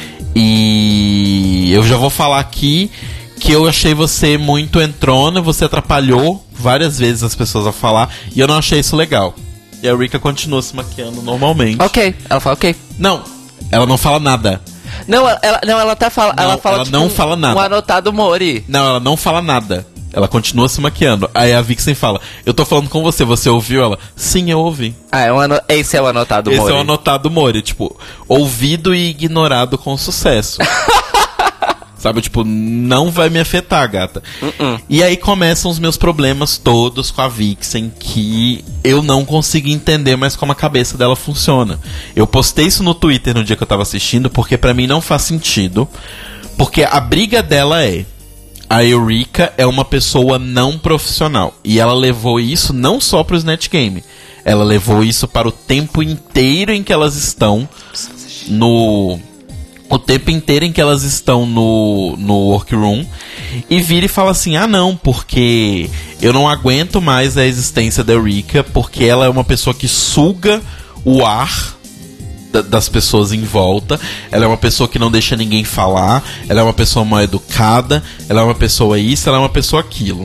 E eu já vou falar aqui que eu achei você muito entrona, você atrapalhou várias vezes as pessoas a falar, e eu não achei isso legal. E a Rika continua se maquiando normalmente. Ok, ela fala ok. Não, ela não fala nada. Ela fala ela tipo, não fala nada. Um anotado Mori. Não, ela não fala nada. Ela continua se maquiando. Aí a Vixen fala, eu tô falando com você, você ouviu? Ela, sim, eu ouvi. Esse é o anotado Mori. Esse é o anotado Mori, tipo, ouvido e ignorado com sucesso. Sabe, tipo, não vai me afetar, gata. E aí começam os meus problemas todos com a Vixen, que eu não consigo entender mais como a cabeça dela funciona. Eu postei isso no Twitter no dia que eu tava assistindo, porque pra mim não faz sentido. Porque a briga dela é... A Eureka é uma pessoa não profissional. E ela levou isso não só pro Snatch Game. Ela levou isso para o tempo inteiro em que elas estão no... O tempo inteiro em que elas estão no workroom. E vira e fala assim, não, porque eu não aguento mais a existência da Eureka, porque ela é uma pessoa que suga o ar das pessoas em volta. Ela é uma pessoa que não deixa ninguém falar. Ela é uma pessoa mal educada. Ela é uma pessoa isso, ela é uma pessoa aquilo.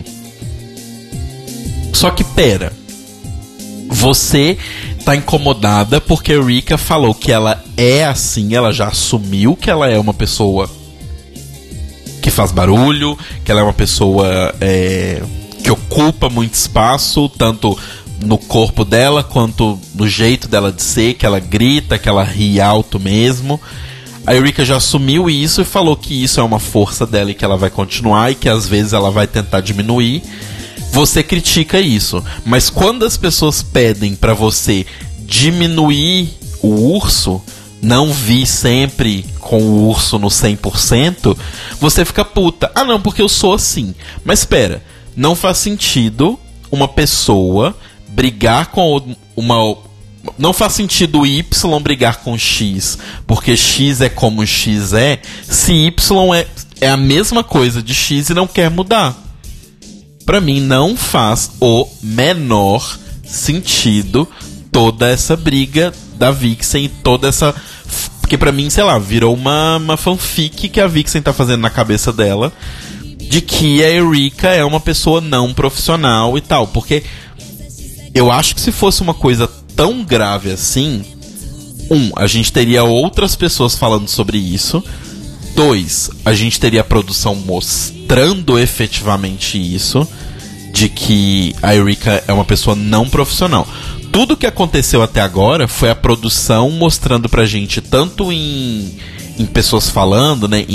Só que pera, você tá incomodada porque a Rika falou que ela é assim, ela já assumiu que ela é uma pessoa que faz barulho, que ela é uma pessoa que ocupa muito espaço, tanto no corpo dela quanto no jeito dela de ser, que ela grita, que ela ri alto mesmo. A Eureka já assumiu isso e falou que isso é uma força dela e que ela vai continuar e que às vezes ela vai tentar diminuir. Você critica isso, mas quando as pessoas pedem pra você diminuir o urso, não vir sempre com o urso no 100%, você fica puta. Não, porque eu sou assim. Mas espera, não faz sentido uma pessoa brigar com uma... Não faz sentido Y brigar com X, porque X é como X é, se Y é a mesma coisa de X e não quer mudar. Pra mim não faz o menor sentido toda essa briga da Vixen e toda essa... Porque pra mim, sei lá, virou uma fanfic que a Vixen tá fazendo na cabeça dela de que a Eureka é uma pessoa não profissional e tal. Porque eu acho que se fosse uma coisa tão grave assim, a gente teria outras pessoas falando sobre isso. 2, a gente teria a produção mostrando efetivamente isso, de que a Eureka é uma pessoa não profissional. Tudo que aconteceu até agora foi a produção mostrando pra gente, tanto em pessoas falando, né,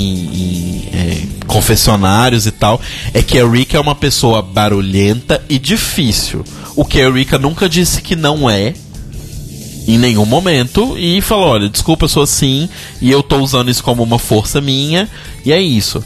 em confessionários e tal, é que a Eureka é uma pessoa barulhenta e difícil. O que a Eureka nunca disse que não é, em nenhum momento, e falou, olha, desculpa, eu sou assim, e eu tô usando isso como uma força minha, e é isso.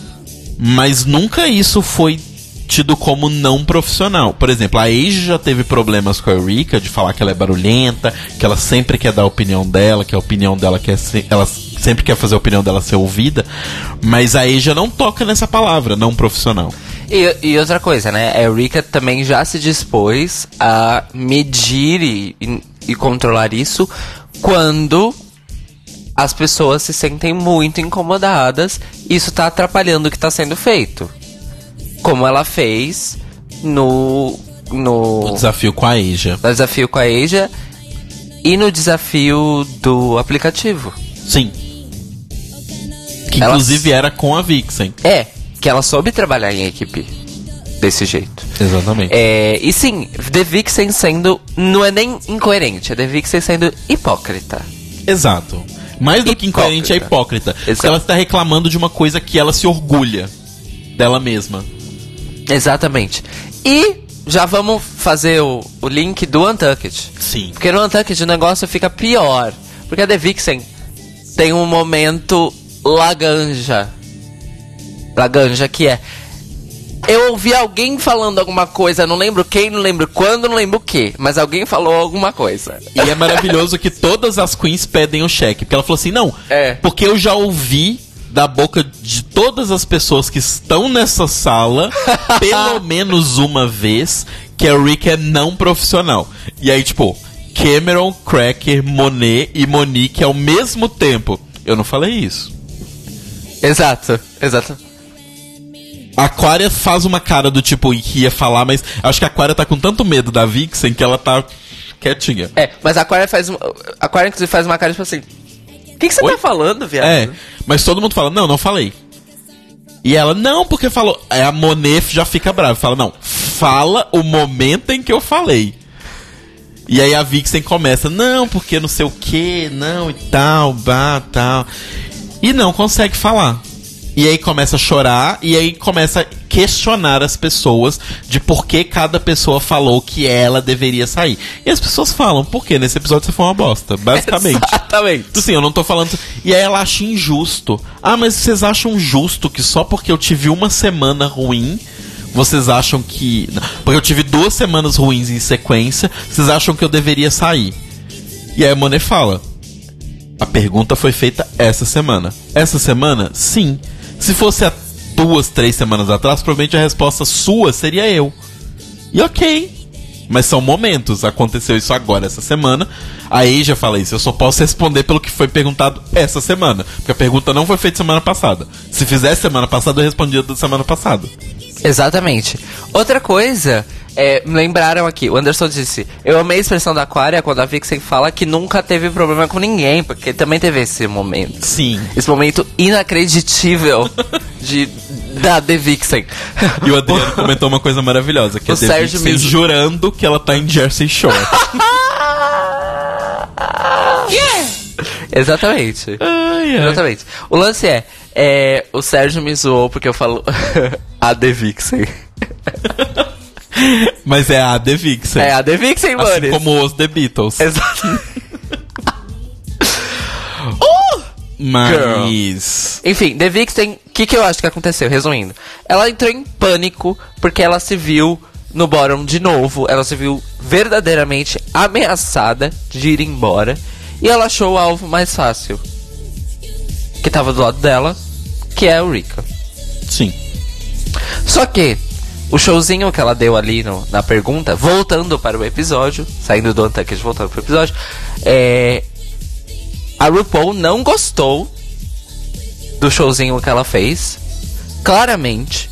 Mas nunca isso foi tido como não profissional. Por exemplo, a Asia já teve problemas com a Eureka, de falar que ela é barulhenta, que ela sempre quer dar a opinião dela, que a opinião dela ela sempre quer fazer a opinião dela ser ouvida, mas a Asia não toca nessa palavra, não profissional. E outra coisa, né? A Eureka também já se dispôs a medir e controlar isso quando as pessoas se sentem muito incomodadas. Isso tá atrapalhando o que tá sendo feito. Como ela fez no desafio com a Asia. No desafio com a Asia e no desafio do aplicativo. Sim. Que inclusive era com a Vixen. Que ela soube trabalhar em equipe desse jeito. Exatamente. E sim, The Vixen sendo... Não é nem incoerente, é The Vixen sendo hipócrita. Exato. Mais do que incoerente, é hipócrita. Exato. Porque ela está reclamando de uma coisa que ela se orgulha dela mesma. Exatamente. E já vamos fazer o link do Untucked. Sim. Porque no Untucked o negócio fica pior. Porque a The Vixen tem um momento laganja. Laganja que é... Eu ouvi alguém falando alguma coisa, não lembro quem, não lembro quando, não lembro o que, mas alguém falou alguma coisa. E é maravilhoso que todas as queens pedem o cheque, porque ela falou assim, não, porque eu já ouvi da boca de todas as pessoas que estão nessa sala, pelo menos uma vez, que a Rick é não profissional. E aí, tipo, Cameron, Cracker, Monet e Monique ao mesmo tempo. Eu não falei isso. Exato. A Aquaria faz uma cara do tipo que ia falar, mas acho que a Aquaria tá com tanto medo da Vixen que ela tá quietinha. Mas a Aquaria inclusive faz uma cara tipo assim... O que você tá falando, viado? Mas todo mundo fala, não falei. E ela, não, porque falou. Aí a Monet já fica brava, fala, não, fala o momento em que eu falei. E aí a Vixen começa, não, porque não sei o que, não, e tal, tal. E não consegue falar. E aí começa a chorar, e aí começa a questionar as pessoas de por que cada pessoa falou que ela deveria sair. E as pessoas falam, por quê? Nesse episódio você foi uma bosta, basicamente. Exatamente. Assim, eu não tô falando... E aí ela acha injusto. Ah, mas vocês acham justo que só porque eu tive uma semana ruim... Vocês acham que... Porque eu tive 2 semanas ruins em sequência, vocês acham que eu deveria sair? E aí a Monet fala... A pergunta foi feita essa semana. Essa semana, sim. Se fosse há 2, 3 semanas atrás, provavelmente a resposta sua seria eu. E ok. Mas são momentos. Aconteceu isso agora, essa semana. A Asia fala isso. Eu só posso responder pelo que foi perguntado essa semana. Porque a pergunta não foi feita semana passada. Se fizesse semana passada, eu respondia da semana passada. Exatamente. Outra coisa... me lembraram aqui, o Anderson disse: eu amei a expressão da Aquaria quando a Vixen fala que nunca teve problema com ninguém, porque também teve esse momento. Sim. Esse momento inacreditável da The Vixen. E o Adriano comentou uma coisa maravilhosa, que o é The Sérgio Vixen jurando que ela tá em Jersey Shore. Yeah! Exatamente. Exatamente. O lance o Sérgio me zoou porque eu falo a The Vixen. Mas é a The Vixen. É a The Vixen, mano. Assim como os The Beatles. Exato. Mas... Enfim, The Vixen, o que eu acho que aconteceu? Resumindo, ela entrou em pânico porque ela se viu no bottom de novo. Ela se viu verdadeiramente ameaçada de ir embora. E ela achou o alvo mais fácil, que tava do lado dela, que é a Eureka. Sim. Só que o showzinho que ela deu ali na pergunta, voltando para o episódio, saindo do Untucked, voltando para o episódio, a RuPaul não gostou do showzinho que ela fez. Claramente.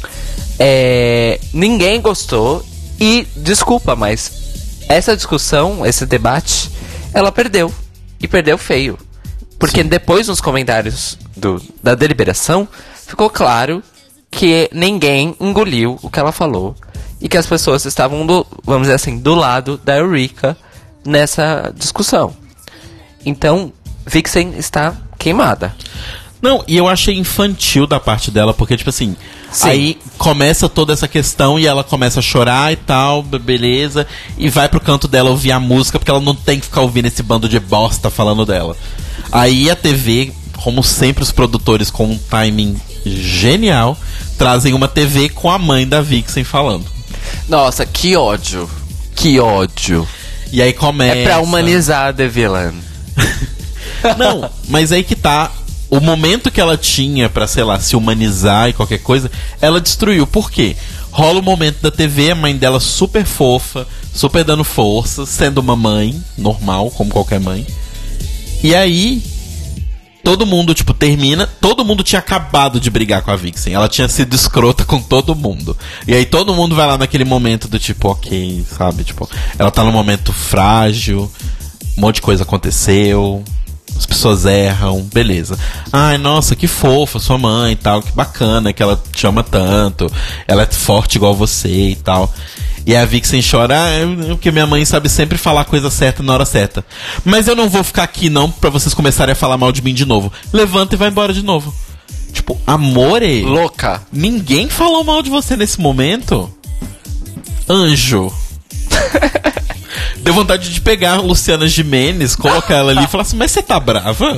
Ninguém gostou. E, desculpa, mas essa discussão, esse debate, ela perdeu. E perdeu feio. Porque Sim. Depois nos comentários da deliberação, ficou claro que ninguém engoliu o que ela falou. E que as pessoas estavam, vamos dizer assim, do lado da Eureka nessa discussão. Então, Vixen está queimada. Não, e eu achei infantil da parte dela, porque, tipo assim, Sim. Aí começa toda essa questão e ela começa a chorar e tal, beleza, e vai pro canto dela ouvir a música, porque ela não tem que ficar ouvindo esse bando de bosta falando dela. Aí a TV, como sempre os produtores com um timing genial, trazem uma TV com a mãe da Vixen falando. Nossa, que ódio. Que ódio. E aí começa... É pra humanizar The Villain. Não, mas aí que tá. O momento que ela tinha pra, sei lá, se humanizar e qualquer coisa, ela destruiu. Por quê? Rola o momento da TV, a mãe dela super fofa, super dando força, sendo uma mãe normal, como qualquer mãe. E aí, todo mundo, tipo, termina. Todo mundo tinha acabado de brigar com a Vixen. Ela tinha sido escrota com todo mundo. E aí todo mundo vai lá naquele momento do tipo, ok, sabe? Tipo, ela tá num momento frágil, um monte de coisa aconteceu, as pessoas erram, beleza. Ai, nossa, que fofa sua mãe e tal, que bacana que ela te ama tanto, ela é forte igual você e tal. E a Vixen chora, porque minha mãe sabe sempre falar a coisa certa na hora certa. Mas eu não vou ficar aqui não pra vocês começarem a falar mal de mim de novo. Levanta e vai embora de novo. Tipo, amore, louca, ninguém falou mal de você nesse momento. Anjo. Deu vontade de pegar a Luciana Gimenez, colocar ela ali e falar assim, mas você tá brava?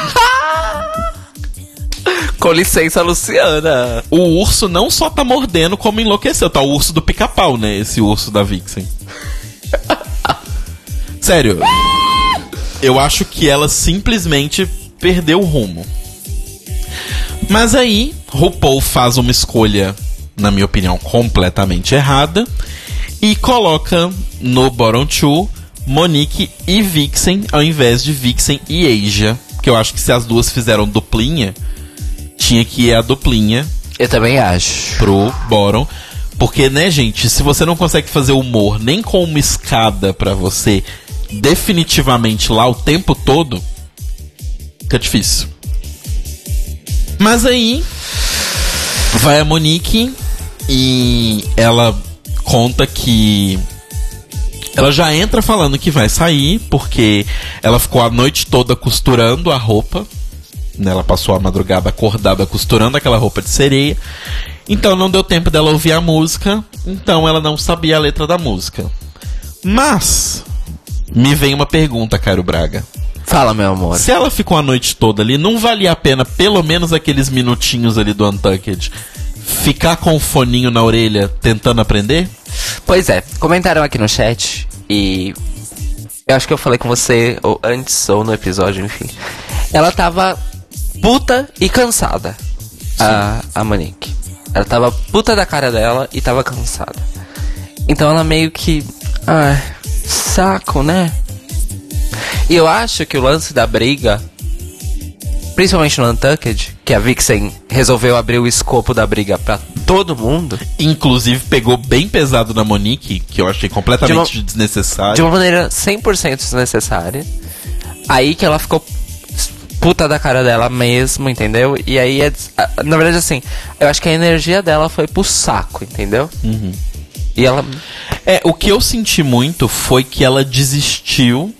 Com licença, Luciana. O urso não só tá mordendo, como enlouqueceu. Tá o urso do Pica-Pau, né? Esse urso da Vixen. Sério. Eu acho que ela simplesmente perdeu o rumo. Mas aí, RuPaul faz uma escolha, na minha opinião, completamente errada e coloca no bottom 2 Monique e Vixen ao invés de Vixen e Asia. Que eu acho que se as duas fizeram duplinha, tinha que ir a duplinha. Eu também acho. Pro bottom. Porque, né, gente, se você não consegue fazer humor nem com uma escada pra você definitivamente lá o tempo todo, fica difícil. Mas aí vai a Monique e ela conta que ela já entra falando que vai sair porque ela ficou a noite toda costurando a roupa, né? Ela passou a madrugada acordada costurando aquela roupa de sereia. Então não deu tempo dela ouvir a música, então ela não sabia a letra da música. Mas me vem uma pergunta, Cairo Braga. Fala, meu amor. Se ela ficou a noite toda ali, não valia a pena, pelo menos aqueles minutinhos ali do Untucked, ficar com o foninho na orelha tentando aprender? Pois é, comentaram aqui no chat e eu acho que eu falei com você ou antes ou no episódio, enfim. Ela tava puta e cansada, a Monique. Ela tava puta da cara dela e tava cansada. Então ela meio que... ai, saco, né? E eu acho que o lance da briga, principalmente no Untucked, que a Vixen resolveu abrir o escopo da briga pra todo mundo. Inclusive pegou bem pesado na Monique, que eu achei completamente desnecessário. De uma maneira 100% desnecessária. Aí que ela ficou puta da cara dela mesmo, entendeu? E aí, na verdade, assim, eu acho que a energia dela foi pro saco, entendeu? Uhum. E ela... o que eu senti muito foi que ela desistiu.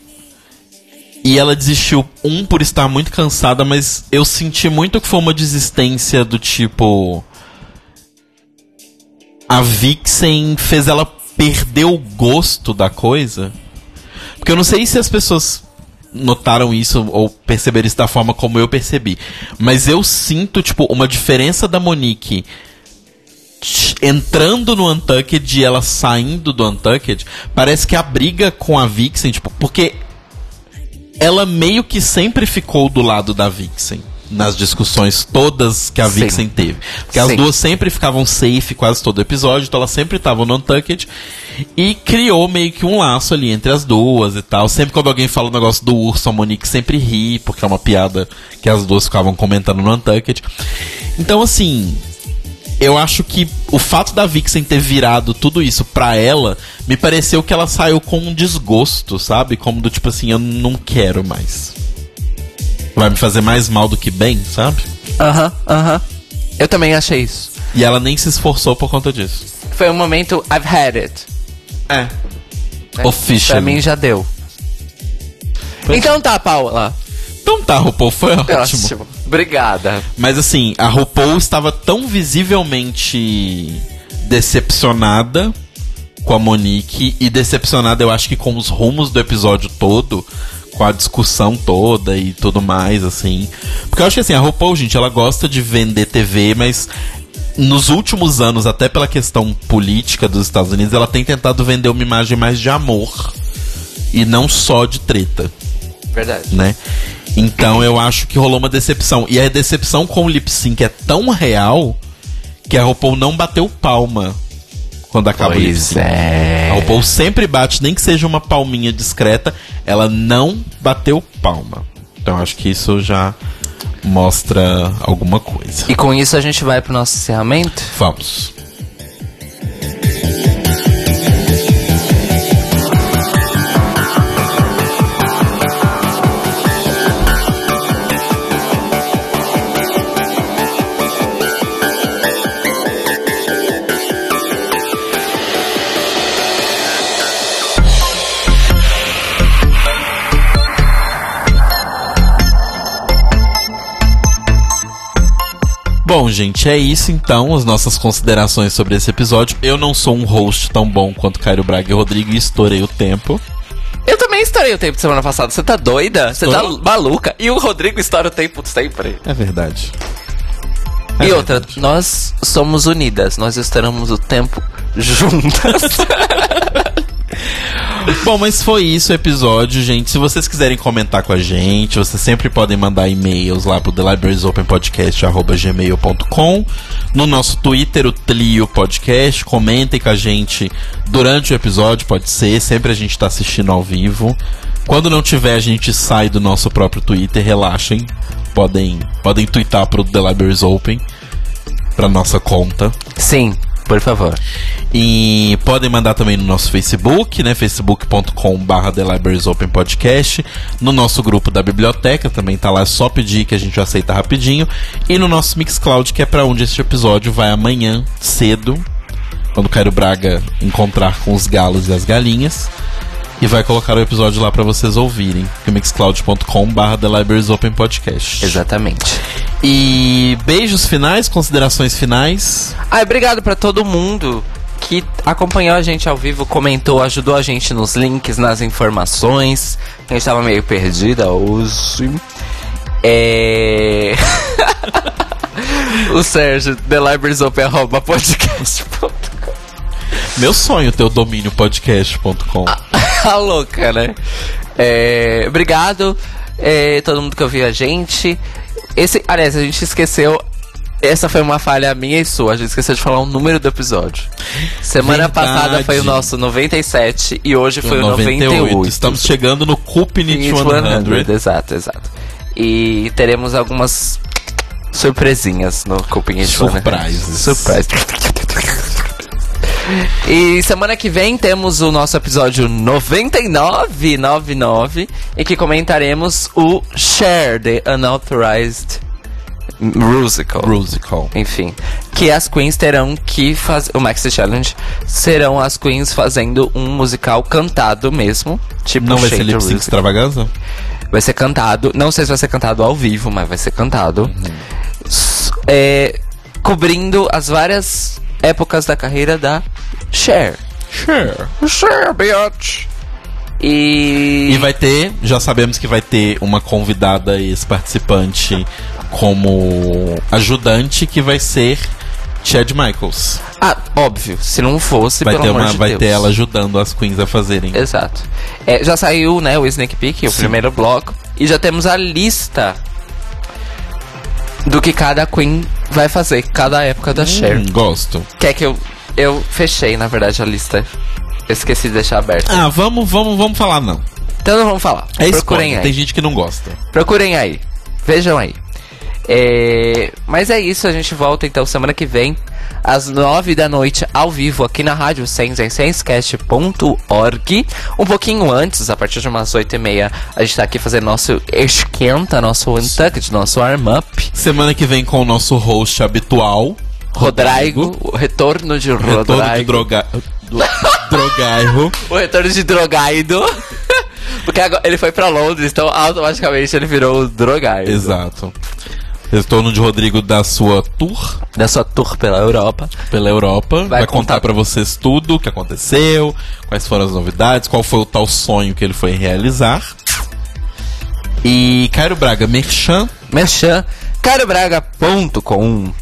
E ela desistiu, por estar muito cansada, mas eu senti muito que foi uma desistência do tipo... A Vixen fez ela perder o gosto da coisa. Porque eu não sei se as pessoas notaram isso ou perceberam isso da forma como eu percebi. Mas eu sinto, tipo, uma diferença da Monique entrando no Untucked e ela saindo do Untucked. Parece que a briga com a Vixen, tipo, porque ela meio que sempre ficou do lado da Vixen nas discussões todas que a Vixen teve. Porque as duas sempre ficavam safe quase todo episódio, então elas sempre estavam no Untucked. E criou meio que um laço ali entre as duas e tal. Sempre quando alguém fala o negócio do urso, a Monique sempre ri, porque é uma piada que as duas ficavam comentando no Untucked. Então, assim, eu acho que o fato da Vixen ter virado tudo isso pra ela, me pareceu que ela saiu com um desgosto, sabe? Como do tipo assim, eu não quero mais. Vai me fazer mais mal do que bem, sabe? Aham. Eu também achei isso. E ela nem se esforçou por conta disso. Foi um momento, I've had it. Official. Pra mim já deu. Então tá, Paula. Então tá, RuPaul, foi ótimo. Obrigada. Mas assim, a RuPaul estava tão visivelmente decepcionada com a Monique e decepcionada, eu acho que com os rumos do episódio todo, com a discussão toda e tudo mais, assim. Porque eu acho que assim, a RuPaul, gente, ela gosta de vender TV, mas nos últimos anos, até pela questão política dos Estados Unidos, ela tem tentado vender uma imagem mais de amor e não só de treta. Verdade. Né? Então eu acho que rolou uma decepção. E a decepção com o lip sync é tão real que a RuPaul não bateu palma quando acaba o lip sync. A RuPaul sempre bate, nem que seja uma palminha discreta, ela não bateu palma. Então acho que isso já mostra alguma coisa. E com isso a gente vai pro nosso encerramento? Vamos. Bom, gente, é isso então, as nossas considerações sobre esse episódio. Eu não sou um host tão bom quanto Cairo Braga e Rodrigo e estourei o tempo. Eu também estourei o tempo semana passada. Você tá doida? Você tá maluca? E o Rodrigo estoura o tempo sempre. É verdade. E outra, nós somos unidas. Nós estouramos o tempo juntas. Bom, mas foi isso o episódio, gente. Se vocês quiserem comentar com a gente, vocês sempre podem mandar e-mails lá pro thelibrariesopenpodcast@gmail.com. No nosso Twitter, o Tlio Podcast. Comentem com a gente durante o episódio, pode ser. Sempre a gente tá assistindo ao vivo. Quando não tiver, a gente sai do nosso próprio Twitter. Relaxem. Podem twittar pro The Libraries Open, pra nossa conta. Sim, por favor. E podem mandar também no nosso Facebook, né? facebook.com/The Libraries Open Podcast. No nosso grupo da biblioteca, também tá lá, é só pedir que a gente aceita rapidinho. E no nosso Mixcloud, que é pra onde este episódio vai amanhã, cedo, quando o Cairo Braga encontrar com os galos e as galinhas. E vai colocar o episódio lá pra vocês ouvirem. mixcloud.com/The Libraries Open Podcast. Exatamente. E beijos finais, considerações finais. Obrigado pra todo mundo que acompanhou a gente ao vivo, comentou, ajudou a gente nos links, nas informações. A gente tava meio perdida hoje. O Sérgio, thelibrariesopen@podcast.com. Meu sonho ter o domínio podcast.com. A louca, né? Obrigado todo mundo que ouviu a gente. Aliás, a gente esqueceu. Essa foi uma falha minha e sua. A gente esqueceu de falar o número do episódio. Semana passada foi o nosso 97 e hoje foi o 98. Estamos chegando no Cupinit 100. Exato. E teremos algumas surpresinhas no Cupinit 100. Surprise. E semana que vem temos o nosso episódio 99, em que comentaremos o Share, The Unauthorized Musical. Enfim, que as queens terão que fazer. O Maxi Challenge serão as queens fazendo um musical cantado mesmo. Tipo, não vai ser lip sync extravaganza? Vai ser cantado. Não sei se vai ser cantado ao vivo, mas vai ser cantado. Cobrindo as várias épocas da carreira da Cher, bitch. E vai ter, já sabemos que vai ter uma convidada ex-participante como ajudante, que vai ser Chad Michaels. Óbvio, se não fosse, vai Deus. ter ela ajudando as queens a fazerem. Exato. Já saiu, né, o Sneak Peek, o primeiro bloco, e já temos a lista do que cada queen vai fazer, cada época da Cher. Gosto. Quer que eu fechei, na verdade, a lista. Eu esqueci de deixar aberta. Vamos falar não. Então não vamos falar. Procurem aí. Tem gente que não gosta. Procurem aí. Vejam aí. Mas é isso, a gente volta então semana que vem às 9 da noite ao vivo aqui na Rádio Sens, em senscast.org. Um pouquinho antes, a partir de umas 8h30, a gente tá aqui fazendo nosso esquenta, nosso untucked, nosso warm-up. Semana que vem com o nosso host habitual, Rodrigo. O retorno de Rodrigo. Drogairo. O retorno de Drogaido. Porque agora ele foi pra Londres, então automaticamente ele virou o Drogaido. Exato. Retorno de Rodrigo da sua tour. Da sua tour pela Europa. Vai contar pra vocês tudo o que aconteceu, quais foram as novidades, qual foi o tal sonho que ele foi realizar. E Cairo Braga, merchan. CairoBraga.com.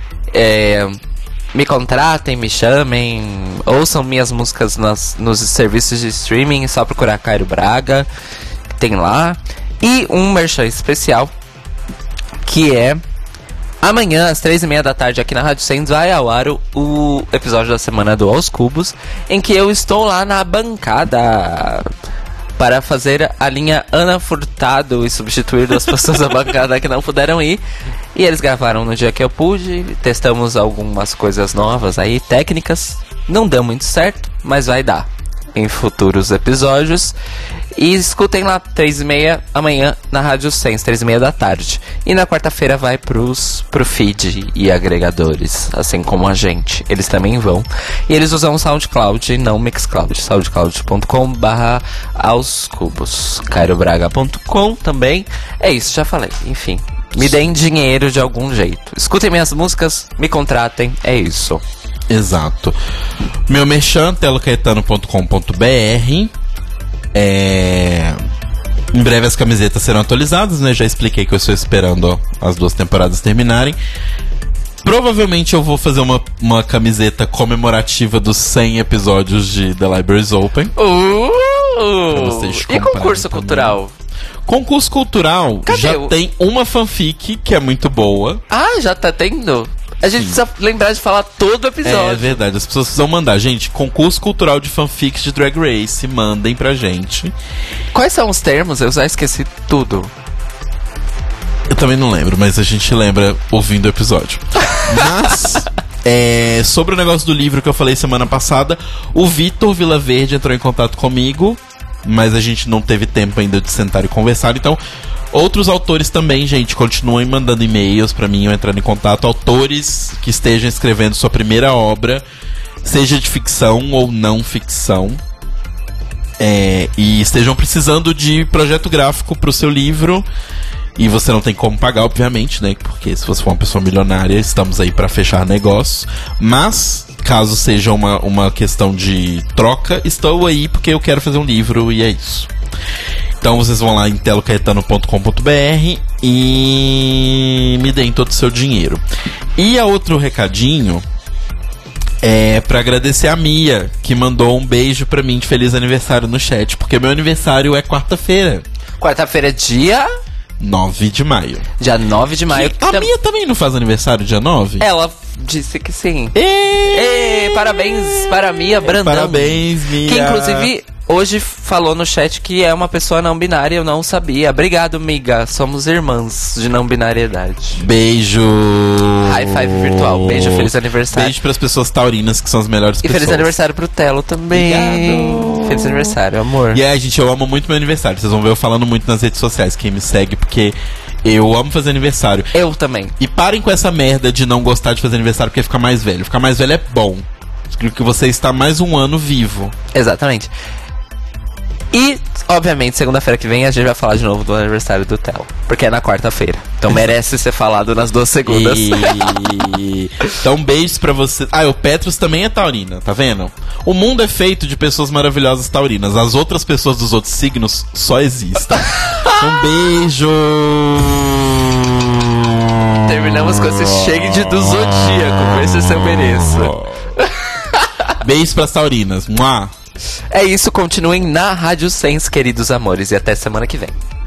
Me contratem, me chamem, ouçam minhas músicas nos serviços de streaming, é só procurar Cairo Braga, tem lá. E um merchan especial, que é amanhã às 3h30 da tarde aqui na Rádio Sens vai ao ar o episódio da semana do Aos Cubos, em que eu estou lá na bancada para fazer a linha Ana Furtado e substituir as pessoas da bancada que não puderam ir. E eles gravaram no dia que eu pude, testamos algumas coisas novas aí, técnicas. Não deu muito certo, mas vai dar em futuros episódios. E escutem lá, 3h30 amanhã na Rádio Sens, 3h30 da tarde. E na quarta-feira vai pro feed e agregadores, assim como a gente. Eles também vão. E eles usam o SoundCloud e não o Mixcloud. soundcloud.com/aoscubos. CairoBraga.com também. É isso, já falei. Enfim, me deem dinheiro de algum jeito. Escutem minhas músicas, me contratem. É isso. Exato. Meu merchan, telocaetano.com.br. Em breve as camisetas serão atualizadas, né? Já expliquei que eu estou esperando as 2 temporadas terminarem. Provavelmente eu vou fazer uma camiseta comemorativa dos 100 episódios de The Libraries Open. Pra vocês E concurso também. cultural? Concurso cultural tem uma fanfic que é muito boa. Ah, já tá tendo? A gente precisa lembrar de falar todo episódio. É verdade, as pessoas precisam mandar. Gente, concurso cultural de fanfics de Drag Race, mandem pra gente. Quais são os termos? Eu já esqueci tudo. Eu também não lembro, mas a gente lembra ouvindo o episódio. Mas, sobre o negócio do livro que eu falei semana passada, o Vitor Vilaverde entrou em contato comigo, mas a gente não teve tempo ainda de sentar e conversar. Então, outros autores também, gente, continuem mandando e-mails pra mim ou entrando em contato. Autores que estejam escrevendo sua primeira obra, seja de ficção ou não ficção, e estejam precisando de projeto gráfico pro seu livro. E você não tem como pagar, obviamente, né? Porque se você for uma pessoa milionária, estamos aí pra fechar negócio. Mas, caso seja uma questão de troca, estou aí porque eu quero fazer um livro e é isso. Então vocês vão lá em telocaetano.com.br e me deem todo o seu dinheiro. E a outro recadinho é pra agradecer a Mia, que mandou um beijo pra mim de feliz aniversário no chat, porque meu aniversário é quarta-feira. Quarta-feira, dia 9 de maio. Dia 9 de maio. A Mia também não faz aniversário dia 9? Ela disse que sim. Parabéns para a Mia Brandão. Parabéns, Mia. Que inclusive hoje falou no chat que é uma pessoa não binária, eu não sabia. Obrigado, miga. Somos irmãs de não binariedade. Beijo. High five virtual. Beijo, feliz aniversário. Beijo pras pessoas taurinas, que são as melhores pessoas. E feliz aniversário pro Telo também. Obrigado. Feliz aniversário, amor. E gente, eu amo muito meu aniversário. Vocês vão ver eu falando muito nas redes sociais, quem me segue, porque eu amo fazer aniversário. Eu também. E parem com essa merda de não gostar de fazer aniversário porque fica mais velho. Ficar mais velho é bom. Significa que você está mais um ano vivo. Exatamente. E, obviamente, segunda-feira que vem a gente vai falar de novo do aniversário do Telo. Porque é na quarta-feira. Então merece ser falado nas 2 segundas. Então, beijos pra você. O Petros também é taurina, tá vendo? O mundo é feito de pessoas maravilhosas taurinas. As outras pessoas dos outros signos só existem. Um beijo! Terminamos com esse shade do Zodíaco. Esse se eu mereço. Beijos pras taurinas. Mua. É isso, continuem na Rádio Sens, queridos amores. E até semana que vem.